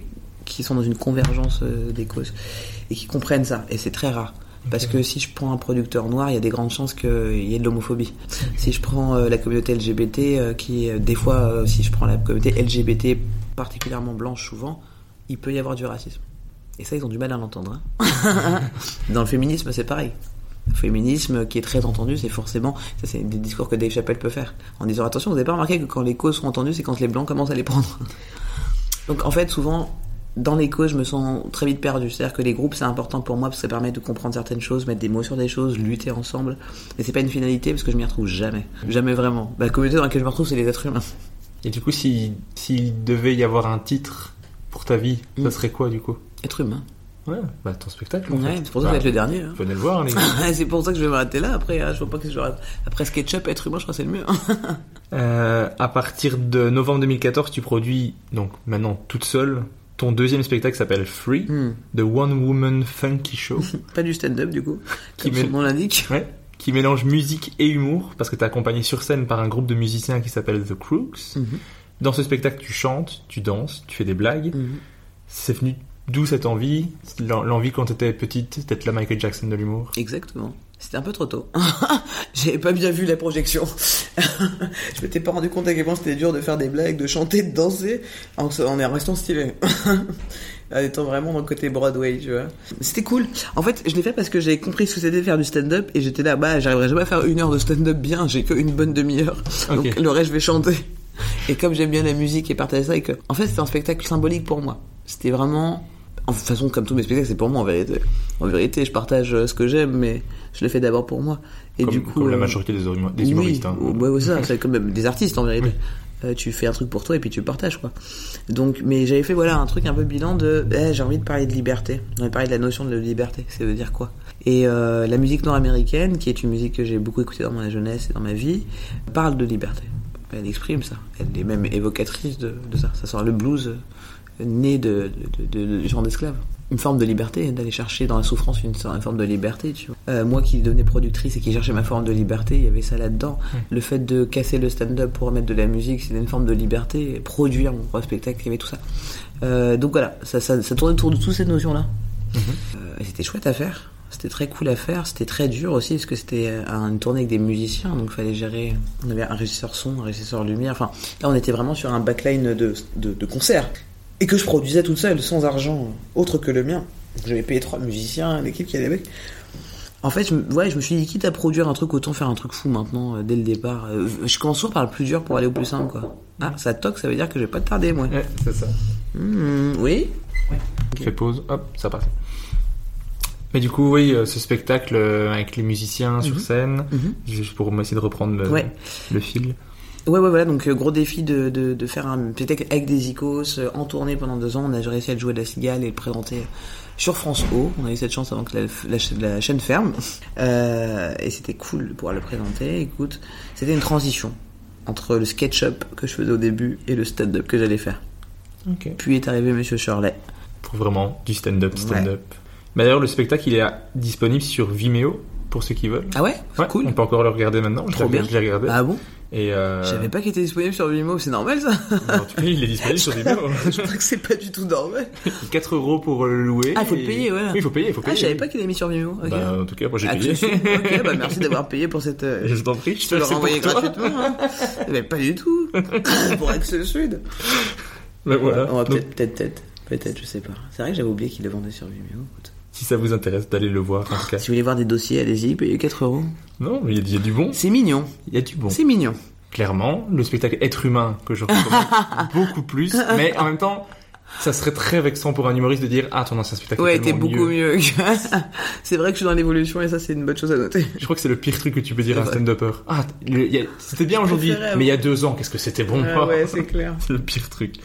qui sont dans une convergence euh, des causes et qui comprennent ça. Et c'est très rare. Parce que si je prends un producteur noir, il y a des grandes chances qu'il y ait de l'homophobie. Si je prends euh, la communauté L G B T, euh, qui euh, des fois, euh, si je prends la communauté L G B T particulièrement blanche souvent, il peut y avoir du racisme. Et ça, ils ont du mal à l'entendre. Hein. Dans le féminisme, c'est pareil. Le féminisme qui est très entendu, c'est forcément... Ça, c'est des discours que Dave Chappelle peut faire. En disant, attention, vous n'avez pas remarqué que quand les causes sont entendues, c'est quand les blancs commencent à les prendre. Donc en fait, souvent... Dans les causes, je me sens très vite perdu. C'est-à-dire que les groupes, c'est important pour moi parce que ça permet de comprendre certaines choses, mettre des mots sur des choses, lutter ensemble. Mais c'est pas une finalité parce que je m'y retrouve jamais. Jamais vraiment. La communauté dans laquelle je me retrouve, c'est les êtres humains. Et du coup, si, s'il devait y avoir un titre pour ta vie, ça serait quoi du coup ? Être humain. Ouais, bah ton spectacle. En ouais, fait. c'est pour ça que bah, ça va être le dernier. Hein. Venez le voir, les gars. C'est pour ça que je vais m'arrêter là. Après, hein, je vois pas que je vais... Après SketchUp, être humain, je crois que c'est le mieux. euh, à partir de novembre deux mille quatorze, tu produis, donc maintenant toute seule, ton deuxième spectacle s'appelle Free, mm. The One Woman Funky Show. Pas du stand-up du coup, qui comme son nom l'indique. Ouais, qui mélange musique et humour, parce que t'es accompagné sur scène par un groupe de musiciens qui s'appelle The Crooks. Mm-hmm. Dans ce spectacle, tu chantes, tu danses, tu fais des blagues. Mm-hmm. C'est venu d'où cette envie ? L'envie quand t'étais petite d'être la Michael Jackson de l'humour ? Exactement. C'était un peu trop tôt. J'avais pas bien vu la projection. Je m'étais pas rendu compte à quel point c'était dur de faire des blagues, de chanter, de danser, en, en restant stylé. En étant vraiment dans le côté Broadway, tu vois. C'était cool. En fait, je l'ai fait parce que j'avais compris ce que c'était de faire du stand-up et j'étais là, bah, j'arriverai jamais à faire une heure de stand-up bien, j'ai qu'une bonne demi-heure. Okay. Donc le reste, je vais chanter. Et comme j'aime bien la musique et partager ça, et que, en fait, c'était un spectacle symbolique pour moi. C'était vraiment... En toute façon, comme tous mes spectacles, c'est pour moi en vérité. En vérité, je partage ce que j'aime, mais je le fais d'abord pour moi. Et comme, du coup, comme la euh, majorité des, hum- des humoristes. Oui, hein. ouais, ouais, ça, c'est comme même des artistes en vérité. Oui. Euh, tu fais un truc pour toi et puis tu le partages, quoi. Donc, mais j'avais fait voilà un truc un peu bilan de, eh, j'ai envie de parler de liberté. J'ai envie de parler de la notion de liberté. Ça veut dire quoi ? Et euh, la musique nord-américaine, qui est une musique que j'ai beaucoup écoutée dans ma jeunesse et dans ma vie, parle de liberté. Elle exprime ça. Elle est même évocatrice de, de ça. Ça sort le blues. Né de, de, de, de, de genre d'esclave. Une forme de liberté, d'aller chercher dans la souffrance une, une forme de liberté, tu vois. Euh, moi qui devenais productrice et qui cherchais ma forme de liberté, il y avait ça là-dedans. Mmh. Le fait de casser le stand-up pour mettre de la musique, c'était une forme de liberté. Produire mon propre spectacle, il y avait tout ça. Euh, donc voilà, ça, ça, ça tournait autour de toutes ces notions-là. Mmh. Euh, et c'était chouette à faire. C'était très cool à faire. C'était très dur aussi parce que c'était une tournée avec des musiciens, donc il fallait gérer. On avait un régisseur son, un régisseur lumière. Enfin, là, on était vraiment sur un backline de, de, de concert. Et que je produisais toute seule, sans argent autre que le mien. J'avais payé trois musiciens, l'équipe qui allait avec. En fait, je, ouais, je me suis dit, quitte à produire un truc, autant faire un truc fou maintenant, euh, dès le départ. Euh, je commence toujours par le plus dur pour aller au plus simple, quoi. Ah, ça toque, ça veut dire que je vais pas tarder, moi. Ouais, c'est ça. Mmh, oui ouais. Okay. Fais pause, hop, ça passe. Mais du coup, oui, ce spectacle avec les musiciens mm-hmm. sur scène, mm-hmm. juste pour essayer de reprendre le, ouais. le fil. Ouais, ouais, voilà, donc euh, gros défi de, de, de faire un spectacle avec des icos, euh, en tournée pendant deux ans. On a réussi à jouer de la cigale et le présenter sur France O. On a eu cette chance avant que la, la, la chaîne ferme. Euh, et c'était cool de pouvoir le présenter. Écoute, c'était une transition entre le sketch-up que je faisais au début et le stand-up que j'allais faire. Okay. Puis est arrivé Monsieur Shirley. Pour vraiment du stand-up, stand-up. Ouais. Mais d'ailleurs, le spectacle, il est disponible sur Vimeo, pour ceux qui veulent. Ah ouais, ouais cool. On peut encore le regarder maintenant. Trop bien. Je l'ai regardé. Ah bon? Et euh... Je savais pas qu'il était disponible sur Vimeo, c'est normal ça? En tout cas, il est disponible sur Vimeo. Je crois que c'est pas du tout normal. quatre euros pour le louer. Ah, il faut et... le payer, voilà. Oui, il faut payer, il faut payer. Ah, je savais pas qu'il est mis sur Vimeo. Okay. Bah, en tout cas, moi j'ai ah, payé. Ok, bah merci d'avoir payé pour cette. Euh... Je t'en prie, je te le renvoyer gratuitement. Hein. Mais pas du tout. Pour Axel Sud. Mais voilà. On va peut-être, Donc... peut-être, peut-être, peut-être, je sais pas. C'est vrai que j'avais oublié qu'il le vendait sur Vimeo. Si ça vous intéresse d'aller le voir, en tout cas. Si vous voulez voir des dossiers, allez-y, payez quatre euros. Non, mais il y, y a du bon. C'est mignon. Il y a du bon. C'est mignon. Clairement, le spectacle Être humain, que je recommande beaucoup plus, mais en même temps, ça serait très vexant pour un humoriste de dire « Ah, ton ancien spectacle ouais, est tellement beaucoup mieux. » C'est vrai que je suis dans l'évolution et ça, c'est une bonne chose à noter. Je crois que c'est le pire truc que tu peux dire à un stand-upper. « Ah, le, y a, c'était bien aujourd'hui, mais il y a deux ans, qu'est-ce que c'était bon. » Ah ouais, c'est clair. C'est le pire truc.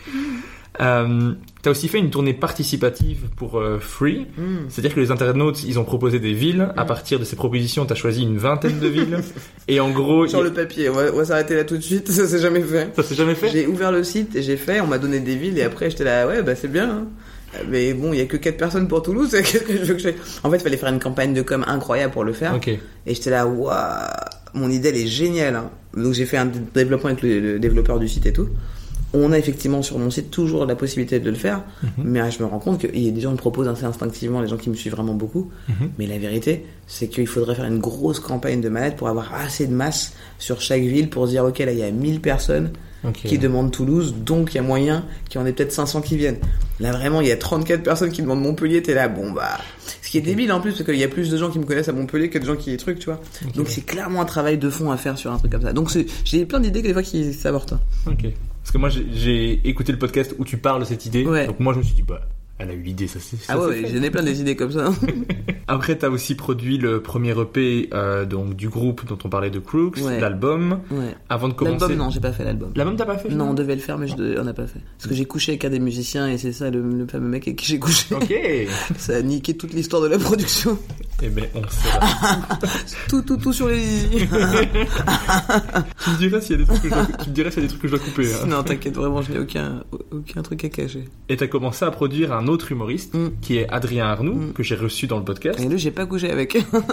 Euh, t'as aussi fait une tournée participative pour euh, Free, mm. c'est-à-dire que les internautes ils ont proposé des villes, mm. à partir de ces propositions t'as choisi une vingtaine de villes et en gros sur il... le papier, on va, on va s'arrêter là tout de suite, ça s'est jamais fait. Ça s'est jamais fait. J'ai ouvert le site et j'ai fait, on m'a donné des villes et après j'étais là ouais bah c'est bien hein. Mais bon, il y a que quatre personnes pour Toulouse, qu'est-ce que je veux que je... En fait, il fallait faire une campagne de com incroyable pour le faire. Okay. Et j'étais là waouh, mon idée elle est géniale hein. Donc j'ai fait un développement avec le, le développeur du site et tout. On a effectivement sur mon site toujours la possibilité de le faire, mm-hmm. mais je me rends compte qu'il y a des gens qui me proposent assez instinctivement, les gens qui me suivent vraiment beaucoup. Mm-hmm. Mais la vérité, c'est qu'il faudrait faire une grosse campagne de malade pour avoir assez de masse sur chaque ville pour se dire, ok, là, il y a mille personnes okay. qui demandent Toulouse, donc il y a moyen qu'il y en ait peut-être cinq cents qui viennent. Là, vraiment, il y a trente-quatre personnes qui demandent Montpellier, t'es là, bon, bah... Ce qui est débile, en plus, parce qu'il y a plus de gens qui me connaissent à Montpellier que de gens qui y trucs, tu vois. Okay. Donc, c'est clairement un travail de fond à faire sur un truc comme ça. Donc, c'est... j'ai plein d'idées que des fois qui s'avortent. Ok. Parce que moi, j'ai, j'ai écouté le podcast où tu parles de cette idée. Ouais. Donc, moi, je me suis dit, bah... Elle a eu l'idée, ça c'est. Ça, ah ouais, j'en ai plein des idées comme ça. Après, t'as aussi produit le premier E P euh, donc du groupe dont on parlait de Crooks, ouais. l'album. Ouais. Avant de commencer. L'album, non, j'ai pas fait l'album. L'album, t'as pas fait? Non, on devait le faire, mais je de... on n'a pas fait. Parce que j'ai couché avec un des musiciens et c'est ça le, le fameux mec avec qui j'ai couché. Ok. Ça a niqué toute l'histoire de la production. Eh ben, on sait. tout, tout, tout sur les zizi. Tu me diras s'il y a des trucs que je dois, tu me diras s'il y a des trucs que je dois couper. Hein. Non, t'inquiète, vraiment, je n'ai aucun, aucun truc à cacher. Et t'as commencé à produire un autre humoriste. Mm. qui est Adrien Arnoux, mm. que j'ai reçu dans le podcast. Et lui, j'ai pas couché avec.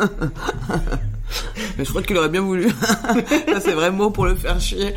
Mais je crois qu'il aurait bien voulu. Ça, c'est vraiment pour le faire chier.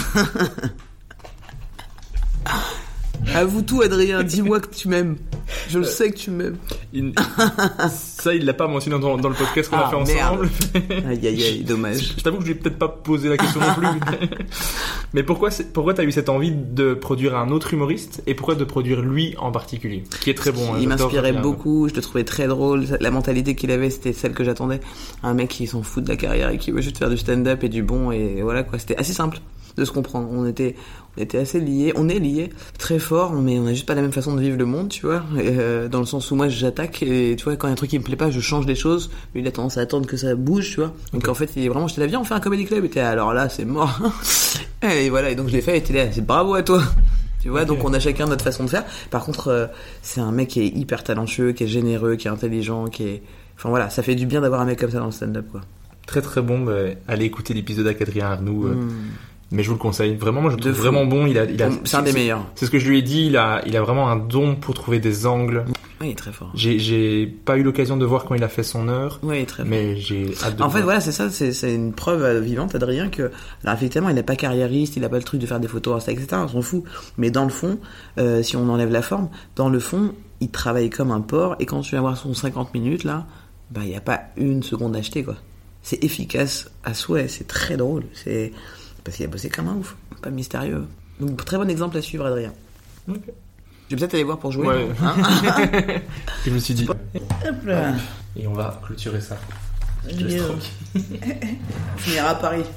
Avoue tout, Adrien, dis-moi que tu m'aimes. Je le sais que tu m'aimes. Il... Ça, il l'a pas mentionné dans, dans le podcast qu'on ah, a fait ensemble. Aïe, aïe, aïe, dommage. Je, je t'avoue que je lui ai peut-être pas posé la question non plus. Mais pourquoi, c'est, pourquoi t'as eu cette envie de produire un autre humoriste et pourquoi de produire lui en particulier, qui est très bon. Il m'inspirait beaucoup, je le trouvais très drôle. La mentalité qu'il avait, c'était celle que j'attendais. Un mec qui s'en fout de la carrière et qui veut juste faire du stand-up et du bon et voilà quoi. C'était assez simple de se comprendre. On était, on était assez liés, on est liés, très fort, mais on a juste pas la même façon de vivre le monde, tu vois. Et euh, dans le sens où moi j'attaque et tu vois quand il y a un truc qui me plaît pas, je change des choses. Lui il a tendance à attendre que ça bouge, tu vois. Donc okay. en fait, il est vraiment, j'étais là, viens on fait un comedy club. Et t'es alors là, c'est mort. Et voilà, et donc je l'ai fait. Et t'es là, c'est bravo à toi. Tu vois, okay. Donc on a chacun notre façon de faire. Par contre, euh, c'est un mec qui est hyper talentueux, qui est généreux, qui est intelligent, qui est, enfin voilà, ça fait du bien d'avoir un mec comme ça dans le stand-up, quoi. Très très bon. Bah, allez écouter l'épisode avec Adrien Arnoux. Euh... Mm. Mais je vous le conseille. Vraiment, moi, je le trouve vraiment bon. Il a, il a, c'est, c'est un des meilleurs. C'est ce que je lui ai dit. Il a, il a vraiment un don pour trouver des angles. Oui, il est très fort. J'ai, j'ai pas eu l'occasion de voir quand il a fait son heure. Oui, il est très fort. Mais j'ai hâte de En voir. fait, voilà, c'est ça. C'est, c'est une preuve vivante, Adrien, que, alors, effectivement, il n'est pas carriériste. Il a pas le truc de faire des photos Insta, et cetera. On s'en fout. Mais dans le fond, euh, si on enlève la forme, dans le fond, il travaille comme un porc. Et quand tu viens voir son cinquante minutes, là, bah, il n'y a pas une seconde achetée, quoi. C'est efficace à souhait. C'est très drôle. C'est, parce qu'il a bossé comme un ouf, pas mystérieux. Donc très bon exemple à suivre, Adrien. Okay. Je vais peut-être aller voir pour jouer. Ouais. Hein. Je me suis dit. Hop là. Et on va clôturer ça. Je te laisse tranquille. On finira à Paris.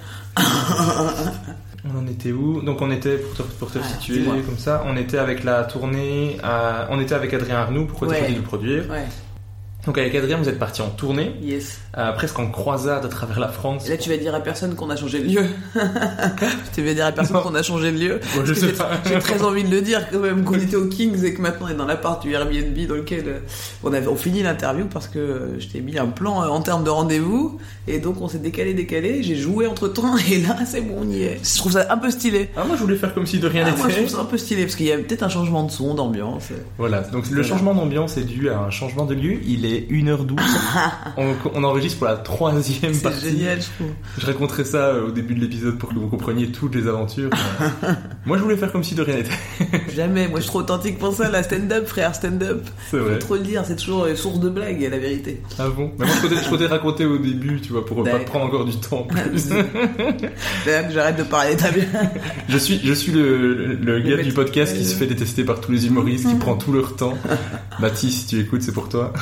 On en était où? Donc on était, pour te, pour te ah, situer dis-moi. Comme ça, on était avec la tournée, à... on était avec Adrien Arnoux, pourquoi ouais. tu as choisi de le produire? Ouais. Donc avec Adrien, vous êtes partis en tournée, yes. euh, presque en croisade à travers la France. Et là, tu vas dire à personne qu'on a changé de lieu. Tu vas dire à personne non. qu'on a changé de lieu. Bon, je sais j'ai, pas. J'ai très envie de le dire quand même qu'on était au Kings et que maintenant on est dans l'appart du Airbnb dans lequel on avait on finit l'interview parce que je t'ai mis un plan en termes de rendez-vous et donc on s'est décalé, décalé. J'ai joué entre temps et là c'est bon, on y est. Je trouve ça un peu stylé. Ah moi je voulais faire comme si de rien ah, n'était. Moi je trouve ça un peu stylé parce qu'il y a peut-être un changement de son, d'ambiance. Voilà. Donc le voilà. changement d'ambiance est dû à un changement de lieu. Il est une heure douze. on, on enregistre pour la troisième c'est partie. C'est génial, je trouve. Je raconterai ça au début de l'épisode pour que vous compreniez toutes les aventures. Moi, je voulais faire comme si de rien n'était. Jamais. Moi, je suis trop authentique pour ça. La stand-up, frère, stand-up. C'est vrai. Faut trop le dire. C'est toujours source de blague, la vérité. Ah bon? Mais moi, je comptais, je comptais raconter au début, tu vois, pour D'accord. pas te prendre encore du temps en plus. J'arrête de parler, t'as bien. Je suis, je suis le, le, le gars du podcast qui se fait détester par tous les humoristes, qui prend tout leur temps. Mathis, si tu écoutes, c'est pour toi.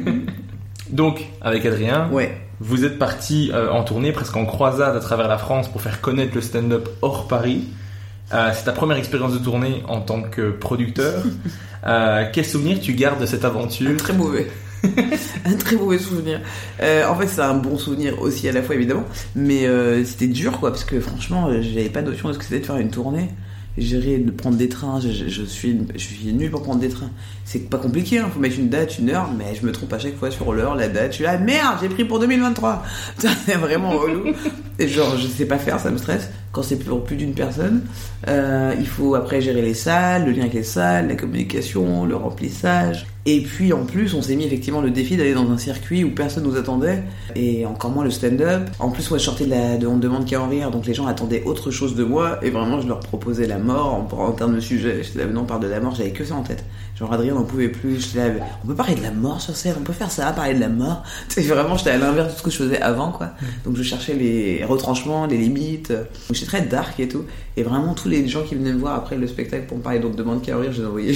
Donc, avec Adrien, ouais. vous êtes partis euh, en tournée, presque en croisade à travers la France pour faire connaître le stand-up hors Paris. Euh, c'est ta première expérience de tournée en tant que producteur. euh, quel souvenir tu gardes de cette aventure? Un très mauvais. Un très mauvais souvenir. Euh, en fait, c'est un bon souvenir aussi à la fois, évidemment. Mais euh, c'était dur, quoi, parce que franchement, j'avais pas notion de ce que c'était de faire une tournée. Gérer, de prendre des trains, je, je, je suis je suis nul pour prendre des trains. C'est pas compliqué, hein. Faut mettre une date, une heure, mais je me trompe à chaque fois sur l'heure, la date. Je suis là, merde, j'ai pris pour deux mille vingt-trois. C'est vraiment relou. Et genre, je sais pas faire, ça me stresse. Quand c'est pour plus d'une personne, euh, il faut après gérer les salles, le lien avec les salles, la communication, le remplissage. Et puis en plus, on s'est mis effectivement le défi d'aller dans un circuit où personne nous attendait, et encore moins le stand-up. En plus, moi je sortais de la de On ne demande qu'à en rire, donc les gens attendaient autre chose de moi, et vraiment je leur proposais la mort en, en termes de sujet. J'étais là, non, on parle de la mort, j'avais que ça en tête. Genre Adrien n'en pouvait plus, j'étais là, on peut parler de la mort sur scène, on peut faire ça, parler de la mort. C'est vraiment, j'étais à l'inverse de ce que je faisais avant, quoi. Donc je cherchais les retranchements, les limites. Donc j'étais très dark et tout. Et vraiment, tous les gens qui venaient me voir après le spectacle pour me parler d'On ne demande qu'à en rire, je les envoyais.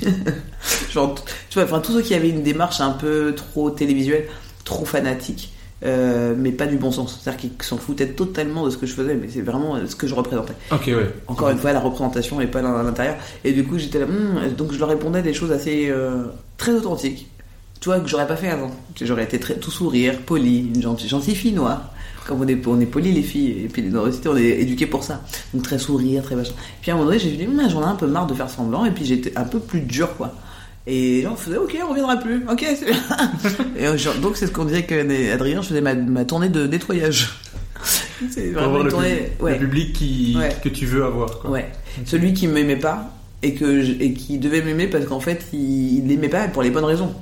Genre, tu vois, enfin, tous ceux qui avaient une démarche un peu trop télévisuelle, trop fanatique, euh, mais pas du bon sens. C'est-à-dire qu'ils s'en foutaient totalement de ce que je faisais, mais c'est vraiment ce que je représentais. Ok, ouais. Encore une fois, la représentation et pas à l'intérieur. Et du coup, j'étais là, hmm, donc je leur répondais des choses assez euh, très authentiques. Tu vois, que j'aurais pas fait avant. J'aurais été très, tout sourire, poli, une gentille, gentille fille noire. Comme on est, on est poli les filles, et puis dans la cité on est éduqués pour ça. Donc très sourire, très machin. Puis à un moment donné, j'ai dit, hm, j'en ai un peu marre de faire semblant, et puis j'étais un peu plus dur, quoi. Et là, on faisait, ok, on reviendra plus. Ok, c'est bien. Et genre, donc, c'est ce qu'on disait qu'Adrien, je faisais ma, ma tournée de nettoyage. C'est vraiment une tournée. Le, pub- ouais. le public qui, ouais. que tu veux avoir, quoi. Ouais. Okay. Celui qui m'aimait pas, et, que je, et qui devait m'aimer parce qu'en fait, il, il l'aimait pas pour les bonnes raisons.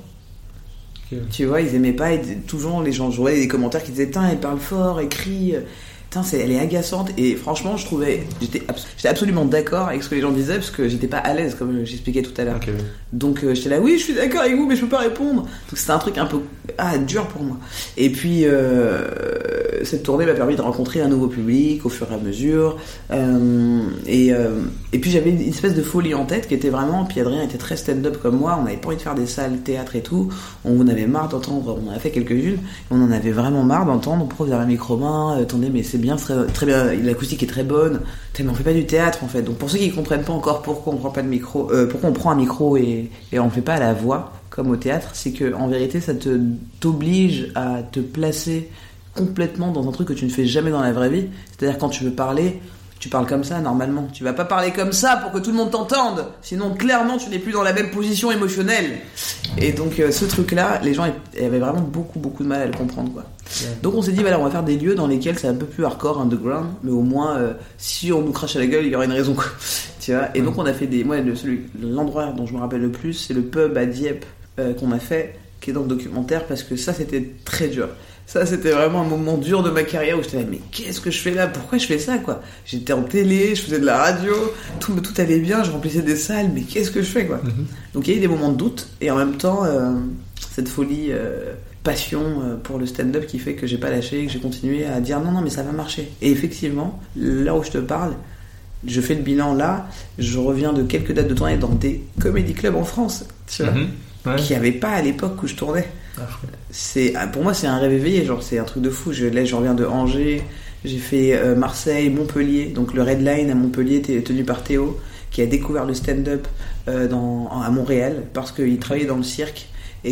Okay. Tu vois, ils aimaient pas, et toujours, les gens, je voyais des commentaires qui disaient, putain, elle parle fort, elle crie. Putain, c'est, elle est agaçante, et franchement, je trouvais, j'étais, j'étais absolument d'accord avec ce que les gens disaient, parce que j'étais pas à l'aise, comme j'expliquais tout à l'heure. Okay. Donc, euh, j'étais là, oui, je suis d'accord avec vous, mais je peux pas répondre. Donc, c'était un truc un peu, ah, dur pour moi. Et puis, euh, cette tournée m'a permis de rencontrer un nouveau public au fur et à mesure, euh, et, euh, et puis j'avais une espèce de folie en tête qui était vraiment, puis Adrien était très stand-up comme moi, on n'avait pas envie de faire des salles, théâtre et tout, on en avait marre d'entendre, on en a fait quelques-unes, on en avait vraiment marre d'entendre, prof derrière un micro-main, attendez, mais c'est bien, très, très bien, l'acoustique est très bonne, mais on fait pas du théâtre en fait. Donc pour ceux qui comprennent pas encore pourquoi on prend pas de micro, euh, pourquoi on prend un micro et, et on fait pas à la voix comme au théâtre, c'est que en vérité ça te t'oblige à te placer complètement dans un truc que tu ne fais jamais dans la vraie vie. C'est-à-dire quand tu veux parler, tu parles comme ça normalement. Tu vas pas parler comme ça pour que tout le monde t'entende. Sinon, clairement, tu n'es plus dans la même position émotionnelle. Et donc, euh, ce truc-là, les gens avaient vraiment beaucoup, beaucoup de mal à le comprendre, quoi. Ouais. Donc, on s'est dit, voilà, on va faire des lieux dans lesquels c'est un peu plus hardcore, underground, mais au moins, euh, si on nous crache à la gueule, il y aura une raison, quoi. Tu vois. Et ouais. Donc, on a fait des, moi, le, celui, l'endroit dont je me rappelle le plus, c'est le pub à Dieppe euh, qu'on a fait, qui est dans le documentaire, parce que ça, c'était très dur. Ça, c'était vraiment un moment dur de ma carrière où j'étais là, mais qu'est-ce que je fais là ? Pourquoi je fais ça, quoi ? J'étais en télé, je faisais de la radio, tout, tout allait bien, je remplissais des salles, mais qu'est-ce que je fais, quoi ? Mm-hmm. Donc il y a eu des moments de doute, et en même temps, euh, cette folie, euh, passion euh, pour le stand-up qui fait que j'ai pas lâché, que j'ai continué à dire non, non, mais ça va marcher. Et effectivement, là où je te parle, je fais le bilan là, je reviens de quelques dates de tournée dans des comédie clubs en France, tu vois, mm-hmm. ouais. Qu'il n'y avait pas à l'époque où je tournais. C'est, pour moi c'est un rêve éveillé, genre c'est un truc de fou. Je, là je reviens de Angers, j'ai fait euh, Marseille, Montpellier, donc le Red Line à Montpellier était tenu par Théo qui a découvert le stand-up euh, dans, à Montréal parce qu'il travaillait dans le cirque et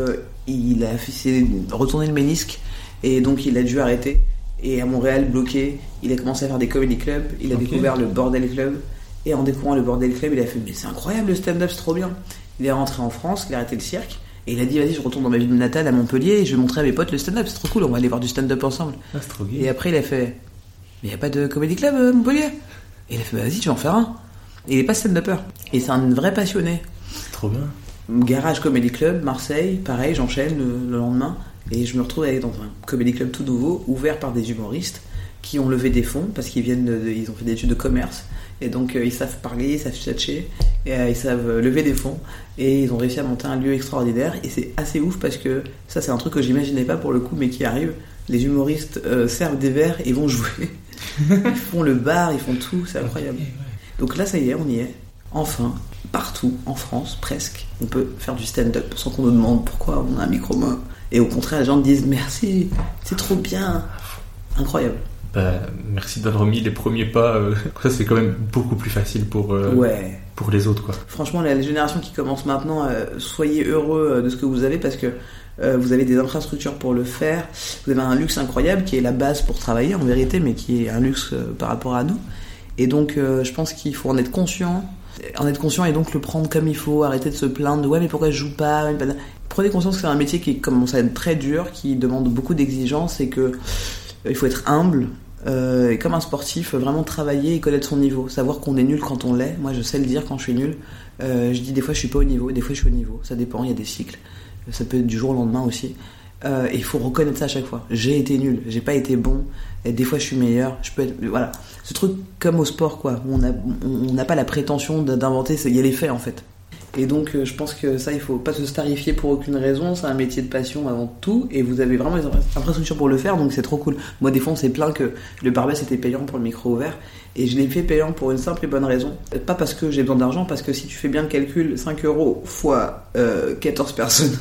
qu'il a fait, retourné le ménisque et donc il a dû arrêter, et à Montréal bloqué il a commencé à faire des comedy clubs, il a okay. découvert le Bordel Club, et en découvrant le Bordel Club il a fait mais c'est incroyable le stand-up, c'est trop bien. Il est rentré en France, il a arrêté le cirque. Et il a dit, vas-y, je retourne dans ma ville natale à Montpellier et je vais montrer à mes potes le stand-up, c'est trop cool, on va aller voir du stand-up ensemble. Ah, c'est trop gay. Et après, il a fait, mais il n'y a pas de comedy club à Montpellier ? Et il a fait, bah vas-y, tu vas en faire un. Et il est pas stand-upper. Et c'est un vrai passionné. C'est trop bien. Garage Comedy Club, Marseille, pareil, j'enchaîne le, le lendemain. Et je me retrouve à aller dans un comedy club tout nouveau, ouvert par des humoristes qui ont levé des fonds parce qu'ils viennent de, de, ils ont fait des études de commerce. Et donc euh, ils savent parler, ils savent tchatcher, et euh, ils savent euh, lever des fonds, et ils ont réussi à monter un lieu extraordinaire. Et c'est assez ouf parce que ça c'est un truc que j'imaginais pas pour le coup, mais qui arrive. Les humoristes euh, servent des verres et vont jouer. Ils font le bar, ils font tout, c'est incroyable. Donc là ça y est, on y est. Enfin, partout en France, presque, on peut faire du stand-up sans qu'on nous demande pourquoi on a un micro-main. Et au contraire, les gens te disent merci, c'est trop bien, incroyable. Bah, merci d'avoir mis les premiers pas. Euh, ça, c'est quand même beaucoup plus facile pour, euh, ouais. pour les autres, quoi. Franchement, la génération qui commence maintenant, euh, soyez heureux de ce que vous avez parce que euh, vous avez des infrastructures pour le faire. Vous avez un luxe incroyable qui est la base pour travailler, en vérité, mais qui est un luxe euh, par rapport à nous. Et donc, euh, je pense qu'il faut en être conscient. En être conscient et donc le prendre comme il faut, arrêter de se plaindre de ouais, mais pourquoi je joue pas ? Prenez conscience que c'est un métier qui commence à être très dur, qui demande beaucoup d'exigences et que euh, il faut être humble. Euh, et comme un sportif, vraiment travailler et connaître son niveau, savoir qu'on est nul quand on l'est. Moi je sais le dire quand je suis nul. Euh, je dis des fois je suis pas au niveau, des fois je suis au niveau, ça dépend, il y a des cycles, ça peut être du jour au lendemain aussi. Euh, et il faut reconnaître ça à chaque fois. J'ai été nul, j'ai pas été bon, et des fois je suis meilleur, je peux être, voilà. Ce truc comme au sport quoi, où on a, on n'a pas la prétention d'inventer, il y a les faits en fait. Et donc euh, je pense que ça il faut pas se starifier pour aucune raison, c'est un métier de passion avant tout, et vous avez vraiment les infrastructures pour le faire, donc c'est trop cool. Moi des fois on s'est plaint que le Barbès était payant pour le micro ouvert, et je l'ai fait payant pour une simple et bonne raison, pas parce que j'ai besoin d'argent, parce que si tu fais bien le calcul, cinq euros fois euh, quatorze personnes,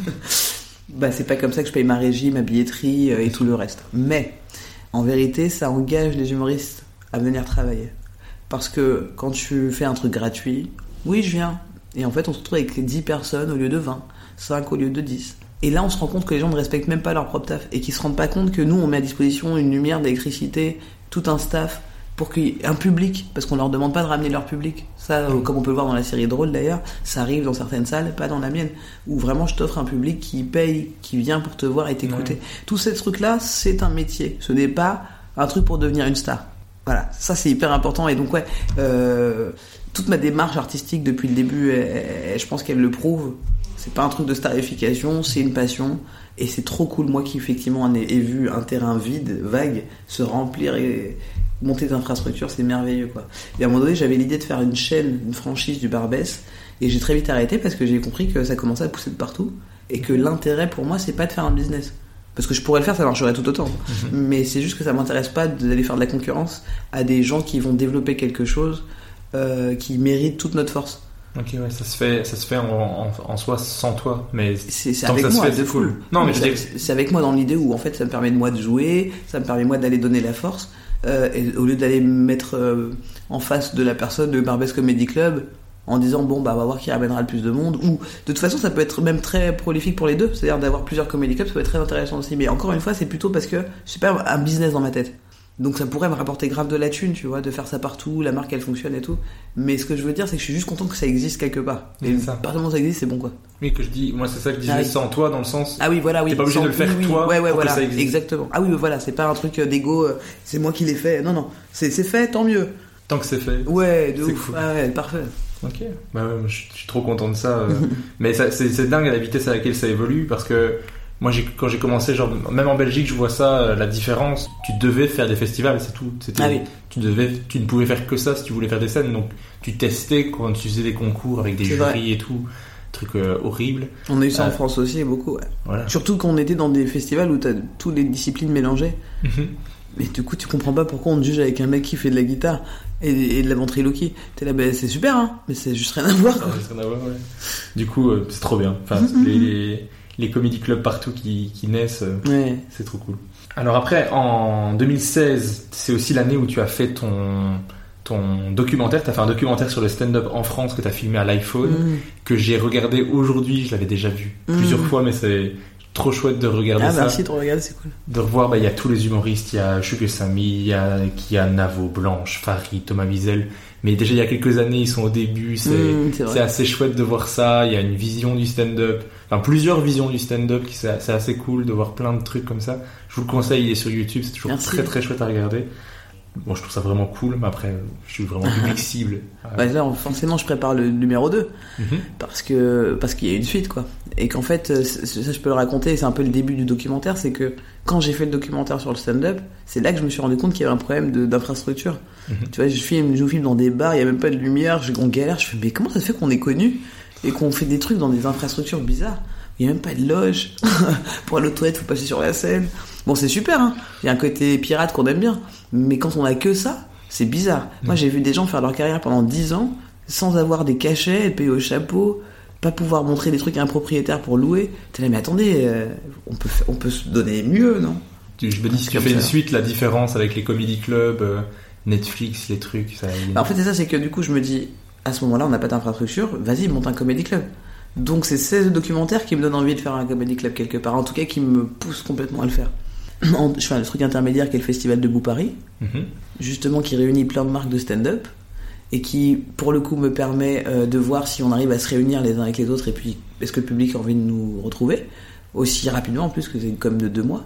bah c'est pas comme ça que je paye ma régie, ma billetterie euh, et tout le reste. Mais en vérité ça engage les humoristes à venir travailler, parce que quand tu fais un truc gratuit, oui je viens, et en fait on se retrouve avec dix personnes au lieu de vingt, cinq au lieu de dix. Et là on se rend compte que les gens ne respectent même pas leur propre taf, et qu'ils se rendent pas compte que nous on met à disposition une lumière, d'électricité, tout un staff, pour qu'il y ait un public, parce qu'on leur demande pas de ramener leur public. Ça, comme on peut le voir dans la série Drôle d'ailleurs, ça arrive dans certaines salles, pas dans la mienne, où vraiment je t'offre un public qui paye, qui vient pour te voir et t'écouter. Ouais. Tous ces trucs-là, c'est un métier. Ce n'est pas un truc pour devenir une star. Voilà, ça c'est hyper important. Et donc ouais, euh, toute ma démarche artistique depuis le début, elle, elle, je pense qu'elle le prouve. C'est pas un truc de starification, c'est une passion. Et c'est trop cool, moi qui effectivement ai, ai vu un terrain vide, vague, se remplir et monter des infrastructures, c'est merveilleux quoi. Et à un moment donné, j'avais l'idée de faire une chaîne, une franchise du Barbès, et j'ai très vite arrêté parce que j'ai compris que ça commençait à pousser de partout, et que l'intérêt pour moi, c'est pas de faire un business. Parce que je pourrais le faire, ça marcherait tout autant. Mmh. Mais c'est juste que ça m'intéresse pas d'aller faire de la concurrence à des gens qui vont développer quelque chose euh, qui mérite toute notre force. Ok, ouais, ça se fait, ça se fait en, en, en soi sans toi, mais c'est, c'est avec moi, c'est cool. Non, mais, mais je c'est, c'est avec moi dans l'idée où en fait ça me permet de moi de jouer, ça me permet moi d'aller donner la force, euh, et au lieu d'aller me mettre euh, en face de la personne de Barbès Comedy Club en disant bon bah on va voir qui ramènera le plus de monde, ou de toute façon ça peut être même très prolifique pour les deux, c'est-à-dire d'avoir plusieurs comedy clubs, ça peut être très intéressant aussi, mais encore une fois c'est plutôt parce que c'est pas un business dans ma tête. Donc ça pourrait me rapporter grave de la thune, tu vois, de faire ça partout, la marque elle fonctionne et tout. Mais ce que je veux dire, c'est que je suis juste content que ça existe quelque part. Et à partir du moment où ça existe, c'est bon quoi. Oui, que je dis, moi c'est ça que je disais, ah, oui. Sans toi, dans le sens. Ah oui, voilà, oui. T'es pas obligé sans, de le faire oui, toi ouais, ouais, pour voilà, que ça existe. Exactement. Ah oui, mais voilà, c'est pas un truc d'ego, c'est moi qui l'ai fait. Non, non, c'est, c'est fait, tant mieux. Tant que c'est fait. Ouais, de c'est ouf. Cool. Ah ouais, parfait. Ok, bah ouais, je suis trop content de ça. Euh. Mais ça, c'est, c'est dingue à la vitesse à laquelle ça évolue, parce que moi, j'ai, quand j'ai commencé, genre, même en Belgique, je vois ça, la différence. Tu devais faire des festivals, c'est tout. C'était, ah oui. tu devais, tu ne pouvais faire que ça si tu voulais faire des scènes. Donc, tu testais quand tu faisais des concours avec des c'est jurys vrai. Et tout, truc euh, horrible. On a eu ça euh, en France aussi, beaucoup. Ouais. Voilà. Surtout quand on était dans des festivals où t'as toutes les disciplines mélangées. Mm-hmm. Mais du coup, tu comprends pas pourquoi on te juge avec un mec qui fait de la guitare et, et de la ventriloquie. T'es là, ben bah, c'est super, hein, mais c'est juste rien à voir. Quoi. Ah, rien à voir, ouais. Du coup, euh, c'est trop bien. Enfin, mm-hmm. les, les, les comedy clubs partout qui, qui naissent, euh, ouais. C'est trop cool. Alors après, en deux mille seize, c'est aussi l'année où tu as fait ton, ton documentaire. T'as fait un documentaire sur le stand-up en France que t'as filmé à l'iPhone, mm. que j'ai regardé aujourd'hui. Je l'avais déjà vu mm. plusieurs fois, mais c'est trop chouette de regarder ah, ça. Ah merci de regarder, c'est cool. De revoir, bah il y a tous les humoristes, il y a Chuck Samy, il y a qui a Navo, Blanche, Farid, Thomas Wiesel. Mais déjà il y a quelques années, ils sont au début, c'est mmh, c'est, c'est assez chouette de voir ça. Il y a une vision du stand-up, enfin plusieurs visions du stand-up, qui c'est, c'est assez cool de voir plein de trucs comme ça. Je vous le conseille, il est sur YouTube, c'est toujours merci. Très très chouette à regarder. Bon, je trouve ça vraiment cool, mais après, je suis vraiment public cible. Bah, là, forcément, je prépare le numéro deux, mm-hmm. parce que, parce qu'il y a une suite, quoi. Et qu'en fait, ça, je peux le raconter, c'est un peu le début du documentaire, c'est que quand j'ai fait le documentaire sur le stand-up, c'est là que je me suis rendu compte qu'il y avait un problème de, d'infrastructure. Mm-hmm. Tu vois, je filme, je filme dans des bars, il y a même pas de lumière, je, on galère, je fais, mais comment ça se fait qu'on est connu et qu'on fait des trucs dans des infrastructures bizarres? Il y a même pas de loge. Pour aller aux toilettes, faut passer sur la scène. Bon, c'est super, hein. Il y a un côté pirate qu'on aime bien. Mais quand on a que ça, c'est bizarre. Mmh. Moi, j'ai vu des gens faire leur carrière pendant dix ans sans avoir des cachets, être payés au chapeau, pas pouvoir montrer des trucs à un propriétaire pour louer. T'es là, mais attendez, euh, on peut, on peut se donner mieux, non? Je me dis, si tu fais une suite, la différence avec les comedy clubs, euh, Netflix, les trucs, ça... Bah, en fait, c'est ça, c'est que du coup, je me dis, à ce moment-là, on n'a pas d'infrastructure, vas-y, monte un comedy club. Donc c'est ces documentaires qui me donnent envie de faire un comedy club quelque part, en tout cas qui me poussent complètement à le faire. Je fais un truc intermédiaire qui est le Festival Debout Paris, mm-hmm. justement qui réunit plein de marques de stand-up et qui pour le coup me permet euh, de voir si on arrive à se réunir les uns avec les autres et puis est-ce que le public a envie de nous retrouver aussi rapidement en plus que c'est comme de deux mois.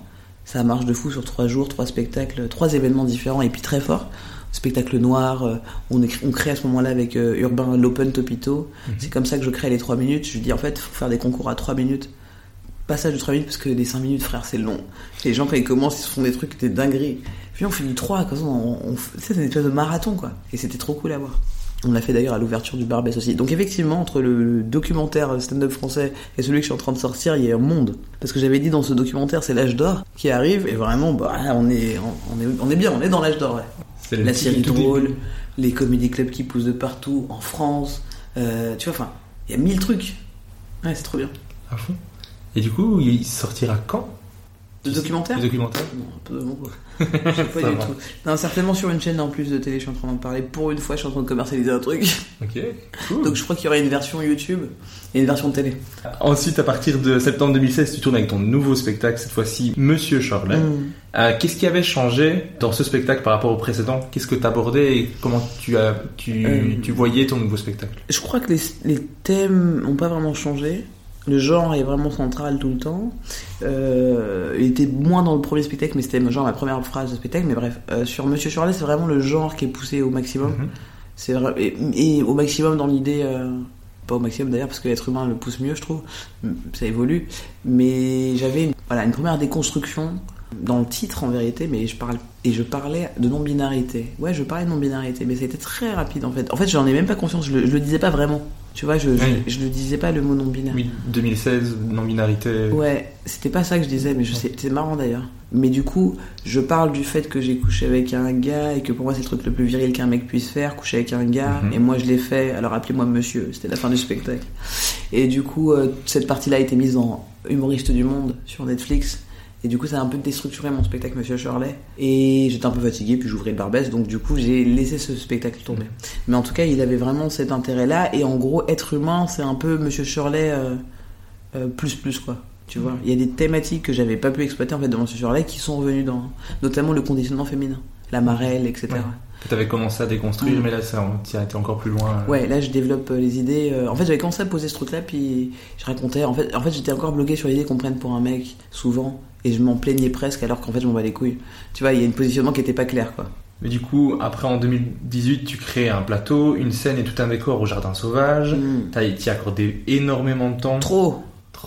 ça marche de fou sur trois jours, trois spectacles, trois événements différents et puis très forts. Spectacle noir, euh, on, écrit, on crée à ce moment-là avec euh, Urbain l'Open Topito. Mm-hmm. C'est comme ça que je crée les trois minutes. Je dis en fait, il faut faire des concours à trois minutes. Passage de trois minutes parce que les cinq minutes, frère, c'est long. Les gens, quand ils commencent, ils se font des trucs, des dingueries. Puis on fait du trois, comme ça, on, on, c'est une espèce de marathon, quoi. Et c'était trop cool à voir. On l'a fait d'ailleurs à l'ouverture du Barbès aussi. Donc effectivement, entre le, le documentaire stand-up français et celui que je suis en train de sortir, il y a un monde. Parce que j'avais dit dans ce documentaire, c'est l'âge d'or qui arrive, et vraiment, bah, on est, on est, on est bien, on est dans l'âge d'or, ouais. C'est la série drôle, début. Les comédie clubs qui poussent de partout, en France, euh, tu vois, enfin, il y a mille trucs. Ouais, c'est trop bien. À fond. Et du coup, il sortira quand ? Le documentaire ? Le documentaire ? Non, un peu de bon, quoi. Je sais pas du tout. Non, certainement sur une chaîne en plus de télé, je suis en train d'en parler. Pour une fois, je suis en train de commercialiser un truc. Ok, cool. Donc je crois qu'il y aura une version YouTube et une version télé. Ensuite, à partir de septembre deux mille seize, tu tournes avec ton nouveau spectacle, cette fois-ci Monsieur Chorlet. Mm. Euh, qu'est-ce qui avait changé dans ce spectacle par rapport au précédent ? Qu'est-ce que tu abordais et comment tu, as, tu, euh, tu voyais ton nouveau spectacle ? Je crois que les, les thèmes n'ont pas vraiment changé. Le genre est vraiment central tout le temps. Euh, il était moins dans le premier spectacle, mais c'était genre ma première phrase de spectacle. Mais bref, euh, sur Monsieur Chorlet, c'est vraiment le genre qui est poussé au maximum. Mm-hmm. C'est vrai, et, et au maximum dans l'idée, euh, pas au maximum d'ailleurs, parce que l'être humain le pousse mieux, je trouve. Ça évolue. Mais j'avais une, voilà, une première déconstruction dans le titre en vérité, mais je parle et je parlais de non-binarité. Ouais, je parlais de non-binarité, mais ça a été très rapide en fait. En fait, j'en ai même pas conscience. Je le, je le disais pas vraiment. Tu vois, je, oui. je, je ne disais pas le mot non-binaire. Oui, deux mille seize, non-binarité. Ouais, c'était pas ça que je disais, mais je sais, c'est marrant d'ailleurs. Mais du coup, je parle du fait que j'ai couché avec un gars et que pour moi c'est le truc le plus viril qu'un mec puisse faire, coucher avec un gars, mm-hmm. et moi je l'ai fait, alors appelez-moi monsieur, c'était la fin du spectacle. Et du coup, euh, cette partie-là a été mise dans Humoriste du Monde sur Netflix. Et du coup, ça a un peu déstructuré mon spectacle Monsieur Chorlet. Et j'étais un peu fatigué, puis j'ouvrais le Barbès, donc du coup, j'ai laissé ce spectacle tomber. Mais en tout cas, il avait vraiment cet intérêt-là. Et en gros, être humain, c'est un peu Monsieur Chorlet euh, euh, plus plus, quoi. Tu vois, il y a des thématiques que j'avais pas pu exploiter en fait dans Monsieur Chorlet qui sont revenues dans, notamment le conditionnement féminin, la marelle, et cetera. Ouais. Tu avais commencé à déconstruire, mmh. mais là, tu as été encore plus loin. Ouais, là, je développe les idées. En fait, j'avais commencé à poser ce truc-là, puis je racontais. En fait, en fait j'étais encore bloqué sur l'idée qu'on me prenne pour un mec, souvent, et je m'en plaignais presque, alors qu'en fait, je m'en bats les couilles. Tu vois, il y a un positionnement qui était pas clair, quoi. Mais du coup, après, en deux mille dix-huit, tu crées un plateau, une scène et tout un décor au Jardin Sauvage. Mmh. Tu y as accordé énormément de temps. Trop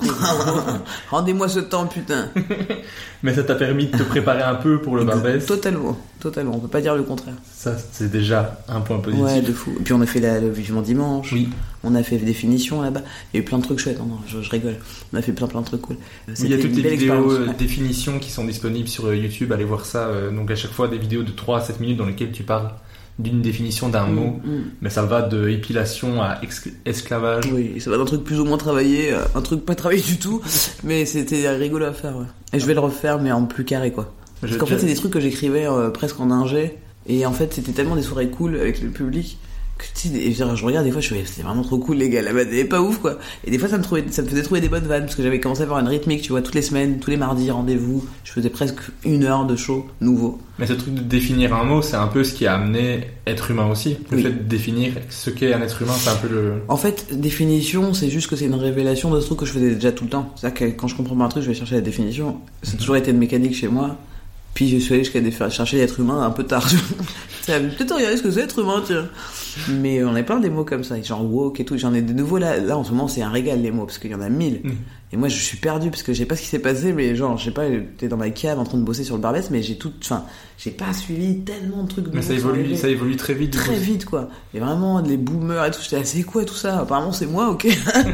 Rendez-moi ce temps, putain. Mais ça t'a permis de te préparer un peu pour le Barbès. Totalement, totalement, on peut pas dire le contraire. Ça, c'est déjà un point positif. Ouais, de fou. Et puis on a fait la, le Vivement Dimanche. Oui. On a fait définition là-bas. Il y a eu plein de trucs chouettes. Non, non, je, je rigole. On a fait plein plein de trucs cool. Oui, il y a toutes les vidéos euh, définitions qui sont disponibles sur YouTube. Allez voir ça. Euh, donc à chaque fois des vidéos de trois à sept minutes dans lesquelles tu parles d'une définition d'un mmh, mot, mmh. mais ça va de épilation à ex- esclavage. Oui, ça va d'un truc plus ou moins travaillé, un truc pas travaillé du tout, mais c'était rigolo à faire. Ouais. Et je vais le refaire, mais en plus carré, quoi. Parce je, qu'en fait, c'est des trucs que j'écrivais euh, presque en ingé, et en fait, c'était tellement des soirées cool avec le public que tu sais, je regarde des fois, je fais, c'était vraiment trop cool, les gars, la bande est pas ouf, quoi. Et des fois, ça me trouvait, ça me faisait trouver des bonnes vannes, parce que j'avais commencé à avoir une rythmique, tu vois, toutes les semaines, tous les mardis, rendez-vous, je faisais presque une heure de show nouveau. Mais ce truc de définir un mot, c'est un peu ce qui a amené être humain aussi. Le oui. fait de définir ce qu'est un être humain, c'est un peu le... En fait, définition, c'est juste que c'est une révélation de ce truc que je faisais déjà tout le temps. C'est-à-dire que quand je comprends pas un truc, je vais chercher la définition. Ça a toujours été une mécanique chez moi. Puis je suis allé jusqu'à chercher l'être humain un peu tard. Peut-être regarder ce que c'est être humain, tiens. Mais on a plein des mots comme ça, genre woke et tout. J'en ai de nouveaux là. Là, en ce moment, c'est un régal les mots, parce qu'il y en a mille. Mmh. Et moi, je suis perdu, parce que je sais pas ce qui s'est passé, mais genre, je sais pas, t'es dans ma cave en train de bosser sur le Barbès, mais j'ai tout, enfin, j'ai pas suivi tellement de trucs. Mais ça évolue, ça évolue très vite. Très vite, quoi. Et vraiment, les boomers et tout, j'étais là, c'est quoi tout ça? Apparemment, c'est moi, ok.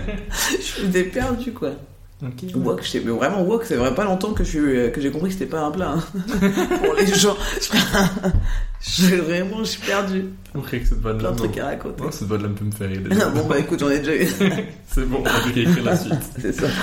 Je suis perdu, quoi. Okay, ouais. Wok, mais vraiment wok, c'est vrai pas longtemps que je suis, que j'ai compris que c'était pas un plat hein. Pour les gens. Je, vraiment, je suis perdu. Ok, que cette bonne plein de trucs à raconter. Oh, cette bonne lame peut me faire rire. Déjà. Bon bah écoute, j'en ai déjà eu. C'est bon, on a plus qu'à écrire la suite. C'est ça.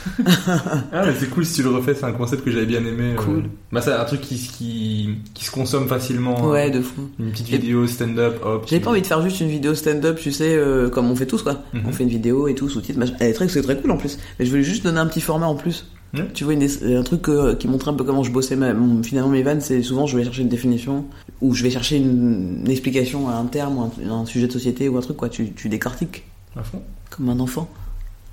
Ah mais c'est cool si tu le refais, c'est un concept que j'avais bien aimé. Cool. Euh... Bah c'est un truc qui, qui, qui se consomme facilement. Ouais, hein. de fou. Une petite vidéo et... stand-up, hop. J'ai pas envie de faire juste une vidéo stand-up, tu sais, euh, comme on fait tous quoi. Mm-hmm. On fait une vidéo et tout, sous-titres. Elle est très, c'est très cool en plus. Mais je voulais juste donner un petit format en plus. Mmh. Tu vois, une, un truc euh, qui montre un peu comment je bossais ma, mon, finalement mes vannes, c'est souvent je vais chercher une définition ou je vais chercher une, une explication à un terme ou un, un sujet de société ou un truc quoi. Tu, tu décortiques à fond. Comme un enfant.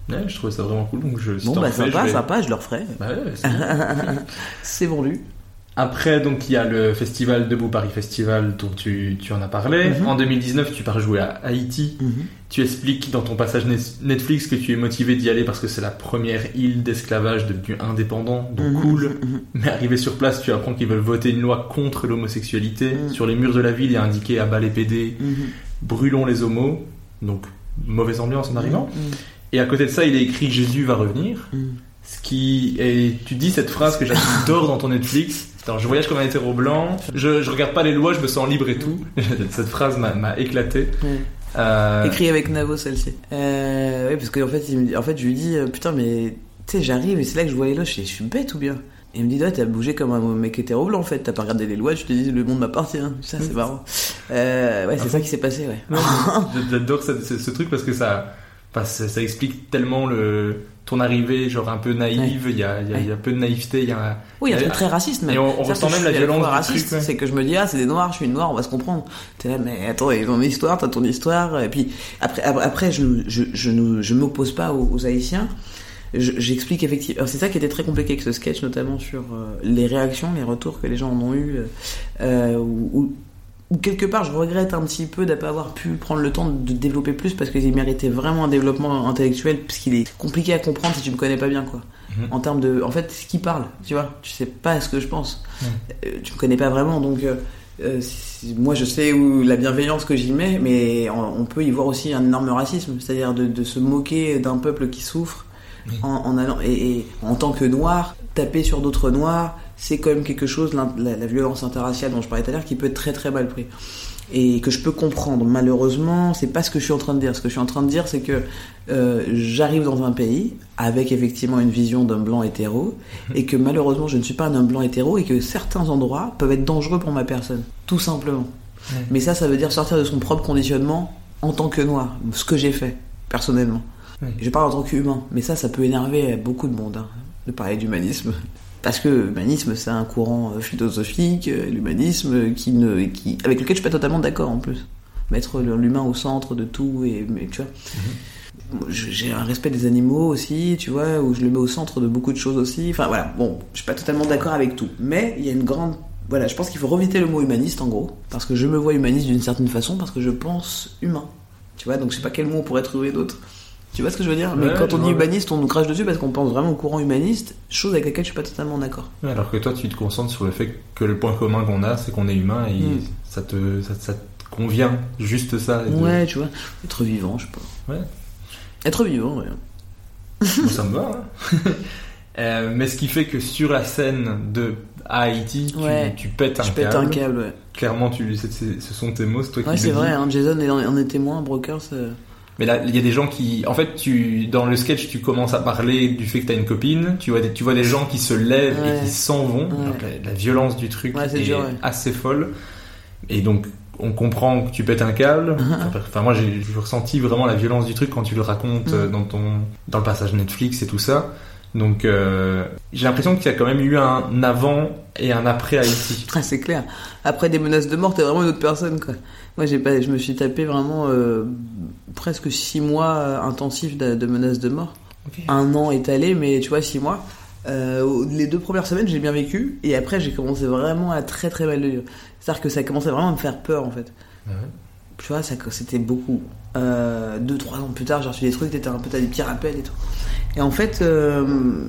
Ouais, je trouvais ça vraiment cool. Donc je, si bon, bah fais, sympa, je vais... sympa, je le referai. Bah ouais, c'est, bon. C'est vendu. Après, donc, il y a le festival Debout Paris Festival dont tu, tu en as parlé. Mm-hmm. En deux mille dix-neuf, tu pars jouer à Haïti. Mm-hmm. Tu expliques dans ton passage Netflix que tu es motivé d'y aller parce que c'est la première île d'esclavage devenue indépendante, donc mm-hmm. cool. Mm-hmm. Mais arrivé sur place, tu apprends qu'ils veulent voter une loi contre l'homosexualité. Mm-hmm. Sur les murs de la ville, il y a indiqué à bas les P D, mm-hmm. brûlons les homos. Donc, mauvaise ambiance en arrivant. Mm-hmm. Et à côté de ça, il est écrit Jésus va revenir. Mm-hmm. Ce qui est... Tu dis cette phrase que j'adore dans ton Netflix. Alors, je voyage comme un hétéro blanc, je, je regarde pas les lois, je me sens libre et tout. Cette phrase m'a, m'a éclaté. Ouais. Euh... Écrit avec Navo, celle-ci. Euh, oui, parce qu'en fait, il me dit, en fait, je lui dis, putain, mais tu sais, j'arrive et c'est là que je vois les lois, je, je suis bête ou bien? Et il me dit, ouais, t'as bougé comme un mec hétéro blanc en fait, t'as pas regardé les lois, tu te dis, le monde m'appartient. Hein. Ça, c'est marrant. Euh, ouais, c'est ah, ça qui s'est passé, ouais. ouais j'adore ce, ce, ce truc parce que ça, enfin, ça, ça explique tellement le. Ton arrivée, genre un peu naïve, il ouais. y, a, y, a, ouais. y a un peu de naïveté, il y a... Oui, il y a un truc très raciste, même. Et on, on ressent même la violence raciste, truc, ouais. C'est que je me dis, ah, c'est des noirs, je suis une noire, on va se comprendre. T'es là, mais attends, ils ont une histoire, t'as ton histoire, et puis, après, après, je, je, je, je, je m'oppose pas aux, aux Haïtiens, je, j'explique effectivement, alors c'est ça qui était très compliqué avec ce sketch, notamment sur euh, les réactions, les retours que les gens en ont eu, euh, ou, ou Ou quelque part, je regrette un petit peu de ne pas avoir pu prendre le temps de développer plus parce qu'il méritait vraiment un développement intellectuel parce qu'il est compliqué à comprendre si tu me connais pas bien, quoi. Mmh. En termes de, en fait, ce qui parle, tu vois, tu sais pas ce que je pense, mmh. euh, tu me connais pas vraiment, donc euh, euh, moi je sais où la bienveillance que j'y mets, mais on, on peut y voir aussi un énorme racisme, c'est-à-dire de, de se moquer d'un peuple qui souffre mmh. en, en allant et, et en tant que noir, taper sur d'autres noirs. C'est quand même quelque chose, la, la, la violence interraciale dont je parlais tout à l'heure, qui peut être très très mal pris. Et que je peux comprendre. Malheureusement, c'est pas ce que je suis en train de dire. Ce que je suis en train de dire, c'est que euh, j'arrive dans un pays avec effectivement une vision d'un blanc hétéro, et que malheureusement, je ne suis pas un homme blanc hétéro, et que certains endroits peuvent être dangereux pour ma personne. Tout simplement. Ouais. Mais ça, ça veut dire sortir de son propre conditionnement en tant que noir. Ce que j'ai fait, personnellement. Ouais. Je parle en tant qu'humain. Mais ça, ça peut énerver beaucoup de monde, hein, de parler d'humanisme. Parce que l'humanisme, c'est un courant philosophique, l'humanisme qui ne, qui, avec lequel je suis pas totalement d'accord en plus. Mettre l'humain au centre de tout, et, mais, tu vois. Mm-hmm. J'ai un respect des animaux aussi, tu vois, où je le mets au centre de beaucoup de choses aussi. Enfin voilà, bon, je suis pas totalement d'accord avec tout. Mais il y a une grande... Voilà, je pense qu'il faut revisiter le mot humaniste en gros. Parce que je me vois humaniste d'une certaine façon, parce que je pense humain. Tu vois, donc je sais pas quel mot on pourrait trouver d'autre. Tu vois ce que je veux dire? Mais ouais, quand on dit humaniste, on nous crache dessus parce qu'on pense vraiment au courant humaniste, chose avec laquelle je suis pas totalement d'accord. Ouais, alors que toi, tu te concentres sur le fait que le point commun qu'on a, c'est qu'on est humain et mm. ça, te, ça, ça te convient, juste ça. De... Ouais, tu vois, être vivant, je sais pas. Ouais. Être vivant, ouais. Bon, ça me va, hein. euh, mais ce qui fait que sur la scène de Haïti, tu, ouais. tu pètes un je câble. Je pète un câble, ouais. Clairement, tu, c'est, c'est, ce sont tes mots, c'est toi ouais, qui c'est le dis. vrai, hein, Jason en est témoin, Brokers... Euh... Mais là, il y a des gens qui, en fait, tu, dans le sketch, tu commences à parler du fait que t'as une copine, tu vois des, tu vois des gens qui se lèvent ouais. et qui s'en vont. Ouais. Donc, la, la violence du truc ouais, est dur, ouais. assez folle. Et donc, on comprend que tu pètes un câble. Uh-huh. Enfin, moi, j'ai, j'ai ressenti vraiment la violence du truc quand tu le racontes uh-huh. dans ton, dans le passage Netflix et tout ça. Donc, euh, j'ai l'impression qu'il y a quand même eu un avant et un après Haïti. Ah, c'est clair. Après des menaces de mort, t'es vraiment une autre personne, quoi. Moi, j'ai pas, je me suis tapé vraiment euh, presque six mois euh, intensifs de, de menaces de mort. Okay. Un an étalé, mais tu vois, six mois. Euh, les deux premières semaines, j'ai bien vécu, et après, j'ai commencé vraiment à très très mal le vivre. C'est-à-dire que ça commençait vraiment à me faire peur, en fait. Ah ouais. Tu vois, ça, c'était beaucoup. Euh, deux, trois ans plus tard, j'ai reçu des trucs, t'étais un peu, t'as des petits rappels et tout. Et en fait, euh,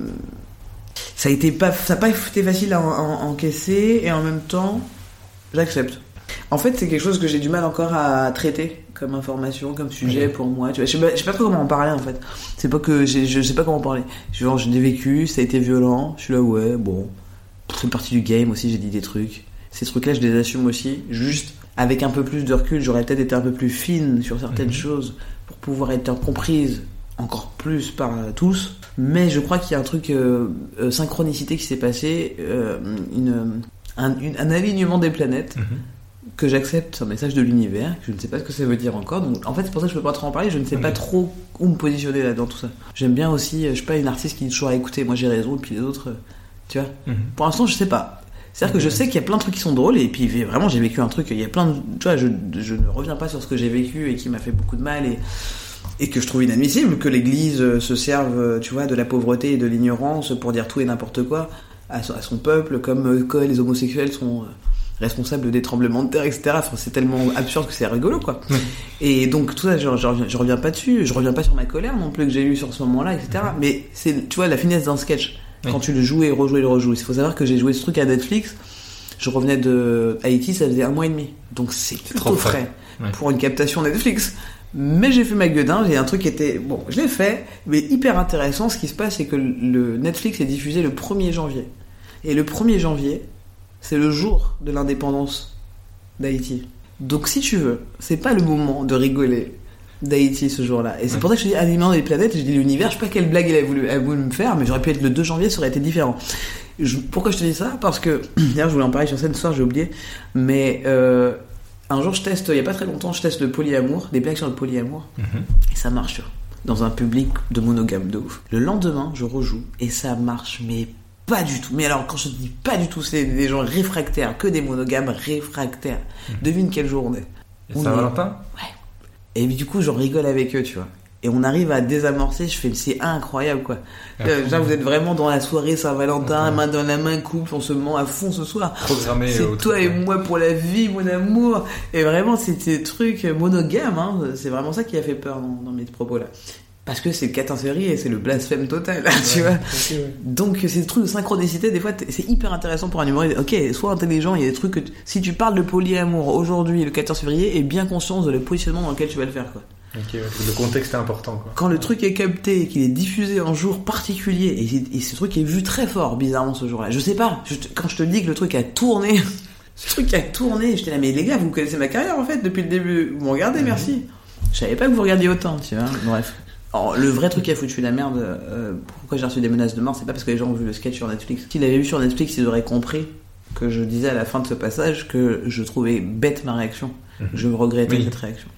ça a été pas, ça a pas été facile à, en, à encaisser, et en même temps, j'accepte. En fait, c'est quelque chose que j'ai du mal encore à traiter comme information, comme sujet pour moi. Tu vois, je sais pas, je sais pas trop comment en parler en fait. C'est pas que j'ai, je sais pas comment en parler. Genre, je l'ai vécu, ça a été violent. Je suis là, ouais, bon, c'est partie du game aussi. J'ai dit des trucs. Ces trucs-là, je les assume aussi. Juste avec un peu plus de recul, j'aurais peut-être été un peu plus fine sur certaines mmh. choses pour pouvoir être comprise encore plus par euh, tous. Mais je crois qu'il y a un truc euh, euh, synchronicité qui s'est passé, euh, une, un, une, un alignement des planètes. Mmh. Que j'accepte, c'est un message de l'univers, que je ne sais pas ce que ça veut dire encore. Donc, en fait, c'est pour ça que je peux pas trop en parler. Je ne sais pas trop où me positionner là dans tout ça. J'aime bien aussi, je suis pas une artiste qui dit toujours à écouter. Moi, j'ai raison, et puis les autres, tu vois. Mm-hmm. Pour l'instant, je sais pas. C'est-à-dire que je sais qu'il y a plein de trucs qui sont drôles, et puis vraiment, j'ai vécu un truc. Il y a plein de, tu vois, je, je ne reviens pas sur ce que j'ai vécu et qui m'a fait beaucoup de mal. Et Et que je trouve inadmissible que l'Église se serve, tu vois, de la pauvreté et de l'ignorance pour dire tout et n'importe quoi à son, à son peuple, comme que les homosexuels sont responsables des tremblements de terre, et cetera. Enfin, c'est tellement absurde que c'est rigolo, quoi. Ouais. Et donc tout ça, je, je, je reviens pas dessus, je reviens pas sur ma colère non plus que j'ai eue sur ce moment-là, et cetera. Mmh. Mais c'est, tu vois, la finesse d'un sketch. Oui. Quand tu le joues et rejoues et le rejoues. Il faut savoir que j'ai joué ce truc à Netflix. Je revenais de Haïti, ça faisait un mois et demi. Donc c'est, c'est plutôt frais, frais. Ouais. Pour une captation Netflix. Mais j'ai fait ma gueudin, j'ai un truc qui était... Bon, je l'ai fait, mais hyper intéressant. Ce qui se passe, c'est que le Netflix est diffusé le premier janvier. Et le premier janvier, c'est le jour de l'indépendance d'Haïti. Donc si tu veux, c'est pas le moment de rigoler d'Haïti ce jour-là. Et c'est ouais. pour ça que je dis Animaux des planètes, je dis l'univers, je sais pas quelle blague il a voulu, a voulu me faire, mais j'aurais pu être le deux janvier, ça aurait été différent. Je, pourquoi je te dis ça ? Parce que, d'ailleurs je voulais en parler sur scène ce soir, j'ai oublié, mais euh, un jour je teste, il y a pas très longtemps, je teste le polyamour, des blagues sur le polyamour, mm-hmm. et ça marche, tu vois, dans un public de monogame de ouf. Le lendemain, je rejoue, et ça marche, mais pas du tout. Mais alors, quand je te dis pas du tout, c'est des gens réfractaires, que des monogames réfractaires. Mmh. Devine quel jour on est. Et Saint-Valentin ? Ouais. Et du coup, j'en rigole avec eux, tu vois. Et on arrive à désamorcer, je fais, c'est incroyable, quoi. Ah, euh, genre, vous êtes vraiment dans la soirée Saint-Valentin, main dans la main, couple, on se ment à fond ce soir. Programmé. C'est toi et moi pour la vie, mon amour. Et vraiment, c'est des trucs monogames, hein. C'est vraiment ça qui a fait peur dans, dans mes propos là. Parce que c'est le quatorze février et c'est le blasphème total, là, tu ouais, vois. Okay, ouais. Donc, c'est des trucs de synchronicité, des fois, c'est hyper intéressant pour un humoriste. Ok, sois intelligent, il y a des trucs que, t- si tu parles de polyamour aujourd'hui, le quatorze février, aie bien conscience de le positionnement dans lequel tu vas le faire, quoi. Ok, ouais, le contexte est important, quoi. Quand le truc est capté et qu'il est diffusé un jour particulier, et, et ce truc est vu très fort, bizarrement, ce jour-là. Je sais pas, je, quand je te dis que le truc a tourné, ce truc a tourné, j'étais là, mais les gars, vous connaissez ma carrière, en fait, depuis le début. Vous me regardez, mm-hmm. merci. Je savais pas que vous regardiez autant, tu vois. Bref. Alors, le vrai truc qui a foutu la merde, euh, pourquoi j'ai reçu des menaces de mort, c'est pas parce que les gens ont vu le sketch sur Netflix. S'ils l'avaient vu sur Netflix, ils auraient compris que je disais à la fin de ce passage que je trouvais bête ma réaction. Mmh. Je regrettais oui. cette réaction.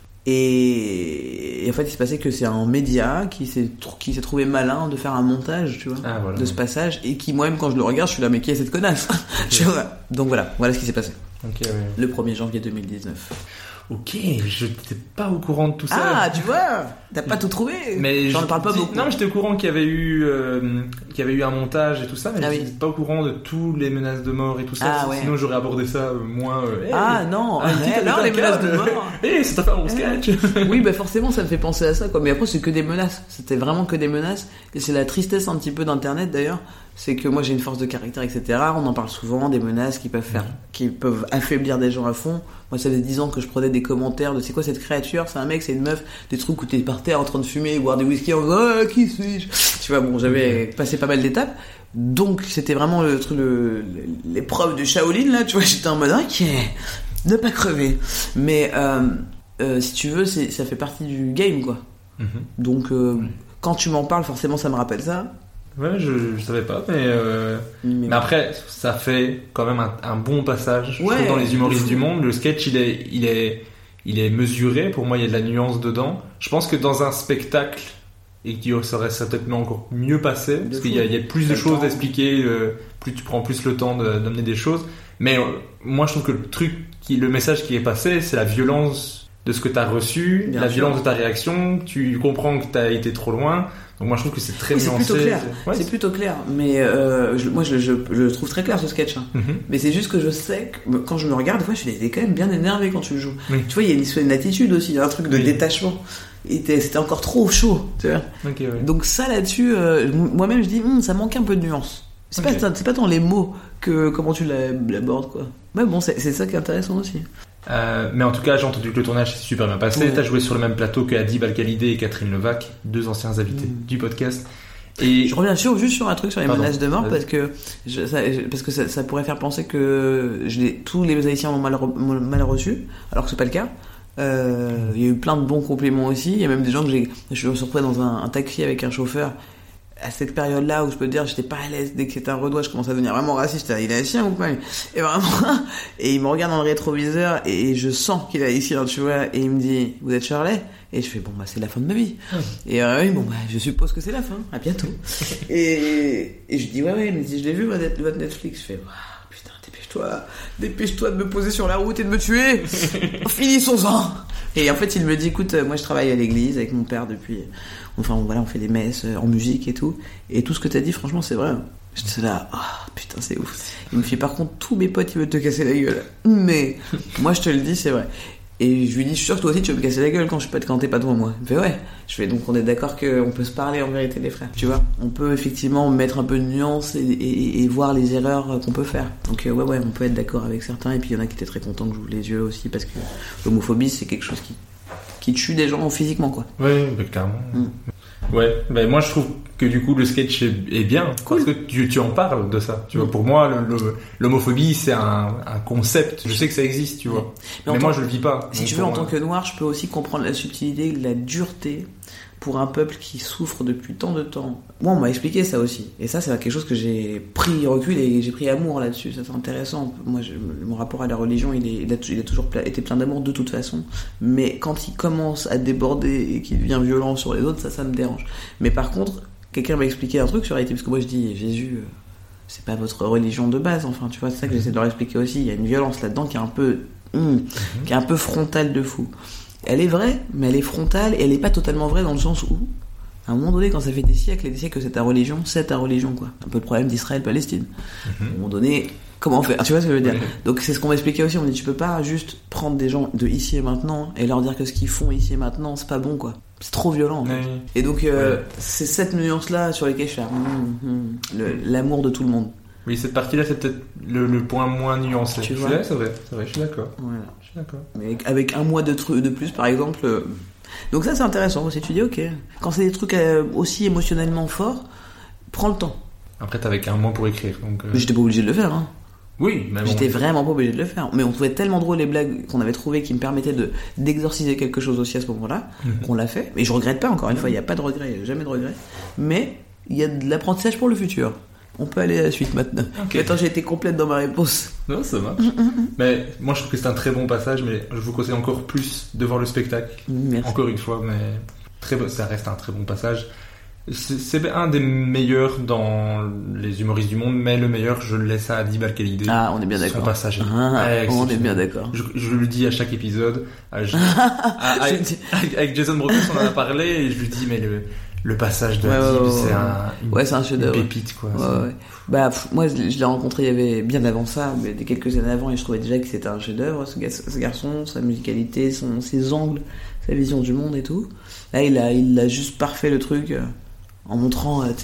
Et... et en fait, il se passait que c'est un média qui s'est, qui s'est trouvé malin de faire un montage, tu vois, ah, voilà, de ce passage, et qui, moi-même, quand je le regarde, je suis là, mais qui est cette connasse ? Okay. Tu vois. Donc voilà, voilà ce qui s'est passé. Okay, ouais. Le premier janvier deux mille dix-neuf. Ok, je n'étais pas au courant de tout ça. Ah, tu vois, t'as pas tout trouvé. Mais j'en parle pas beaucoup. Non, mais j'étais au courant qu'il y avait eu, euh, qu'il y avait eu un montage et tout ça, mais ah, je n'étais oui. pas au courant de tous les menaces de mort et tout ça. Ah, ouais. Sinon, j'aurais abordé ça euh, moins. Euh, hey, ah non, ah, hey, alors les menaces de mort. Eh, hey, c'est ta femme, on sketch. Oui, bah forcément, ça me fait penser à ça, quoi. Mais après, c'est que des menaces. C'était vraiment que des menaces. Et c'est la tristesse un petit peu d'Internet d'ailleurs. C'est que moi j'ai une force de caractère, et cetera. On en parle souvent, des menaces qui peuvent faire, qui peuvent affaiblir des gens à fond. Moi, ça faisait dix ans que je prenais des commentaires de c'est quoi cette créature, c'est un mec, c'est une meuf, des trucs où t'es par terre en train de fumer, boire des whisky en disant oh, qui suis-je. Tu vois, bon, j'avais passé pas mal d'étapes. Donc c'était vraiment le truc, le, l'épreuve de Shaolin là. Tu vois, j'étais en mode ok, ne pas crever. Mais euh, euh, si tu veux, c'est, ça fait partie du game, quoi. Mm-hmm. Donc euh, ouais. Quand tu m'en parles, forcément, ça me rappelle ça. Ouais, je, je savais pas, mais, euh... mais, mais après, ça fait quand même un, un bon passage. Ouais, je trouve dans les humoristes du monde, le sketch, il est, il est, il est mesuré. Pour moi, il y a de la nuance dedans. Je pense que dans un spectacle, et qui serait certainement encore mieux passé, de parce fou. qu'il y a, il y a plus de choses à expliquer, euh, plus tu prends plus le temps de, d'amener des choses. Mais euh, moi, je trouve que le truc, qui, le message qui est passé, c'est la violence de ce que tu as reçu, Bien la sûr. violence de ta réaction. Tu comprends que tu as été trop loin. Donc moi je trouve que c'est très oui, nuancé. C'est plutôt clair. Ouais, c'est, c'est plutôt clair. Mais euh, je, moi je, je, je le trouve très clair ce sketch. Hein. Mm-hmm. Mais c'est juste que je sais que quand je me regarde, des fois je suis quand même bien énervé quand tu le joues. Oui. Tu vois, il y a une, une attitude aussi, il y a un truc de oui. détachement. Et c'était encore trop chaud, tu vois. Okay, ouais. Donc ça là-dessus, euh, moi-même je dis, hm, ça manque un peu de nuance. C'est, okay. pas, c'est pas tant les mots que comment tu l'abordes, quoi. Mais bon, c'est, c'est ça qui est intéressant aussi. Euh, mais en tout cas, j'ai entendu que le tournage s'est super bien passé. Ouais. T'as joué sur le même plateau que Adib Al-Khalidé et Catherine Levac, deux anciens invités mmh. du podcast. Et je reviens sur, juste sur un truc sur les Pardon, menaces de mort, vas-y. parce que, je, ça, parce que ça, ça pourrait faire penser que je l'ai, tous les Haïtiens l'ont mal, re, mal reçu, alors que c'est pas le cas. Euh, il y a eu plein de bons compliments aussi. Il y a même des gens que j'ai, je me suis retrouvé dans un, un taxi avec un chauffeur. À cette période-là où je peux te dire j'étais pas à l'aise, dès que c'était un redoigt je commençais à devenir vraiment raciste. Il est haïtien ou pas? Et vraiment, et il me regarde dans le rétroviseur et je sens qu'il est haïtien, tu vois, et il me dit vous êtes Charlet? Et je fais bon bah c'est la fin de ma vie. Et euh, oui bon bah je suppose que c'est la fin. À bientôt. et, et je dis ouais ouais, il me dit je l'ai vu votre Netflix. Je fais oh, putain dépêche-toi, dépêche-toi de me poser sur la route et de me tuer. Finissons-en. Et en fait, il me dit, écoute, moi je travaille à l'église avec mon père depuis, enfin voilà, on fait des messes en musique et tout, et tout ce que t'as dit, franchement, c'est vrai. J'étais là, ah oh, putain, c'est ouf. Il me fait, par contre, tous mes potes, ils veulent te casser la gueule. Mais moi, je te le dis, c'est vrai. Et je lui dis, je suis sûr que toi aussi tu veux me casser la gueule quand, je, quand t'es pas devant moi. Il me fait ouais. Je fais donc on est d'accord qu'on peut se parler en vérité les frères. Tu vois, on peut effectivement mettre un peu de nuance et, et, et voir les erreurs qu'on peut faire. Donc euh, ouais ouais, on peut être d'accord avec certains. Et puis il y en a qui étaient très contents que j'ouvre les yeux aussi parce que l'homophobie c'est quelque chose qui, qui tue des gens physiquement quoi. Ouais, bah, clairement. Mm. Ouais, mais moi je trouve que du coup le sketch est, est bien cool. Parce que tu, tu en parles de ça. Tu vois, pour moi le, le, l'homophobie c'est un, un concept. Je sais que ça existe, tu vois. Mais, mais moi je le vis pas. Si tu veux, en tant que noir, je peux aussi comprendre la subtilité, la dureté pour un peuple qui souffre depuis tant de temps. Moi on m'a expliqué ça aussi. Et ça c'est quelque chose que j'ai pris recul et j'ai pris amour là-dessus. Ça c'est intéressant. Moi je, mon rapport à la religion il, est, il, a, il a toujours été plein d'amour de toute façon. Mais quand il commence à déborder et qu'il devient violent sur les autres, ça ça me dérange. Mais par contre, quelqu'un m'a expliqué un truc sur réalité, parce que moi je dis Jésus, euh, c'est pas votre religion de base, enfin tu vois, c'est ça que j'essaie de leur expliquer aussi. Il y a une violence là-dedans qui est un peu, hum, mm-hmm. qui est un peu frontale de fou. Elle est vraie, mais elle est frontale et elle est pas totalement vraie dans le sens où, à un moment donné, quand ça fait des siècles et des siècles que c'est ta religion, c'est ta religion quoi. Un peu le problème d'Israël-Palestine. Mm-hmm. À un moment donné, comment on fait ? Tu vois ce que je veux dire ? Oui. Donc c'est ce qu'on m'a expliqué aussi. On me dit tu peux pas juste prendre des gens de ici et maintenant et leur dire que ce qu'ils font ici et maintenant c'est pas bon quoi. C'est trop violent en fait. Oui. Et donc euh, oui. c'est cette nuance là sur laquelle je suis là, mmh, mmh, le, l'amour de tout le monde. Oui, cette partie là c'est peut-être le, le point moins nuancé. Tu vois, c'est vrai, c'est vrai, je suis d'accord. Voilà. Je suis d'accord. Mais avec un mois de, tru- de plus par exemple. Euh... Donc ça c'est intéressant aussi. Tu dis ok. Quand c'est des trucs euh, aussi émotionnellement forts, prends le temps. Après t'avais qu'un mois pour écrire donc. Euh... Mais j'étais pas obligé de le faire. Hein. Oui, mais bon. J'étais vraiment pas obligé de le faire. Mais on trouvait tellement drôle les blagues qu'on avait trouvées qui me permettaient de, d'exorciser quelque chose aussi à ce moment-là, mm-hmm. qu'on l'a fait. Mais je regrette pas, encore une fois, il n'y a pas de regret, il n'y a jamais de regret. Mais il y a de l'apprentissage pour le futur. On peut aller à la suite maintenant. Okay. Attends, j'ai été complète dans ma réponse. Non, ça marche. Mm-hmm. Mais moi, je trouve que c'est un très bon passage, mais je vous conseille encore plus de voir le spectacle. Merci. Encore une fois, mais très bon, ça reste un très bon passage. C'est, c'est un des meilleurs dans les humoristes du monde, mais le meilleur, je le laisse à Adib Al-Khalidi. Ah, on est bien d'accord. Son passage. Ah, on est bien d'accord. Je, je le dis à chaque épisode. À, à, à, avec, avec Jason Brothers, on en a parlé, et je lui dis, mais le, le passage de ouais, Adib, ouais, ouais, c'est un, une, ouais, c'est un chef-d'œuvre. Une pépite, quoi. Ouais, ouais. Bah, pff, moi, je l'ai rencontré, il y avait bien avant ça, mais des quelques années avant, et je trouvais déjà que c'était un chef-d'œuvre, ce, gar- ce garçon, sa musicalité, son, ses angles, sa vision du monde et tout. Là, il a, il a juste parfait le truc. En montrant euh,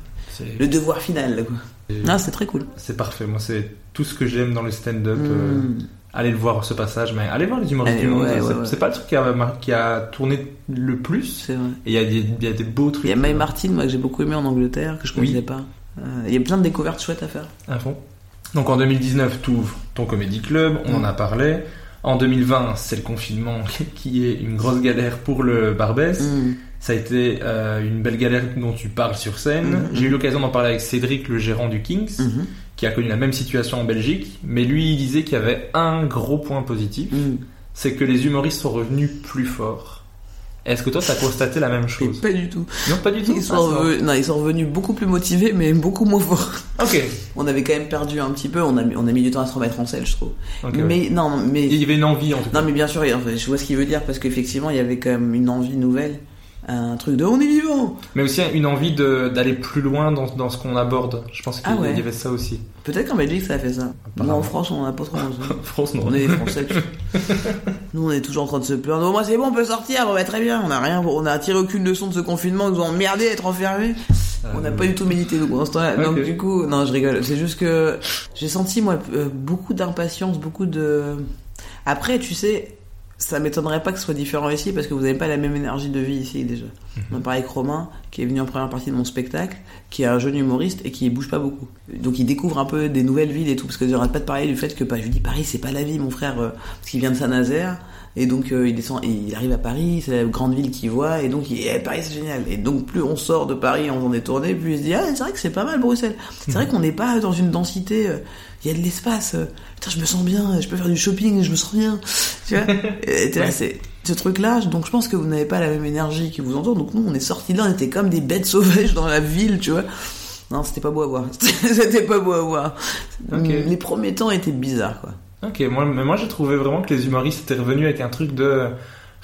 le devoir final quoi. Ah, c'est très cool. C'est parfait, moi c'est tout ce que j'aime dans le stand-up. Mmh. Euh, allez le voir ce passage, mais allez voir les humoristes du monde. Ouais, c'est, ouais, ouais. c'est pas le truc qui a, qui a tourné le plus. C'est vrai. Et il y a des, il y a des beaux trucs. Il y a Mae Martin, moi que j'ai beaucoup aimé en Angleterre, que je connaissais oui. pas. Il euh, y a plein de découvertes chouettes à faire. À fond. Donc en deux mille dix-neuf, tu ouvres ton comedy club, on mmh. en a parlé. En deux mille vingt, c'est le confinement qui est une grosse galère pour le Barbès. Mmh. Ça a été euh, une belle galère dont tu parles sur scène. Mmh. J'ai eu l'occasion d'en parler avec Cédric, le gérant du Kings, mmh. qui a connu la même situation en Belgique. Mais lui, il disait qu'il y avait un gros point positif, mmh. c'est que les humoristes sont revenus plus forts. Est-ce que toi, tu as constaté la même chose ? Pas du tout. Non, pas du tout. Ils sont, ah, revenus, non, ils sont revenus beaucoup plus motivés, mais beaucoup moins forts. Ok. On avait quand même perdu un petit peu. On a, on a mis du temps à se remettre en selle, je trouve. Okay, mais ouais. non, mais il y avait une envie en tout cas. Non, mais bien sûr, je vois ce qu'il veut dire parce qu'effectivement, il y avait quand même une envie nouvelle. Un truc de on est vivant, mais aussi une envie de, d'aller plus loin dans, dans ce qu'on aborde. Je pense qu'il ah ouais. y avait ça aussi. Peut-être qu'en Belgique ça a fait ça. Nous en France on en a pas trop. En France non. On est des Français. Nous on est toujours en train de se plaindre. Moi c'est bon, on peut sortir, on va très bien. On a rien, on a tiré aucune leçon de ce confinement. Ils nous ont emmerdé d'être enfermés. Euh... On n'a pas du tout médité nous pour l'instant. Okay. Donc du coup, non je rigole. C'est juste que j'ai senti moi beaucoup d'impatience, beaucoup de. Après tu sais. Ça m'étonnerait pas que ce soit différent ici parce que vous n'avez pas la même énergie de vie ici déjà. Mm-hmm. On a parlé avec Romain qui est venu en première partie de mon spectacle, qui est un jeune humoriste et qui bouge pas beaucoup. Donc il découvre un peu des nouvelles villes et tout parce que j'arrête pas de parler du fait que bah, je lui dis Paris c'est pas la vie mon frère euh, parce qu'il vient de Saint-Nazaire et donc euh, il descend et il arrive à Paris, c'est la grande ville qu'il voit et donc il eh, Paris c'est génial et donc plus on sort de Paris en faisant des tournées plus il se dit ah c'est vrai que c'est pas mal Bruxelles. C'est mm-hmm. vrai qu'on n'est pas dans une densité. Euh, il y a de l'espace, euh, putain je me sens bien, je peux faire du shopping, je me sens bien, tu vois. Et t'es là, c'est ce truc-là, donc je pense que vous n'avez pas la même énergie qui vous entoure, donc nous on est sortis de là, on était comme des bêtes sauvages dans la ville, tu vois. Non, c'était pas beau à voir, c'était pas beau à voir. Okay. Les premiers temps étaient bizarres, quoi. Ok, moi, mais moi j'ai trouvé vraiment que les humoristes étaient revenus avec un truc de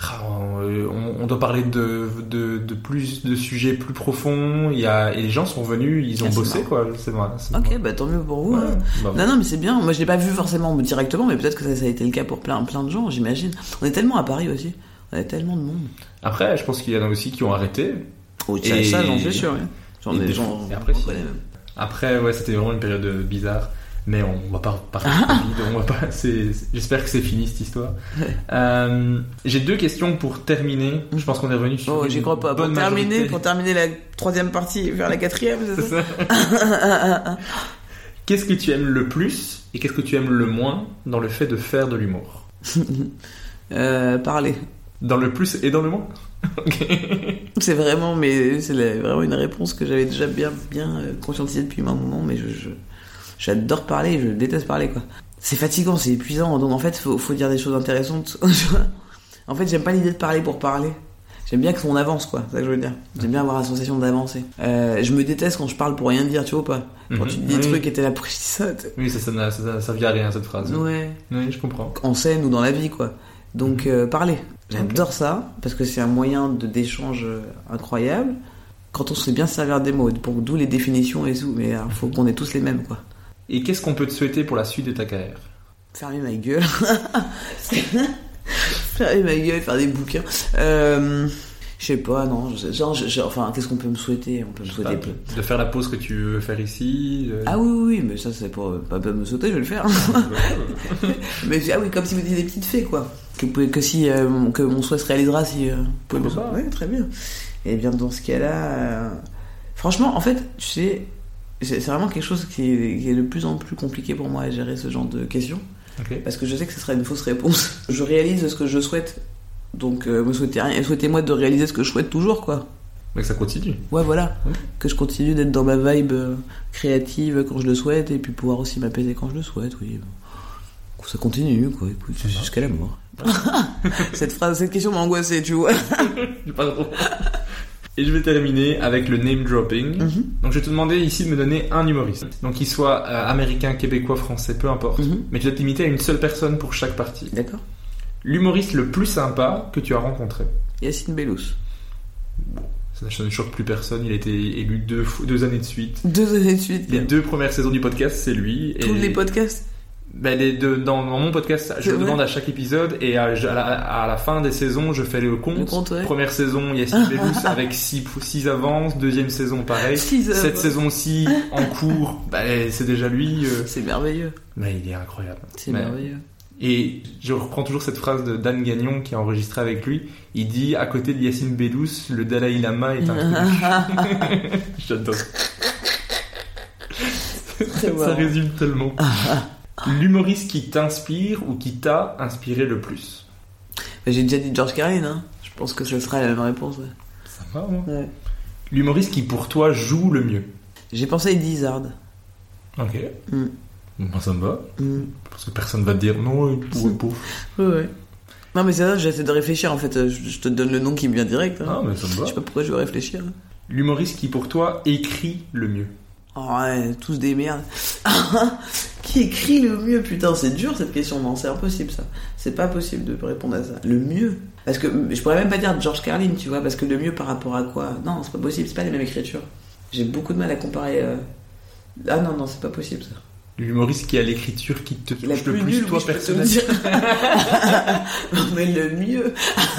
On, on doit parler de, de, de plus de sujets plus profonds. Il y a, et les gens sont venus, ils ont ah, bossé, quoi. C'est vrai. C'est ok, vrai. bah tant mieux pour vous. Ouais, hein. bah, non, non, mais c'est bien. Moi, je l'ai pas vu forcément directement, mais peut-être que ça, ça a été le cas pour plein, plein de gens, j'imagine. On est tellement à Paris aussi. On a tellement de monde. Après, je pense qu'il y en a aussi qui ont arrêté. Oh, et... ça, j'en suis sûr. Ouais. J'en ai des gens. Et après, si. après, ouais, c'était vraiment une période bizarre. Mais on va pas partir trop vite, on va pas. C'est, j'espère que c'est fini cette histoire. Ouais. Euh, j'ai deux questions pour terminer. Je pense qu'on est revenu sur. Oh, j'y crois pas. Pour terminer, majorité. pour terminer la troisième partie vers la quatrième, c'est ça. Qu'est-ce que tu aimes le plus et qu'est-ce que tu aimes le moins dans le fait de faire de l'humour? euh, Parler. Dans le plus et dans le moins. Okay. C'est vraiment, mais c'est la, vraiment une réponse que j'avais déjà bien, bien conscientisée depuis un moment, mais je. je... J'adore parler, je déteste parler, quoi. C'est fatigant, c'est épuisant, donc en fait, faut, faut dire des choses intéressantes. En fait, j'aime pas l'idée de parler pour parler. J'aime bien qu'on avance, quoi, c'est ça que je veux dire. J'aime bien avoir la sensation d'avancer. Euh, je me déteste quand je parle pour rien dire, tu vois pas. Quand mm-hmm. tu dis des oui. trucs et t'es là pour ça. Oui, ça, ça, ça, ça vient à rien, cette phrase. Ouais. Oui, je comprends. En scène ou dans la vie, quoi. Donc, euh, parler. J'adore okay. ça, parce que c'est un moyen de, d'échange incroyable. Quand on sait bien servir des mots, pour, d'où les définitions et tout, mais il faut qu'on ait tous les mêmes, quoi. Et qu'est-ce qu'on peut te souhaiter pour la suite de ta carrière? Fermer ma gueule. Fermer ma gueule, faire des bouquins. Euh, je sais pas, non. Genre, je, je, enfin, qu'est-ce qu'on peut me souhaiter? On peut me souhaiter pas, de faire la pause que tu veux faire ici. De... Ah oui, oui, oui, mais ça, c'est pas, pas, pas me souhaiter, je vais le faire. Mais ah oui, comme si vous disiez des petites fées, quoi. Que, que si, euh, que mon souhait se réalisera si. Euh, vous pouvez me souhaiter. Ouais, très bien. Et bien, dans ce cas-là, euh, franchement, en fait, tu sais. C'est vraiment quelque chose qui est, qui est de plus en plus compliqué pour moi à gérer ce genre de questions. Okay. Parce que je sais que ce serait une fausse réponse. Je réalise ce que je souhaite. Donc, euh, me souhaitez rien. Souhaitez-moi de réaliser ce que je souhaite toujours, quoi. Mais que ça continue. Ouais, voilà. Ouais. Que je continue d'être dans ma vibe euh, créative quand je le souhaite et puis pouvoir aussi m'apaiser quand je le souhaite, oui. Que ça continue, quoi. Écoute, jusqu'à la mort. cette phrase, cette question m'a angoissé, tu vois. J'ai pas trop. Et je vais terminer avec le name dropping. Mm-hmm. Donc je vais te demander ici de me donner un humoriste. Donc qu'il soit euh, américain, québécois, français, peu importe. Mm-hmm. Mais tu dois te limiter à une seule personne pour chaque partie. D'accord. L'humoriste le plus sympa que tu as rencontré? Yacine Bellous. Bon, ça ne choque plus personne. Il a été élu deux, deux années de suite. Deux années de suite. Les deux premières saisons du podcast, c'est lui. Tous et... les podcasts? Ben les deux, dans, dans mon podcast, je le demande à chaque épisode et à, à, la, à la fin des saisons, je fais le compte. Le compte ouais. Première saison, Yacine Bellous avec six avances. Deuxième saison, pareil. Cette saison-ci, en cours, ben, c'est déjà lui. Euh... C'est merveilleux. Ben, il est incroyable. C'est ben, merveilleux. Et je reprends toujours cette phrase de Dan Gagnon qui a enregistré avec lui. Il dit, à côté de Yacine Bellous, le Dalai Lama est un J'adore. Ça résume tellement. L'humoriste qui t'inspire ou qui t'a inspiré le plus? J'ai déjà dit George Carlin, hein. Je pense que ce sera la même réponse. Ouais. Ça va, moi. Ouais. L'humoriste qui pour toi joue le mieux? J'ai pensé à Eddie Izzard. Ok. Mm. Moi ça me va. Mm. Parce que personne va te dire non, il est pauvre. Ouais, ouais. Non, mais c'est ça, j'essaie de réfléchir en fait. Je te donne le nom qui me vient direct. Hein. Ah, mais ça me va. Je sais pas pourquoi je veux réfléchir. Hein. L'humoriste qui pour toi écrit le mieux? Oh ouais, tous des merdes. Qui écrit le mieux? Putain, c'est dur cette question. Non, c'est impossible ça. C'est pas possible de répondre à ça. Le mieux? Parce que je pourrais même pas dire George Carlin, tu vois, parce que le mieux par rapport à quoi? Non, c'est pas possible, c'est pas les mêmes écritures. J'ai beaucoup de mal à comparer. Euh... Ah non, non, c'est pas possible ça. L'humoriste qui a l'écriture qui te touche le plus, nul, toi oui, personnellement. Non, mais le mieux.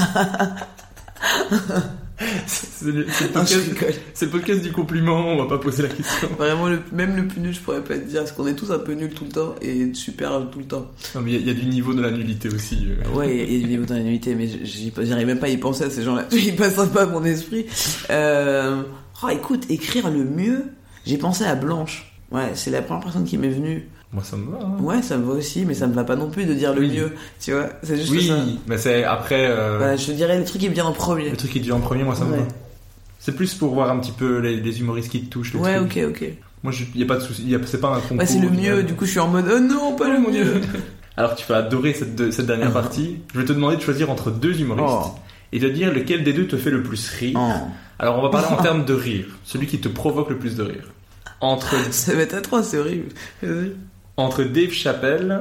C'est le, c'est, le podcast, non, c'est le podcast du compliment, on va pas poser la question. Vraiment, le, même le plus nul, je pourrais pas te dire, parce qu'on est tous un peu nuls tout le temps et super tout le temps. Non, mais il y, y a du niveau de la nullité aussi. Euh. Ouais, il y, y a du niveau de la nullité, mais j'arrive même pas à y penser à ces gens-là. Ils passent pas à mon esprit. Euh, oh, écoute, écrire le mieux, j'ai pensé à Blanche. Ouais, c'est la première personne qui m'est venue. Moi, ça me va. Hein. Ouais, ça me va aussi, mais ça me va pas non plus de dire le oui. mieux. Tu vois, c'est juste oui, ça. Oui, mais c'est après. Euh... Bah, je dirais le truc qui vient en premier. Le truc qui vient en premier, moi, ça ouais. me va. C'est plus pour voir un petit peu les, les humoristes qui te touchent. Les ouais, trucs. ok, ok. Moi, il y a pas de souci. Y a, c'est pas un concours. Ouais, c'est le mieux. Du coup, je suis en mode, oh non, pas oh, le mon mieux. Dieu. Alors, tu vas adorer cette, de, cette dernière oh. partie. Je vais te demander de choisir entre deux humoristes oh. et de dire lequel des deux te fait le plus rire. Oh. Alors, on va parler en termes de rire. Celui qui te provoque le plus de rire. Entre. Ça va être à trois, c'est horrible. Entre Dave Chappelle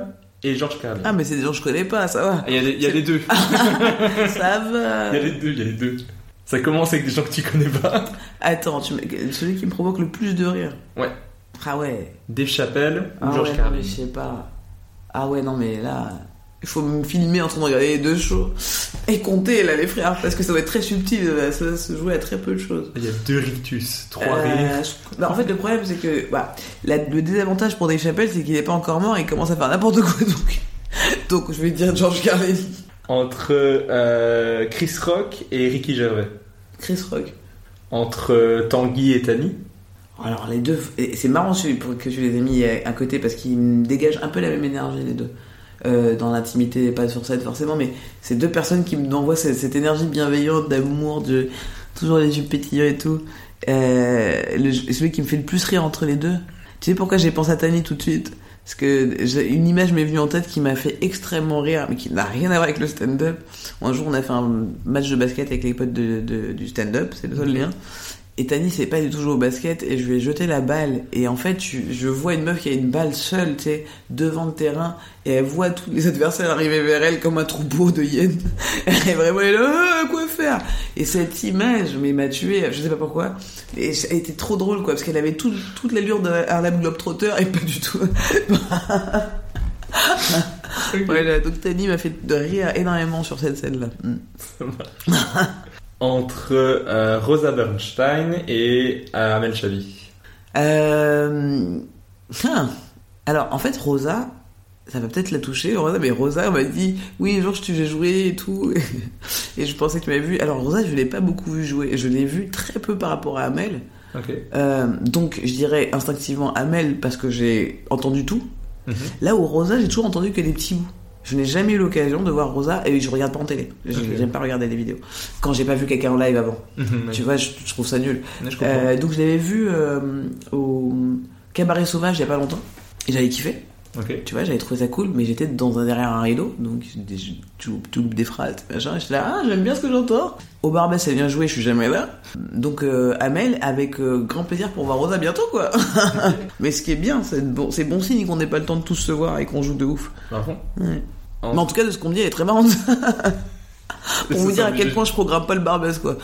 et George Carlin. Ah, mais c'est des gens que je connais pas, ça va. Il y a, des, y a les deux. Ça va. Il y a les deux, il y a les deux. Ça commence avec des gens que tu connais pas. Attends, tu me... celui qui me provoque le plus de rire. Ouais. Ah ouais. Dave Chappelle ou ah George ouais, Carlin. Non, mais je sais pas. Ah ouais, non, mais là... Il faut me filmer en train de regarder les deux shows et compter là les frères parce que ça va être très subtil, ça va se jouer à très peu de choses. Il y a deux rictus, trois euh, rires. Je... Bah, en fait le problème c'est que bah, la... le désavantage pour Dave Chappelle c'est qu'il est pas encore mort et il commence à faire n'importe quoi donc, donc je vais dire George Carlin. Entre euh, Chris Rock et Ricky Gervais. Chris Rock. Entre euh, Tanguy et Tani. Alors les deux, et c'est marrant pour que tu les aies mis à côté parce qu'ils me dégagent un peu la même énergie les deux. Euh, dans l'intimité, pas sur scène forcément, mais c'est deux personnes qui m'envoient cette, cette énergie bienveillante, d'amour, de toujours les yeux pétillants et tout. Euh, le, celui qui me fait le plus rire entre les deux. Tu sais pourquoi j'ai pensé à Tani tout de suite ? Parce que j'ai, une image m'est venue en tête qui m'a fait extrêmement rire, mais qui n'a rien à voir avec le stand-up. Un jour, on a fait un match de basket avec les potes de, de, du stand-up, c'est le seul lien. Et Tani c'est pas du tout joué au basket et je lui ai jeté la balle et en fait je, je vois une meuf qui a une balle seule tu sais devant le terrain et elle voit tous les adversaires arriver vers elle comme un troupeau de hyènes. Elle est vraiment là, ah, quoi faire, et cette image mais m'a tué, je sais pas pourquoi, et elle était trop drôle quoi parce qu'elle avait tout, toute l'allure d'un Harlem Globetrotter et pas du tout. Voilà, donc Tani m'a fait de rire énormément sur cette scène là. Mm. Entre euh, Rosa Bernstein et euh, Amel Chavi. Euh... Hein. Alors, en fait, Rosa, ça va peut-être la toucher, Rosa, mais Rosa m'a dit oui, Georges, tu j'ai joué et tout. Et je pensais que tu m'avais vu. Alors, Rosa, je l'ai pas beaucoup vu jouer. Je l'ai vu très peu par rapport à Amel. Okay. Euh, donc, je dirais instinctivement Amel parce que j'ai entendu tout. Mm-hmm. Là où Rosa, j'ai toujours entendu que des petits bouts. Je n'ai jamais eu l'occasion de voir Rosa et je regarde pas en télé. Okay. J'aime pas regarder les vidéos quand j'ai pas vu quelqu'un en live avant. Mmh, tu vois, je, je trouve ça nul. Euh, donc je l'avais vu euh, au Cabaret Sauvage il y a pas longtemps et j'avais kiffé. Okay. Tu vois, j'avais trouvé ça cool, mais j'étais dans un, derrière un rideau, donc tout des phrases, machin. J'étais là, ah, j'aime bien ce que j'entends. Au Barbès, elle vient jouer, je suis jamais là. Donc euh, Amel, avec euh, grand plaisir pour voir Rosa bientôt, quoi. Mais ce qui est bien, c'est bon, c'est bon signe qu'on n'ait pas le temps de tous se voir et qu'on joue de ouf. Bah, bon. Ouais. En... Mais en tout cas, de ce qu'on me dit, elle est très marrante. Pour vous dire à quel point je programme pas le Barbès, quoi.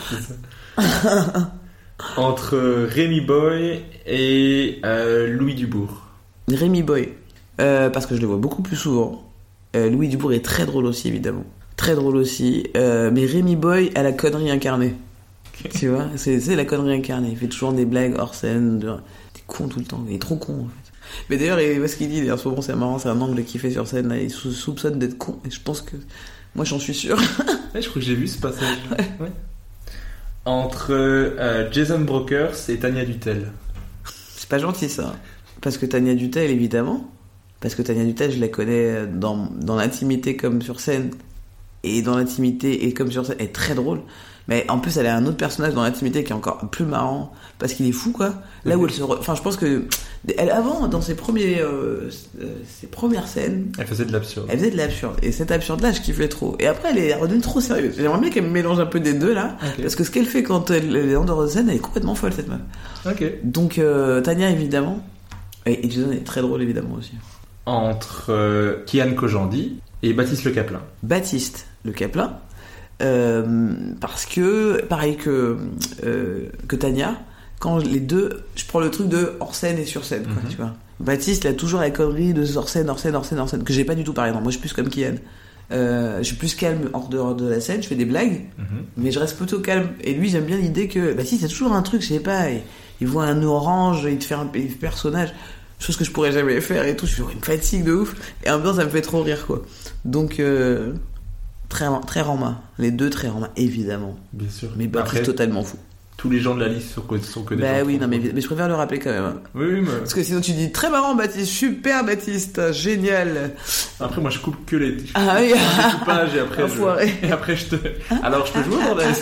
Entre Rémi Boy et euh, Louis Dubourg. Rémi Boy. Euh, parce que je le vois beaucoup plus souvent. Euh, Louis Dubourg est très drôle aussi, évidemment. Très drôle aussi. Euh, mais Rémi Boy a la connerie incarnée. Okay. Tu vois, c'est, c'est la connerie incarnée. Il fait toujours des blagues hors scène. De... T'es con tout le temps. Il est trop con, en fait. Mais d'ailleurs, il, ce qu'il dit, d'ailleurs, souvent, c'est marrant, c'est un angle qu'il fait sur scène. Là, il sou- soupçonne d'être con. Et je pense que... Moi, j'en suis sûr. Ouais, je crois que j'ai vu ce passage. Ouais. Ouais. Entre euh, Jason Brokers et Tania Dutel. C'est pas gentil, ça. Parce que Tania Dutel, évidemment... Parce que Tania Dutel, je la connais dans, dans l'intimité comme sur scène. Et dans l'intimité et comme sur scène, elle est très drôle. Mais en plus, elle a un autre personnage dans l'intimité qui est encore plus marrant. Parce qu'il est fou, quoi. Là mmh. où elle se... Re... Enfin, je pense que... Elle, avant, dans ses, premiers, euh, ses premières scènes... Elle faisait de l'absurde. Elle faisait de l'absurde. Et cette absurde-là, je kiffais trop. Et après, elle est redevenue trop sérieuse. J'aimerais bien qu'elle me mélange un peu des deux, là. Okay. Parce que ce qu'elle fait quand elle est en dehors de scène, elle est complètement folle, cette meuf. Ok. Donc, euh, Tania, évidemment. Et, et Jason est très drôle, évidemment, aussi. Entre euh, Kian Kojandi et Baptiste Le Caplin. Baptiste Le Caplin, euh, parce que, pareil que, euh, que Tania, quand les deux, je prends le truc de hors scène et sur scène, quoi, mm-hmm. tu vois. Baptiste, il a toujours la connerie de hors scène, hors scène, hors scène, hors scène, que j'ai pas du tout par exemple. Moi, je suis plus comme Kian. Euh, je suis plus calme hors dehors de la scène, je fais des blagues, mm-hmm. mais je reste plutôt calme. Et lui, j'aime bien l'idée que, Baptiste, il y a toujours un truc, je sais pas, il, il voit un orange, il te fait un, un personnage. Chose que je pourrais jamais faire et tout, je suis, il me fatigue de ouf et en même temps ça me fait trop rire quoi. Donc euh, très très Rama, les deux très Rama évidemment. Bien sûr. Mais Baptiste totalement fou. Tous les gens de la liste sont que, sont que des bah gens. oui non mais, mais je préfère le rappeler quand même. Oui oui mais... Parce que sinon tu dis très marrant Baptiste, super Baptiste, génial. Après moi je coupe que les. Ah oui. Je coupe pas et après je... et après je te. Alors je te joue dans la.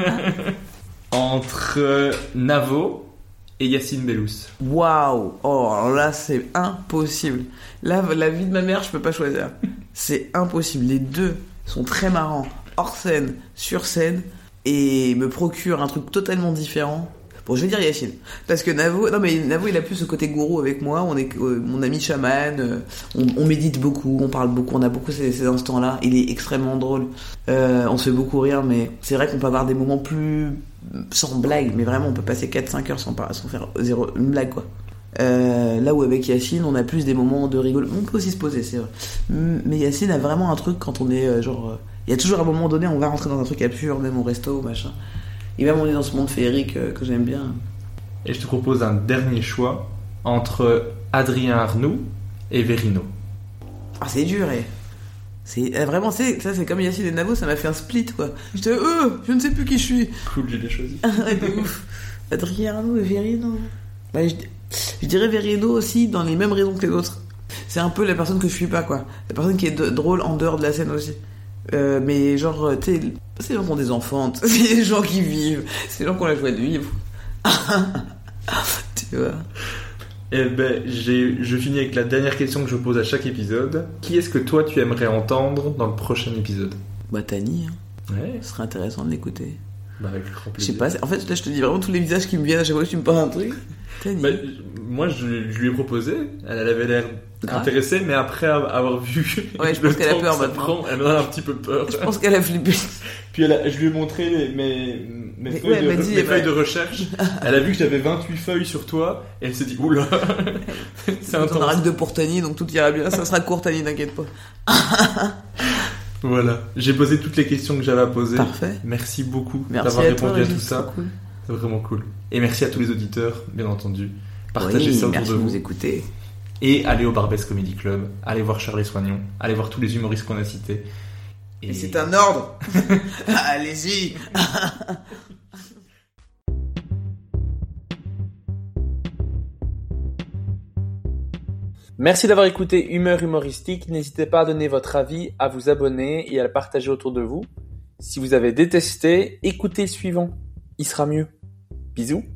Entre Navo et Yacine Bellous. Waouh! Oh, alors là, c'est impossible. Là, la vie de ma mère, je peux pas choisir. C'est impossible. Les deux sont très marrants, hors scène, sur scène, et me procurent un truc totalement différent. Bon, je vais dire Yacine. Parce que Navo, non mais Navo, il a plus ce côté gourou avec moi. On est euh, mon ami chaman. Euh, on, on médite beaucoup, on parle beaucoup, on a beaucoup ces, ces instants-là. Il est extrêmement drôle. Euh, on se fait beaucoup rire, mais c'est vrai qu'on peut avoir des moments plus sans blague. Mais vraiment, on peut passer quatre cinq heures sans, sans faire zéro, une blague, quoi. Euh, là où avec Yacine, on a plus des moments de rigole. On peut aussi se poser, c'est vrai. Mais Yacine a vraiment un truc quand on est euh, genre. Il y a toujours un moment donné, on va rentrer dans un truc absurde, même au resto, machin. Et même on est dans ce monde féerique euh, que j'aime bien. Et je te propose un dernier choix entre Adrien Arnoux et Verino. Ah, c'est dur, et. C'est euh, vraiment, c'est, ça c'est comme Yacine et Navo, ça m'a fait un split, quoi. J'étais, euh, je ne sais plus qui je suis. Cool, je l'ai choisi. Ouais, de ouf. Adrien Arnoux et Verino. Bah, je, je dirais Verino aussi, dans les mêmes raisons que les autres. C'est un peu la personne que je suis pas, quoi. La personne qui est de, drôle en dehors de la scène aussi. Euh, mais genre, tu sais, c'est les gens qui ont des enfants, c'est les gens qui vivent, c'est les gens qui ont la joie de vivre. Tu vois. Eh ben, j'ai, je finis avec la dernière question que je pose à chaque épisode. Qui est-ce que toi tu aimerais entendre dans le prochain épisode? Bah, Tani, hein. Ouais. Ce serait intéressant de l'écouter. Bah, avec grand Je sais plaisir. pas, en fait, là, je te dis vraiment tous les visages qui me viennent à chaque fois que tu me parles un truc. Tani. Bah, moi, je, je lui ai proposé. Elle avait l'air Ah. intéressée, mais après avoir vu. Ouais, je le pense qu'elle a temps peur que ça maintenant. prend, elle en a un petit peu peur. Je pense qu'elle a flippé. Puis elle a, je lui ai montré les- mes, mes, Mais feuilles, ouais, de, elle m'a dit, mes ouais. feuilles de recherche. Elle a vu que j'avais vingt-huit feuilles sur toi, et elle s'est dit, oula, c'est On intense. aura que deux pour Tani, donc tout ira bien. Ça sera court, Tani, t'inquiète pas. Voilà, j'ai posé toutes les questions que j'avais à poser. Parfait. Merci beaucoup Merci d'avoir à répondu toi, à Régis, tout ça. c'est cool. C'est vraiment cool. Et merci à tous les auditeurs, bien entendu. Partagez Oui, ça autour merci de de vous. nous écouter. Et allez au Barbès Comedy Club, allez voir Charles Soignon, allez voir tous les humoristes qu'on a cités. Et c'est un ordre. Allez-y. Merci d'avoir écouté Humeur Humoristique. N'hésitez pas à donner votre avis, à vous abonner et à le partager autour de vous. Si vous avez détesté, écoutez le suivant. Il sera mieux. Bisous.